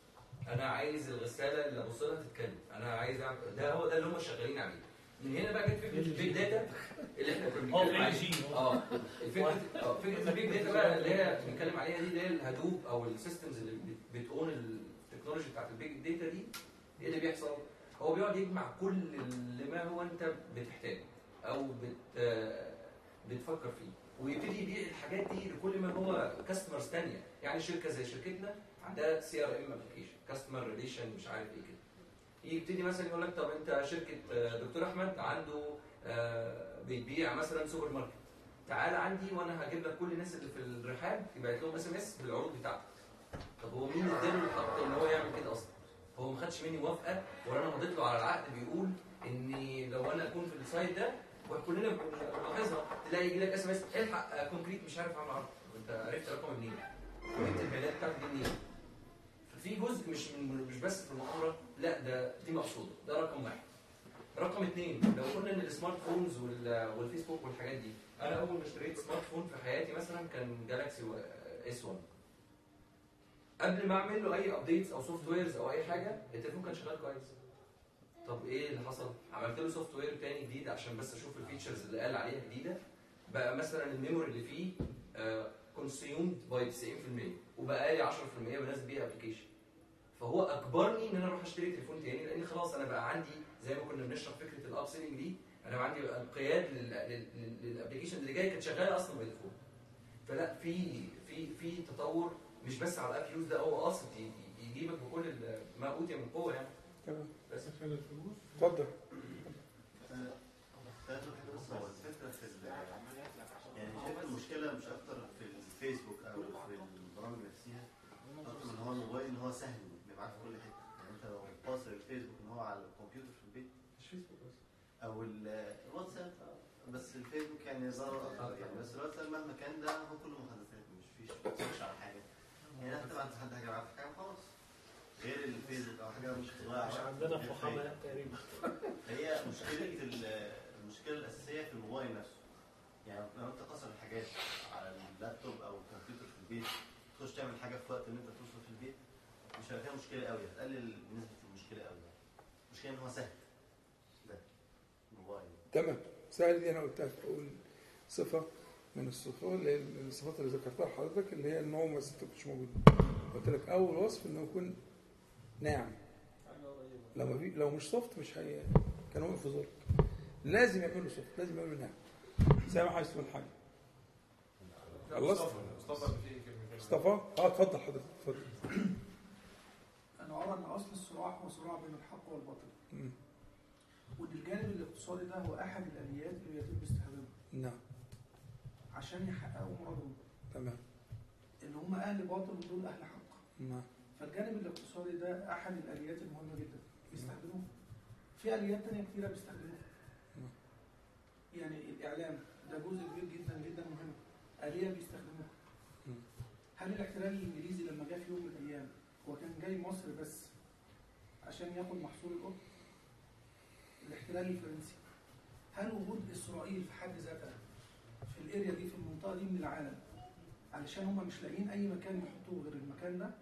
انا عايز الغساله اللي ابص لها تتكلم، انا عايز اعمل ده، هو ده اللي هم شغالين عليه. من هنا بقى جت فكره البيج داتا اللي احنا كنا بنتكلم عليها. فكره البيج داتا بقى اللي هي بنتكلم عليها دي، اللي هي الهدوب او السيستمز اللي بتقون التكنولوجي بتاعت البيج داتا دي. ايه اللي بيحصل؟ هو بيقعد يجمع كل اللي ما هو انت بتحتاجه او بتفكر فيه، ويبتدي يبيع الحاجات دي لكل ما هو كاستمرز ثانيه. يعني شركه زي شركتنا عندها CRM ابلكيشن، كاستمر ريليشن مش عارف ايه كده. يبتدي مثلا يقول لك طب انت شركه دكتور احمد عنده بيبيع مثلا سوبر ماركت، تعال عندي وانا هجيب لك كل الناس اللي في الرحاب يبعت لهم SMS بالعروض بتاعتك. طب هو مين اداله الحق ان هو يعمل كده اصلا؟ هو ما خدش مني موافقه ولا انا مضيت له على العقد بيقول ان لو انا اكون في السايت ده، وكلنا بنلاحظها تلاقي يجي لك SMS الحق كونكريت مش عارف اعمل عرض. انت عرفت رقم منين؟ جبت البيانات بتاعتك دي منين؟ في جزء مش بس في المؤامره، لا دي مقصوده، ده رقم واحد. رقم اثنين، لو قلنا ان السمارت فونز والفيسبوك والحاجات دي، انا اول ما اشتريت سمارت فون في حياتي مثلا كان جالاكسي S1. قبل ما اعمل له اي ابديتس او سوفت ويرز او اي حاجه، التليفون كان شغال كويس. طب ايه اللي حصل؟ عملت له سوفت وير تاني جديد عشان بس اشوف الفيتشرز اللي قال عليها جديده. بقى مثلا الميموري اللي فيه كونسيومد باي 90%، وبقى لي 10% بنزل بيها ابلكيشن. فهو اجبرني ان انا اروح اشتري تليفون تاني، لان خلاص انا بقى عندي زي ما كنا بنشرح فكره الاب سيلينج دي، انا عندي انقياد للابلكيشن اللي جاي كانت شغاله اصلا بالتليفون. فلا في تطور مش بس على الاب يوز ده، هو قاصد يجيبك بكل ما اوتي من قوه يعني. تمام. بس عشان الفلوس. اتفضل. الفكره في يعني شايف المشكله مش اكتر في الفيسبوك او في البرامج نفسها، اكتر من هو الموبايل ان هو سهل بيبعت في كل حته. يعني انت لو قاصر الفيسبوك ان هو على الكمبيوتر في البيت، مش فيسبوك بس او الواتساب، بس الفيسبوك يعني ضرر اكتر يعني. بس الواتساب مهما كان ده هو كله محادثات، مش على حاجه يعني. انت تبعت حد حاجه يبعت حاجه خلاص، غير الفيسبوك او حاجه مش تضيع. مش عندنا فخامه تقريبا. هي المشكله الاساسيه في الموبايل نفسه. يعني لو انت قاصر الحاجات على اللابتوب او الكمبيوتر في البيت، تخش تعمل حاجه في وقت ان انت توصل في البيت، مش هيبقى فيها مشكله قوي، هتقلل نسبه المشكله قوي. المشكله ان هو سهل ده الموبايل. تمام. سهل دي انا قلتها في اول صفه من الصفات اللي ذكرتها لحضرتك، اللي هي ان هو ما مش موجود. قلت لك اول وصف انه يكون ناعم. لو مش سوفت مش كان واقف في زورك. لازم يعملوا سوفت، لازم يعملوا ناعم. زي ما عايز تقول حاجه. خلصت؟ مصطفى اتفضل حضرتك اتفضل. انا ارى ان اصل الصراع هو صراع بين الحق والباطل. وان الجانب الاقتصادي ده هو احد الاليات اللي يتم استخدامها. نعم. عشان يحققوا مرادهم. تمام. اللي هم اهل باطل ودول اهل حق. نعم. فالجانب الاقتصادي ده احد الاليات المهمه جدا بيستخدموها. في اليات ثانيه كثيره بيستخدموها. يعني الاعلام ده جزء كبير جدا جدا مهم. آلية بيستخدموها. هل الاحتلال الانجليزي لما جاء في يوم من الايام هو كان جاي مصر بس عشان ياخد محصول القطن؟ الاحتلال الفرنسي، هل وجود اسرائيل في حد ذاتها في الاريا دي في المنطقه دي من العالم علشان هم مش لاقيين اي مكان يحطوه غير المكان ده؟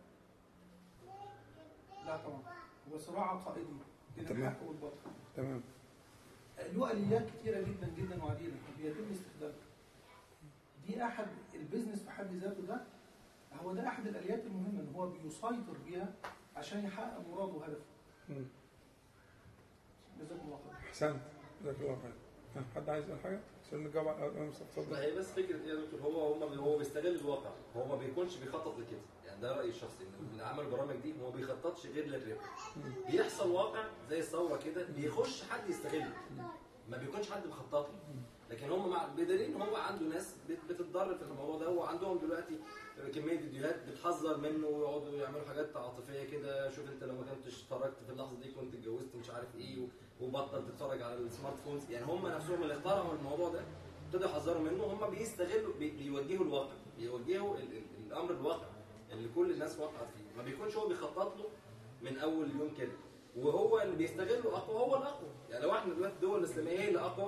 لا طبعا، هو صراع عقائدي بين الحق والباطل. تمام. له اليات كتيره جدا جدا وعديده بيتم استخدامها. دي احد البيزنس في حد ذاته، ده هو ده احد الاليات المهمه ان هو بيسيطر بيها عشان يحقق مراده وهدفه. جزاك الله خير. احسنت، جزاك الله خير. حد عايز يقول حاجه؟ عشان نجاوب على اتفضل. هي بس فكره ايه يا دكتور، هو بيستغل الواقع، هو ما بيكونش بيخطط لكده. يعني ده رايي الشخصي، ان اللي عمل البرامج دي هو ما بيخططش غير للربح. بيحصل واقع زي الثوره كده، بيخش حد يستغله، ما بيكونش حد مخطط له. لكن هم مع بدليل ان هو عنده ناس بتتضرر في الموضوع ده، وعندهم دلوقتي كميه فيديوهات بتحذر منه، ويقعدوا يعملوا حاجات عاطفيه كده. شوف انت لو ما كنتش اتفرجت في اللحظه دي كنت اتجوزت مش عارف ايه، وبطل تتفرج على السمارت فونز. يعني هم نفسهم اللي اخترعوا الموضوع ده ابتدوا يحذروا منه. هم بيستغلوا، بيوجهوا الواقع، بيوجهوا الامر الواقع اللي كل الناس واقعه فيه. ما بيكونش هو بيخطط له من اول يوم كده، وهو اللي بيستغله اقوى هو الاقوى. يعني لو احنا دلوقتي الدول الاسلاميه هي اللي اقوى،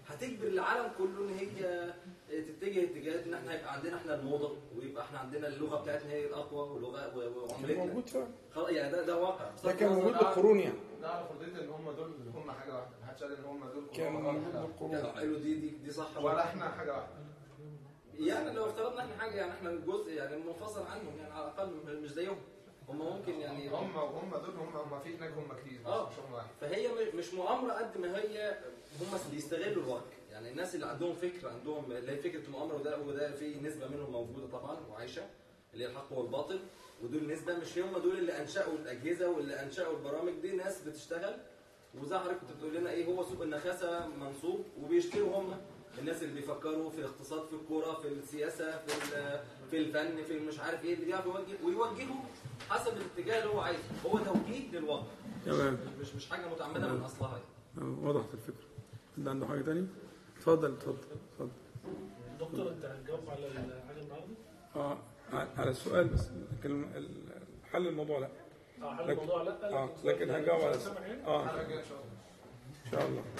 هتجبر العالم كله ان هي تتجه اتجاهات ان احنا يبقى عندنا احنا الموضه، ويبقى احنا عندنا اللغه بتاعتنا هي الاقوى ولغه وعملتنا موجود فعلا. خلاص يعني ده واقع. ده كان موجود بالقرون يعني. ده على فرضيه ان هم دول اللي هم حاجه واحده، محدش قال ان هم دول كان موجود بالقرون. حلو دي صح ولا احنا حاجه واحده. يعني لو افترضنا احنا حاجه يعني احنا جزء يعني منفصل عنهم يعني على الاقل مش زيهم. هم ممكن يعني هم دول هم في هناك هم كتير مش هم واحد. فهي مش مؤامره قد ما هي هم اللي يستغلوا الوقت. يعني الناس اللي عندهم فكره عندهم اللي هي فكره المؤامره، وده في نسبه منهم موجوده طبعا وعايشه اللي هي الحق والباطل، ودول نسبه مش هم دول اللي انشأوا الاجهزه واللي انشأوا البرامج دي، ناس بتشتغل. وزي حضرتك كنت بتقول لنا ايه هو سوق النخاسه منصوب وبيشتروا هم الناس اللي بيفكروا في الاقتصاد في الكوره في السياسه في الفن في مش عارف ايه اللي بيعرفوا ويوجهوا حسب الاتجاه اللي هو عايزه. هو توجيه للواقع تمام، مش حاجه متعمده من اصلها يعني. وضحت الفكره. حد عنده حاجه ثانيه؟ اتفضل. دكتور انت هتجاوب على حاجه النهارده؟ على السؤال بس، لكن حل الموضوع لا. حل الموضوع لا. لكن هنجاوب على السؤال. ان شاء الله.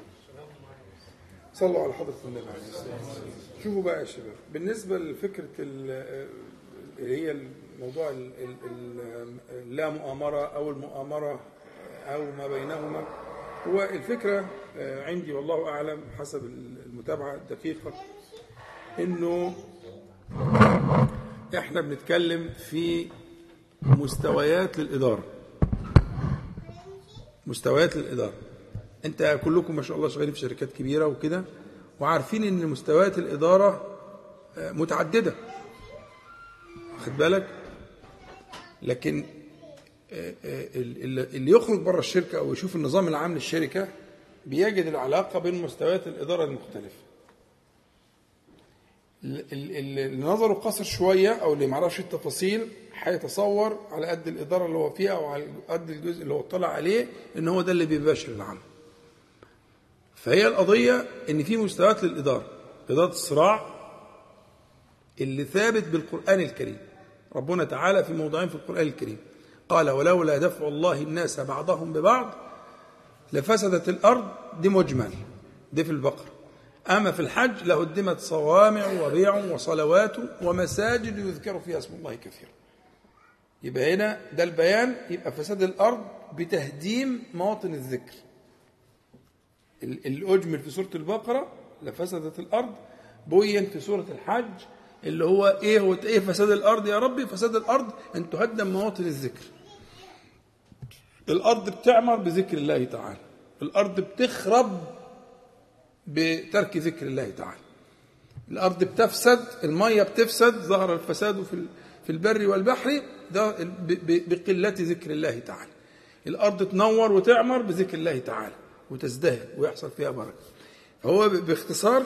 صلوا على حضرة النبي عليه الصلاة والسلام. شوفوا بقى يا شباب، بالنسبة لفكرة اللي هي الموضوع اللا مؤامرة أو المؤامرة أو ما بينهما، هو الفكرة عندي والله أعلم حسب المتابعة الدقيقة إنه إحنا بنتكلم في مستويات للإدارة. مستويات للإدارة. أنت كلكم ما شاء الله شغالين في شركات كبيرة وكده، وعارفين إن مستويات الإدارة متعددة، واخد بالك؟ لكن اللي يخرج بره الشركة أو يشوف النظام العام للشركة بيجد العلاقة بين مستويات الإدارة المختلفة. اللي نظره قصر شوية أو اللي معرفش التفاصيل هيتصور على قد الإدارة اللي هو فيها أو على قد الجزء اللي هو طلع عليه إن هو ده اللي بيباشر العمل. فهي القضية إن في مستويات للإدارة. إدارة الصراع اللي ثابت بالقرآن الكريم. ربنا تعالى في موضعين في القرآن الكريم قال ولولا دفع الله الناس بعضهم ببعض لفسدت الأرض، دي مجمل، دي في البقرة. أما في الحج لهدمت صوامع وبيع وصلوات ومساجد يذكر فيها اسم الله كثيرا. يبقى هنا ده البيان، يبقى فساد الأرض بتهديم مواطن الذكر. الأجمل في سورة البقرة لفسدت الأرض، بين في سورة الحج اللي هو إيه فساد الأرض يا ربي؟ فساد الأرض أن تهدم مواطن الذكر. الأرض بتعمر بذكر الله تعالى، الأرض بتخرب بترك ذكر الله تعالى. الأرض بتفسد، المية بتفسد، ظهر الفساد في البر والبحر بقلة ذكر الله تعالى. الأرض تنور وتعمر بذكر الله تعالى وتزدهر ويحصل فيها بركة. هو باختصار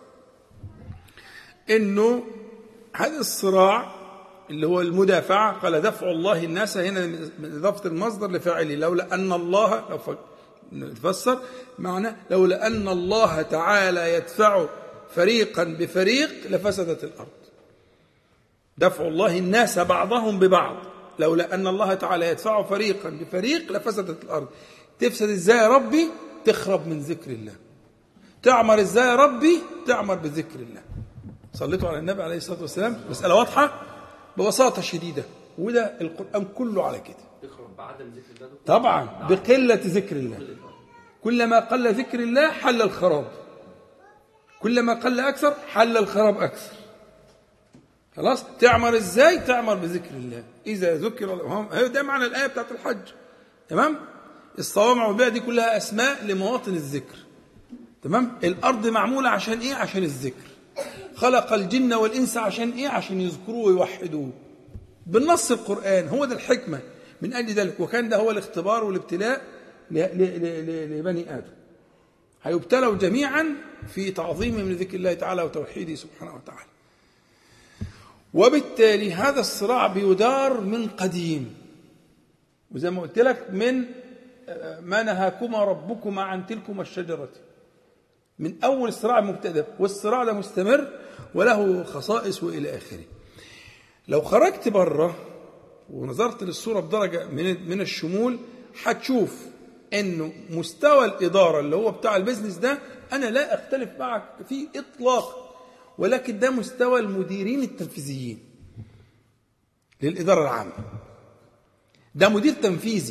إنه هذا الصراع اللي هو المدافعة، قال دفع الله الناس، هنا من إضافة المصدر لفاعله. لولا أن الله، لو نفسر معنى لولا أن الله تعالى يدفع فريقا بفريق لفسدت الأرض. دفع الله الناس بعضهم ببعض، لولا أن الله تعالى يدفع فريقا بفريق لفسدت الأرض. تفسد إزاي يا ربي؟ تخرب من ذكر الله. تعمر إزاي يا ربي؟ تعمر بذكر الله. صليتوا على النبي عليه الصلاة والسلام. مسألة واضحة ببساطة شديدة، وده القرآن كله على كده. تخرب بعدم ذكر الله طبعا بقلة ذكر الله. كلما قل ذكر الله حل الخراب، كلما قل أكثر حل الخراب أكثر. خلاص؟ تعمر إزاي؟ تعمر بذكر الله. إذا ذكر الله، ده معنى الآية بتاعت الحج. تمام؟ الصوامع والبيع دي كلها أسماء لمواطن الذكر. تمام؟ الأرض معمولة عشان إيه؟ عشان الذكر. خلق الجن والإنس عشان إيه؟ عشان يذكروه ويوحدوه بالنص القرآن. هو ده الحكمة من أجل ذلك. وكان ده هو الاختبار والابتلاء لبني آدم. هيبتلوا جميعا في تعظيمهم لذكر الله تعالى وتوحيده سبحانه وتعالى. وبالتالي هذا الصراع بيدار من قديم، وزي ما قلت لك من ما نهاكما ربكما عن تلكما الشجرة، من أول الصراع المبتدأ، والصراع ده مستمر وله خصائص وإلى آخره. لو خرجت بره ونظرت للصورة بدرجة من الشمول هتشوف انه مستوى الاداره اللي هو بتاع البيزنس ده انا لا اختلف معك فيه اطلاقا، ولكن ده مستوى المديرين التنفيذيين للاداره العامه. ده مدير تنفيذي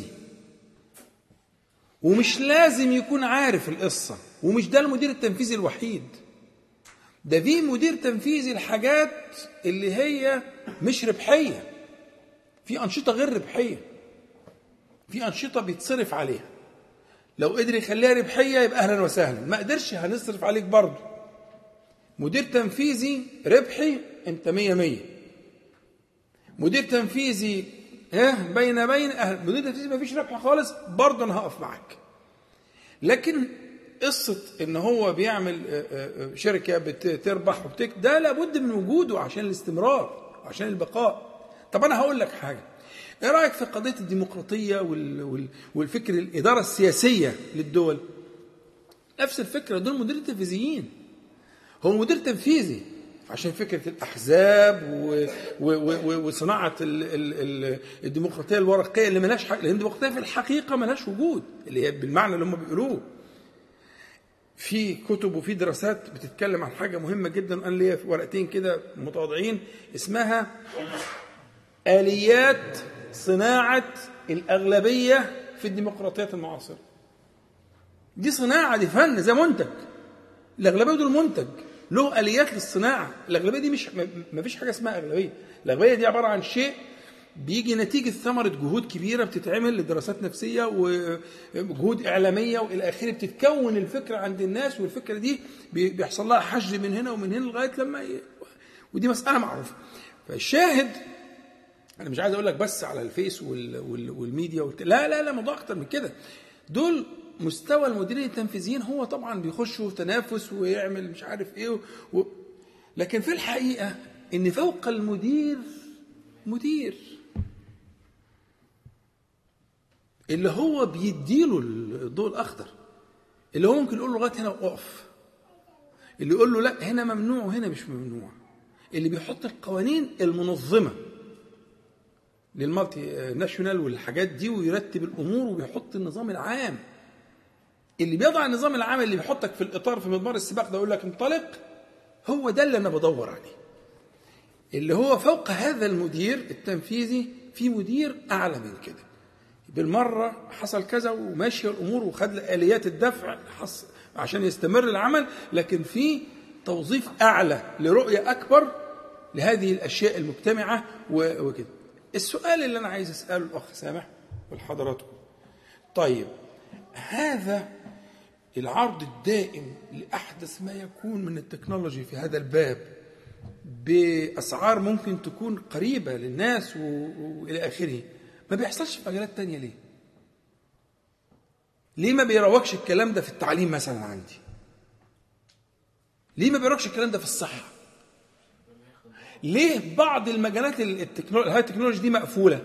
ومش لازم يكون عارف القصه، ومش ده المدير التنفيذي الوحيد. ده في مدير تنفيذي الحاجات اللي هي مش ربحيه، في انشطه غير ربحيه، في انشطه بيتصرف عليها. لو قدر يخليها ربحيه يبقى اهلا وسهلا، ما قدرش هنصرف عليك برضه. مدير تنفيذي ربحي انت 100. مدير تنفيذي بين مدير تنفيذي ما فيش ربح خالص، برضه انا هقف معاك. لكن قصه ان هو بيعمل شركه بتربح ده لابد من وجوده عشان الاستمرار، عشان البقاء. طب انا هقول لك حاجه، ايه رايك في قضيه الديمقراطيه والفكر الاداره السياسيه للدول؟ نفس الفكره، دول مدير تنفيذيين. هو مدير تنفيذي عشان فكره الاحزاب وصناعه الديمقراطيه الورقيه اللي ملهاش لان الديمقراطيه في الحقيقه ملهاش وجود، اللي هي بالمعنى اللي هم بيقولوه. في كتب وفي دراسات بتتكلم عن حاجه مهمه جدا، انا ليا ورقتين كده متواضعين اسمها آليات صناعة الأغلبية في الديمقراطيات المعاصرة. دي صناعة، دي فن، زي منتج. الأغلبية دول منتج له آليات للصناعة. الأغلبية دي ما فيش حاجة اسمها أغلبية. الأغلبية دي عبارة عن شيء بيجي نتيجة ثمرة جهود كبيرة بتتعمل لدراسات نفسية وجهود إعلامية وإلى آخره، بتتكون الفكرة عند الناس، والفكرة دي بيحصل لها حشد من هنا ومن هنا لغاية لما ودي مسألة معروفة. فالشاهد، أنا مش عايز أقول لك بس على الفيس والميديا لا موضوع أكتر من كده. دول مستوى المديرين التنفيذيين، هو طبعا بيخشوا تنافس ويعمل مش عارف إيه لكن في الحقيقة إن فوق المدير مدير اللي هو بيديله الضوء الأخضر، اللي هو ممكن يقول له لغاية هنا وقف، اللي يقول له لا هنا ممنوع وهنا مش ممنوع، اللي بيحط القوانين المنظمة للمالتي ناشونال والحاجات دي ويرتب الأمور وبيحط النظام العام، اللي بيضع النظام العام اللي بيحطك في الإطار في مضمار السباق ده يقول لك انطلق. هو ده اللي أنا بدور عليه، اللي هو فوق هذا المدير التنفيذي في مدير أعلى من كده. بالمرة حصل كذا وماشية الأمور وخد آليات الدفع عشان يستمر العمل، لكن في توظيف أعلى لرؤية أكبر لهذه الأشياء المجتمعة وكده. السؤال اللي أنا عايز أسأله الأخ سامح والحضراتكم، طيب هذا العرض الدائم لأحدث ما يكون من التكنولوجي في هذا الباب بأسعار ممكن تكون قريبة للناس وإلى آخره، ما بيحصلش في مجالات تانية ليه؟ ليه ما بيروجش الكلام ده في التعليم مثلا عندي؟ ليه ما بيروجش الكلام ده في الصحة؟ ليه بعض المجالات هاي التكنولوجيا دي مقفولة؟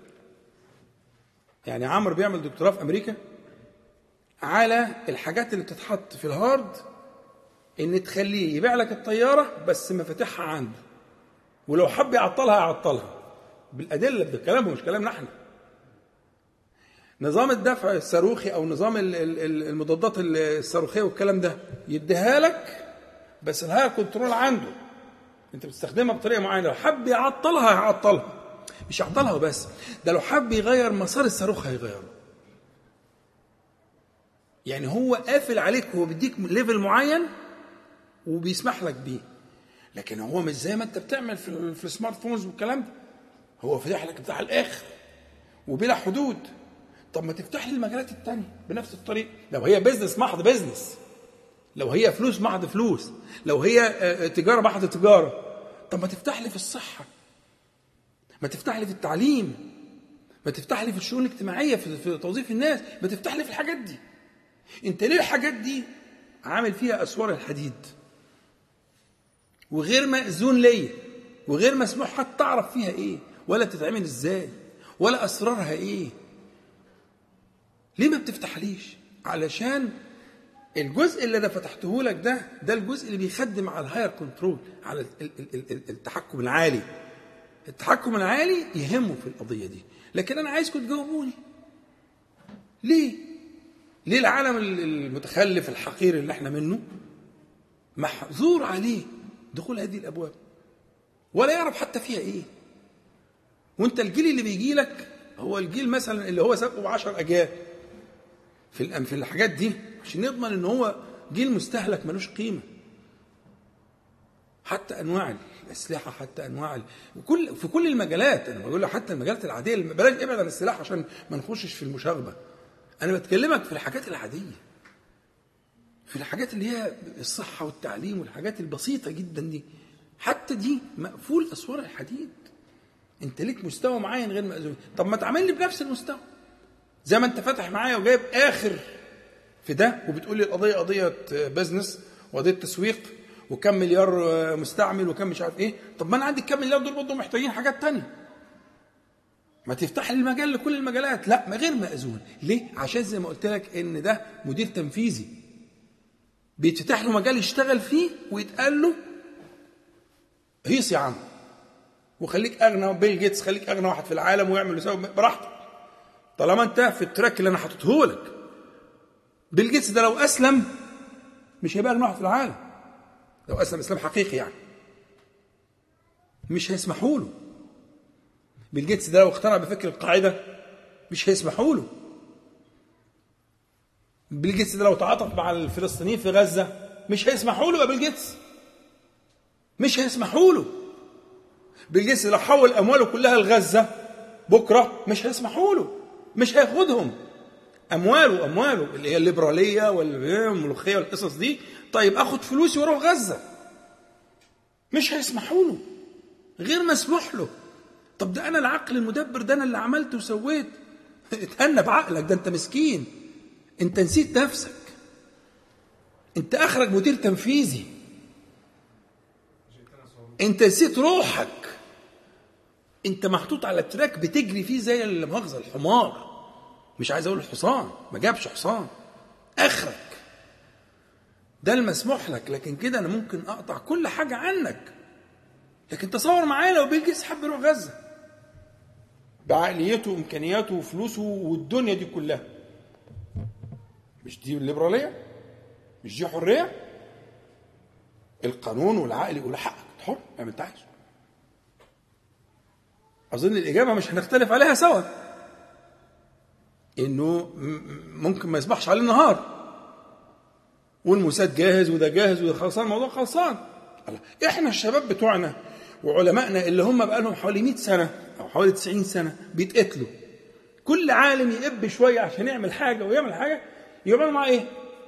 يعني عمرو بيعمل دكتوراه في أمريكا على الحاجات اللي بتتحط في الهارد إن تخليه يبيع لك الطيارة بس مفاتيحها عنده، ولو حب يعطلها يعطلها بالأدلة، بكلامه مش كلامنا احنا. نظام الدفع الصاروخي أو نظام المضادات الصاروخية والكلام ده يديها لك بس الهاير كنترول عنده، انت بتستخدمها بطريقة معينة، لو حب يعطلها يعطلها، مش يعطلها بس، ده لو حب يغير مسار الصاروخ هيغيره. يعني هو قافل عليك، هو بيديك ليفل معين وبيسمح لك بيه، لكن هو مش زي ما انت بتعمل في السمارت فونز والكلام ده، هو فتح لك بتاع الاخر وبلا حدود. طب ما تفتح لي المجالات التانية بنفس الطريقة، لو هي بيزنس محض بيزنس، لو هي فلوس محض فلوس، لو هي تجارة محض تجارة. طب ما تفتح لي في الصحة، ما تفتح لي في التعليم، ما تفتح لي في الشؤون الاجتماعية، في توظيف الناس، ما تفتح لي في الحاجات دي. انت ليه الحاجات دي عامل فيها أسوار الحديد وغير مأذون ليه وغير مسموح حتى تعرف فيها ايه ولا تتعمل ازاي ولا أسرارها ايه؟ ليه ما بتفتحليش؟ علشان الجزء اللي انا فتحته لك ده الجزء اللي بيخدم على الهاير كنترول، على التحكم العالي. التحكم العالي يهمه في القضية دي، لكن انا عايزكم تجاوبوني ليه ليه العالم المتخلف الحقير اللي احنا منه محظور عليه دخول هذه الابواب ولا يعرف حتى فيها ايه؟ وانت الجيل اللي بيجي لك هو الجيل مثلا اللي هو سابقه 10 اجيال في الحاجات دي، عشان نضمن ان هو جيل مستهلك ملوش قيمه. حتى انواع الاسلحه، حتى انواع في كل المجالات. انا بقول لك حتى المجالات العاديه، بلاش ابعد عن السلاح عشان ما نخشش في المشاغبه. انا بتكلمك في الحاجات العاديه، في الحاجات اللي هي الصحه والتعليم والحاجات البسيطه جدا دي، حتى دي مقفول اسوار الحديد. انت ليك مستوى معين غير مأذون. طب ما تعمل لي بنفس المستوى زي ما انت فاتح معايا وجايب اخر في ده، وبتقول لي القضيه قضيه بزنس وقضيه تسويق وكم مليار مستعمل وكم مش عارف ايه. طب ما انا عندي كم مليار دول برضه محتاجين حاجات تانية. ما تفتح لي المجال لكل المجالات. لا، ما غير مأذون. ليه؟ عشان زي ما قلت لك ان ده مدير تنفيذي بيتفتح له مجال يشتغل فيه ويتقال له هيص يا عم وخليك اغنى، بيل جيتس خليك اغنى واحد في العالم ويعمل ويسوي براحتك طالما انت في التراك اللي انا حاطته لك. بيل جيتس ده لو اسلم مش هيبقى اغنى واحد في العالم. لو اسلم اسلام حقيقي يعني مش هيسمحوا له. بيل جيتس ده لو اقتنع بفكر القاعده مش هيسمحوا له. بيل جيتس ده لو تعاطف مع الفلسطينيين في غزه مش هيسمحوا له. بيل جيتس مش هيسمحوا له. بيل جيتس لو حول امواله كلها لغزه بكره مش هيسمحوا له، مش هياخدهم. امواله اللي هي الليبراليه والملوخيه والقصص دي. طيب اخد فلوسي واروح غزه، مش هيسمحوا له، غير مسموح له. طب ده انا العقل المدبر، ده انا اللي عملت وسويت. اتهنى بعقلك، ده انت مسكين، انت نسيت نفسك، انت اخرج مدير تنفيذي، انت نسيت روحك، انت محطوط على التراك بتجري فيه زي المؤاخذة الحمار. مش عايز اقول الحصان، ما جابش حصان، اخرك ده المسموح لك. لكن كده انا ممكن اقطع كل حاجة عنك. لكن تصور معايا لو بيل جيتس حب يروح غزة بعقليته وامكانياته وفلوسه والدنيا دي كلها، مش دي الليبرالية؟ مش دي حرية؟ القانون والعقل يقول حقك حر ما انت عايز. اظن الاجابه مش هنختلف عليها سوا، انه ممكن ما يصبحش عليه النهار والموساد جاهز وده جاهز وده خلصان، الموضوع خلصان. احنا الشباب بتوعنا وعلمائنا اللي هم بقى لهم حوالي 100 سنه او حوالي 90 سنه بيتقتلوا، كل عالم يقب شويه عشان يعمل حاجه ويعمل حاجه، يعمل معاه ايه؟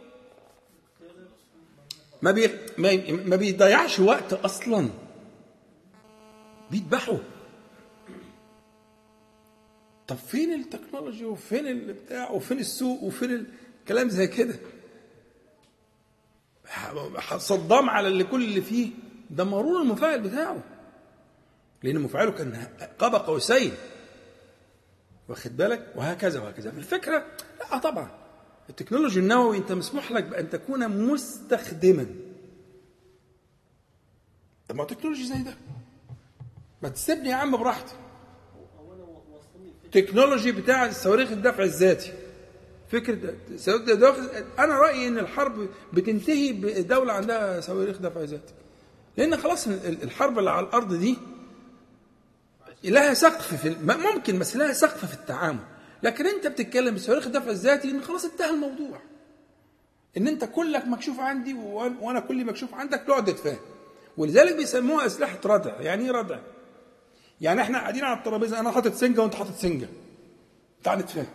ما بيضيعش وقت اصلا، بيذبحوا. طب فين التكنولوجي وفين البتاع وفين السوق وفين الكلام زي كده؟ صدام على اللي كل اللي فيه دمروا المفاعل بتاعه، لان مفاعله كان قاب قوسين، واخد بالك؟ وهكذا وهكذا. الفكره لا طبعا التكنولوجي النووي انت مسموح لك بان تكون مستخدما. طب ما تكنولوجي زي ده ما تسيبني يا عم براحتي. تكنولوجي بتاع الصواريخ الدفع الذاتي، فكره انا رايي ان الحرب بتنتهي بدوله عندها صواريخ دفع ذاتي، لان خلاص الحرب اللي على الارض دي لها سقف ممكن، بس لها سقف في التعامل. لكن انت بتتكلم بصواريخ الدفع الذاتي ان خلاص انتهى الموضوع، ان انت كلك مكشوف عندي وانا كلي مكشوف عندك، نقعد نتفاهم. ولذلك بيسموها اسلحه ردع. يعني ايه ردع؟ يعني احنا قاعدين على الترابيزه، انا حاطط سنجه وانت حاطط سنجه، تعال نتفاهم.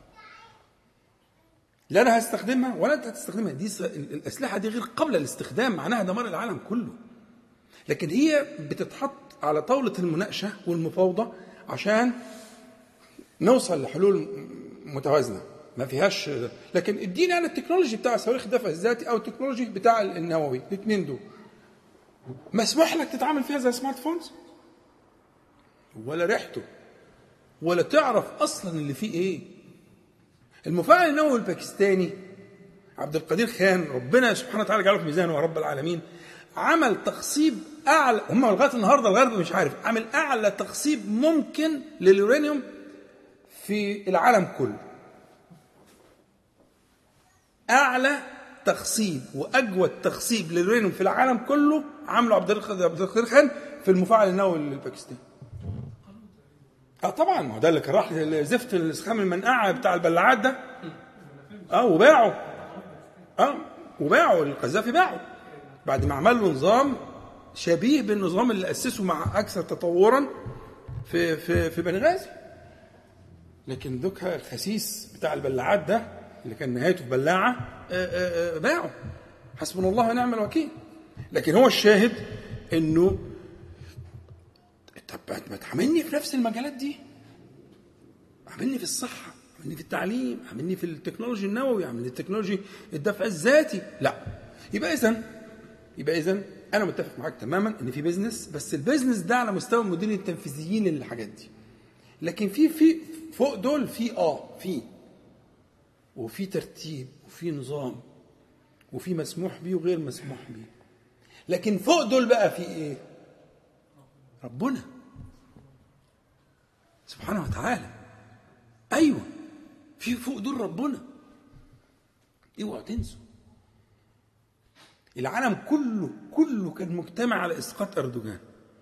لا انا هستخدمها ولا انت هتستخدمها. دي الاسلحه دي غير قابله للاستخدام، معناها دمار العالم كله. لكن هي بتتحط على طاوله المناقشه والمفاوضه عشان نوصل لحلول متوازنه ما فيهاش. لكن اديني انا التكنولوجي بتاع صواريخ الدفع الذاتي او التكنولوجي بتاع النووي، الاثنين دول مسموح لك تتعامل فيها زي سمارت فونز، ولا ريحته ولا تعرف اصلا اللي فيه ايه. المفاعل النووي الباكستاني عبد القدير خان، ربنا سبحانه وتعالى جعله في ميزانه يا رب العالمين، عمل تخصيب اعلى، هم لغايه النهارده الغرب مش عارف، عمل اعلى تخصيب ممكن لليورانيوم في العالم كله. اعلى تخصيب واجود تخصيب لليورانيوم في العالم كله عمله عبد القادر خان في المفاعل النووي الباكستاني. طبعا ما هو ده اللي كان راح زفت الاسخام المنقعه بتاع البلاعات ده. وباعوا القذافي باعوا بعد ما عمل له نظام شبيه بالنظام اللي اسسه مع اكثر تطورا في بنغازي. لكن دوكها الخسيس بتاع البلاعات ده اللي كان نهايته في بلاعه باعوا. حسبنا الله ونعم الوكيل. لكن هو الشاهد انه طب ما تعملني في نفس المجالات دي، عملني في الصحه، عملني في التعليم، عملني في التكنولوجي النووي، عملني في التكنولوجي الدفع الذاتي. لا، يبقى اذا انا متفق معاك تماما ان في بيزنس، بس البيزنس ده على مستوى المديرين التنفيذيين للحاجات دي. لكن في فوق دول وفي ترتيب وفي نظام وفي مسموح بيه وغير مسموح بيه. لكن فوق دول بقى في ايه؟ ربنا سبحانه وتعالى. ايوه، في فوق دول ربنا. اوعوا تنسوا العالم كله كان مجتمع على اسقاط اردوغان.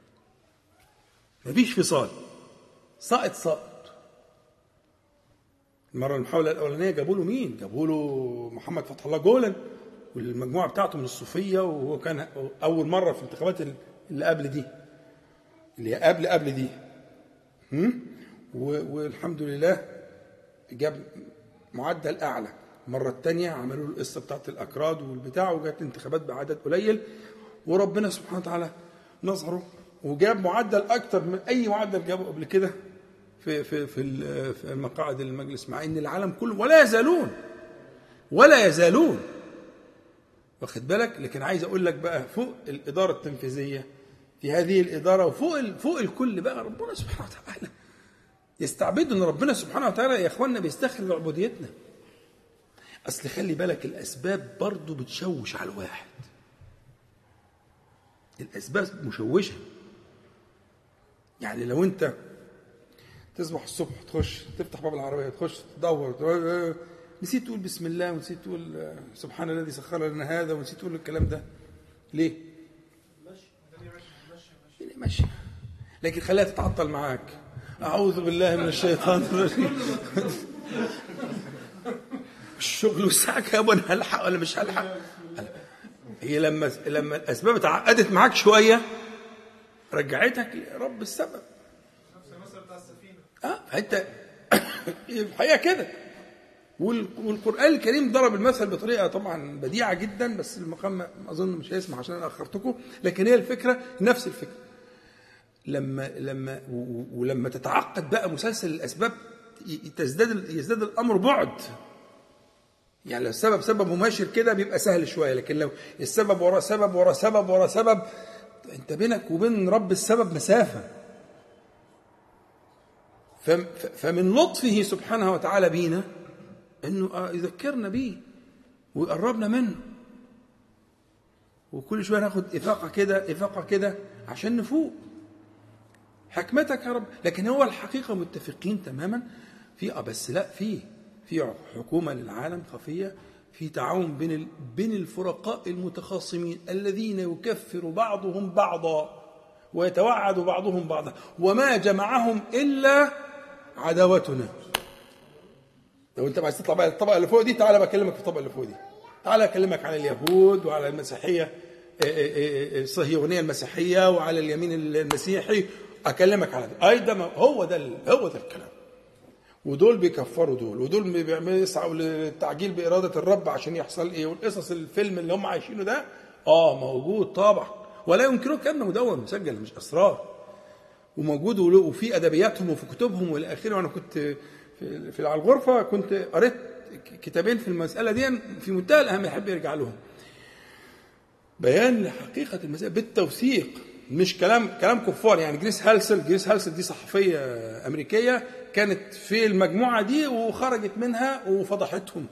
مفيش فصال، ساقط. المره المحاوله الاولانيه جابوا له مين؟ جابوا له محمد فتح الله جولان والمجموعه بتاعته من الصوفيه، وهو كان اول مره في الانتخابات اللي قبل دي، اللي قبل دي. والحمد لله جاب معدل اعلى. المره الثانيه عملوا له القصه بتاعت الاكراد والبتاع، وجات انتخابات بعدد قليل، وربنا سبحانه وتعالى نظره وجاب معدل اكتر من اي معدل جابه قبل كده في مقاعد المجلس، مع ان العالم كله ولا يزالون واخد بالك. لكن عايز اقول لك بقى فوق الاداره التنفيذيه في هذه الاداره وفوق الكل بقى ربنا سبحانه وتعالى. يستعبدوا ان ربنا سبحانه وتعالى يا اخواننا بيستخرج عبوديتنا. اصل خلي بالك الاسباب برضو بتشوش على الواحد. الاسباب مشوشه. يعني لو انت تصبح الصبح تخش تفتح باب العربيه تخش تدور نسيت تقول بسم الله ونسيت تقول سبحان الذي سخر لنا هذا ونسيت تقول الكلام ده ليه؟ ماشي. لكن خليها تتعطل معاك. اعوذ بالله من الشيطان الرجيم. الشغل والساعه وانا هلحق ولا مش هلحق؟ هي لما الاسباب اتعقدت معاك شويه رجعتك لرب السبب. نفس المثل بتاع السفينه. فانت الحقيقه كده. والقرآن الكريم ضرب المثل بطريقة طبعا بديعة جدا، بس المقام أظن مش هيسمح عشان أنا أخرتكم، لكن هي الفكرة نفس الفكرة. لما تتعقد بقى مسلسل الأسباب يزداد الأمر بعد. يعني لو السبب سبب مباشر كده بيبقى سهل شوية، لكن لو السبب ورا سبب ورا سبب ورا سبب أنت بينك وبين رب السبب مسافة. فمن لطفه سبحانه وتعالى بينا انه يذكرنا بيه ويقربنا منه، وكل شويه ناخد افاقه كده عشان نفوق. حكمتك يا رب. لكن هو الحقيقه متفقين تماما في بس لا في حكومه للعالم خفيه، في تعاون بين الفرقاء المتخاصمين الذين يكفر بعضهم بعضا ويتوعد بعضهم بعضا، وما جمعهم الا عداوتنا. لو انت عايز تطلع بقى الطبقه اللي فوق دي تعالى بكلمك في الطبقه اللي فوق دي. تعالى اكلمك عن اليهود وعلى المسيحيه الصهيونيه المسيحيه وعلى اليمين المسيحي، اكلمك على ده. ايضا هو ده الكلام. ودول بيكفروا دول، ودول بيعملوا يسعوا للتعجيل باراده الرب عشان يحصل ايه، والقصص الفيلم اللي هم عايشينه ده موجود طبعا، ولا ينكروا كلامنا مدون مسجل مش اسرار، وموجود وفي ادبياتهم وفي كتبهم والى اخره. وانا كنت في على الغرفه كنت قريت كتابين في المساله دي في منتهى الاهميه، احب يرجع لهم. بيان لحقيقه المساله بالتوثيق، مش كلام كفار. يعني جريس هالسل دي صحفيه امريكيه كانت في المجموعه دي وخرجت منها وفضحتهم.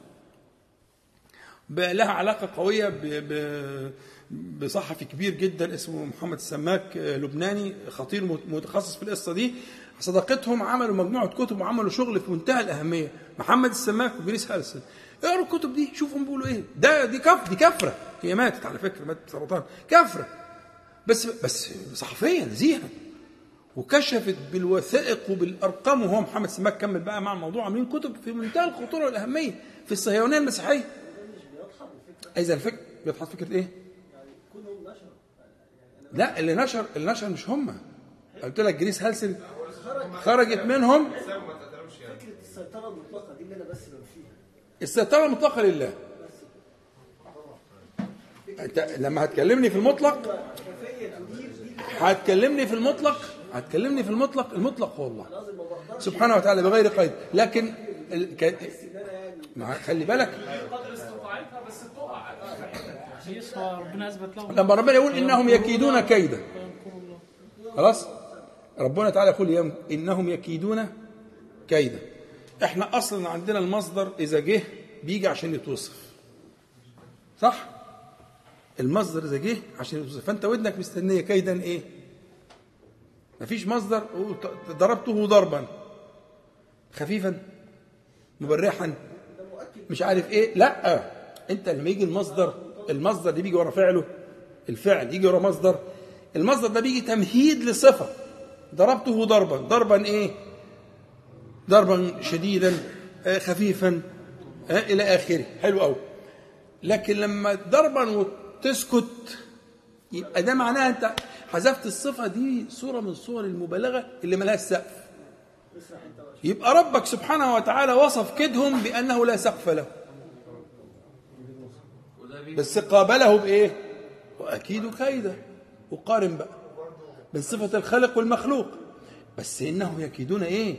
لها علاقه قويه بصحفي كبير جدا اسمه محمد السماك، لبناني خطير متخصص في القصه دي. صداقتهم عملوا مجموعه كتب وعملوا شغل في منتهى الاهميه. محمد السماك وجريس هالسل اقروا الكتب دي، شوفهم بيقولوا ايه. دي كفره، هي ماتت على فكره، ماتت سرطان كفره، بس صحفيه نزيهه، وكشفت بالوثائق وبالارقام. وهو محمد سماك كمل بقى مع الموضوع، عاملين كتب في منتهى الخطوره والاهميه في الصهيونيه المسيحيه. اذا الفكر بيضحك فكره ايه؟ لا، اللي نشر مش هم. قلت لك جريس هالسن خرجت منهم. فكره السيطره المطلقه دي اللي انا بس بمشيها. السيطره المطلقه لله. انت لما هتكلمني في المطلق، المطلق هو الله سبحانه وتعالى بغير قيد. لكن خلي بالك لما ربنا يقول انهم يكيدون كيدا، خلاص ربنا تعالى يقول انهم يكيدون كيدا. احنا اصلا عندنا المصدر اذا جه بيجي عشان يتوصف، صح؟ المصدر اذا جه عشان يتوصف، فانت ودنك مستنيه كيدا ايه؟ مفيش مصدر. ضربته ضربا خفيفا مبرحا مش عارف ايه. لا، انت لما يجي المصدر دي بيجي ورا فعله، الفعل يجي ورا مصدر، المصدر ده بيجي تمهيد لصفه. ضربته ضربا ايه؟ ضربا شديدا خفيفا الى اخره. حلو قوي. لكن لما ضربا وتسكت يبقى ده معناها انت حذفت الصفه دي، صوره من صور المبالغه اللي ملهاش سقف. يبقى ربك سبحانه وتعالى وصف كيدهم بانه لا سقف له، بس قابله بايه؟ واكيد كيدا. وقارن بقى بين صفه الخالق والمخلوق، بس انهم يكيدون ايه؟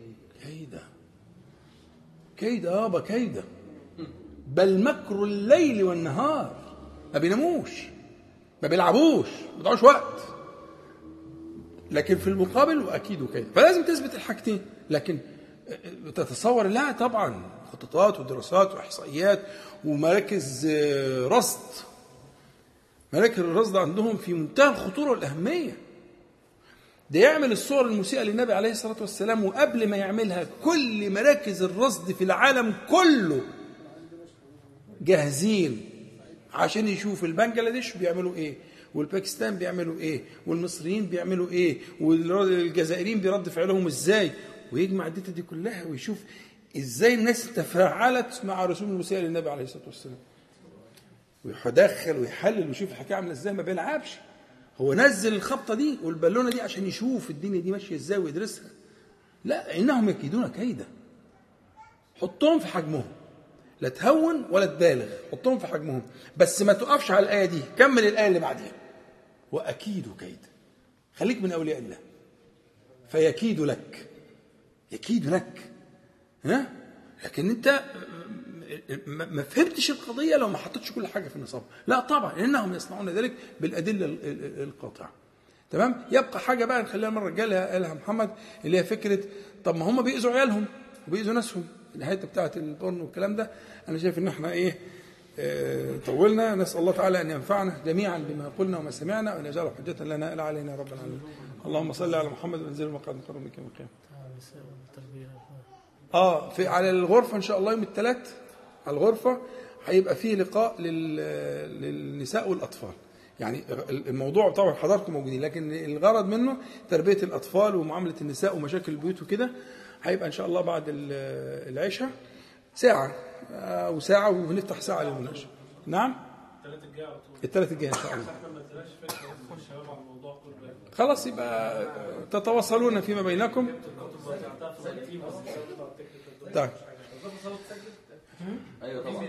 كيدا بل مكر الليل والنهار، ما بيناموش، ما بيلعبوش، ما بيضيعوش وقت. لكن في المقابل واكيد كيدا. فلازم تثبت الحاجتين. لكن تتصور لا طبعا، خططات ودراسات واحصائيات ومراكز رصد. مراكز الرصد عندهم في منتهى الخطوره والاهميه. ده يعمل الصور المسيئه للنبي عليه الصلاه والسلام، وقبل ما يعملها كل مراكز الرصد في العالم كله جاهزين عشان يشوف البنجلاديش بيعملوا ايه، والباكستان بيعملوا ايه، والمصريين بيعملوا ايه، والجزائريين بيرد فعلهم ازاي، ويجمع الداتا دي كلها ويشوف ازاي الناس تفاعلت مع رسول المسيئه للنبي عليه الصلاه والسلام، ويدخل ويحلل ويشوف الحكايه عامله ازاي. ما بيلعبش، هو نزل الخبطه دي والبالونه دي عشان يشوف الدنيا دي ماشيه ازاي ويدرسها. لا، انهم يكيدون كيدا. حطهم في حجمهم، لا تهون ولا تبالغ، حطهم في حجمهم. بس ما تقفش على الايه دي، كمل الايه اللي بعديها. واكيد كيدا. خليك من اولياء الله. فيكيد لك، يكيد لك. ها؟ لكن انت ما فهمتش القضيه لو ما حطيتش كل حاجه في النصاب. لا طبعا، انهم يصنعون ذلك بالادله القاطعه. تمام. يبقى حاجه بقى نخليها المره الجايه قالها محمد، اللي هي فكره طب ما هم بيأذوا عيالهم وبيأذوا ناسهم، الحته بتاعه البورن والكلام ده. انا شايف ان احنا طولنا. نسال الله تعالى ان ينفعنا جميعا بما قلنا وما سمعنا، وان يجعله حجه لنا لا علينا يا رب العالمين. اللهم صل على محمد وانزل المقعد المقرب منك يوم القيامه. في على الغرفه ان شاء الله يوم الثلاث على الغرفه هيبقى فيه لقاء للنساء والاطفال. يعني الموضوع طبعا حضراتكم موجودين، لكن الغرض منه تربيه الاطفال ومعامله النساء ومشاكل البيوت وكده. هيبقى ان شاء الله بعد العشاء ساعه او ساعه، ونفتح ساعه للمناقشه. نعم، الثلاث الجاي ان شاء الله. خلاص، يبقى تتواصلون فيما بينكم. طيب. ايوه طبعا.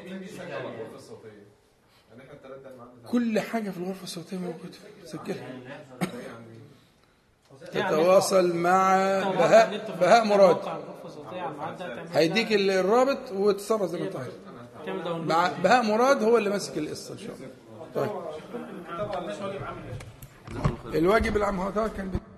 كل حاجه في الغرفه الصوتيه موجوده، سجلها. تتواصل مع بهاء مراد، هيديك الرابط وتصرف زي ما انت عايز. مع بهاء مراد هو اللي ماسك القصه ان شاء الله. طيب. الواجب العام هو كان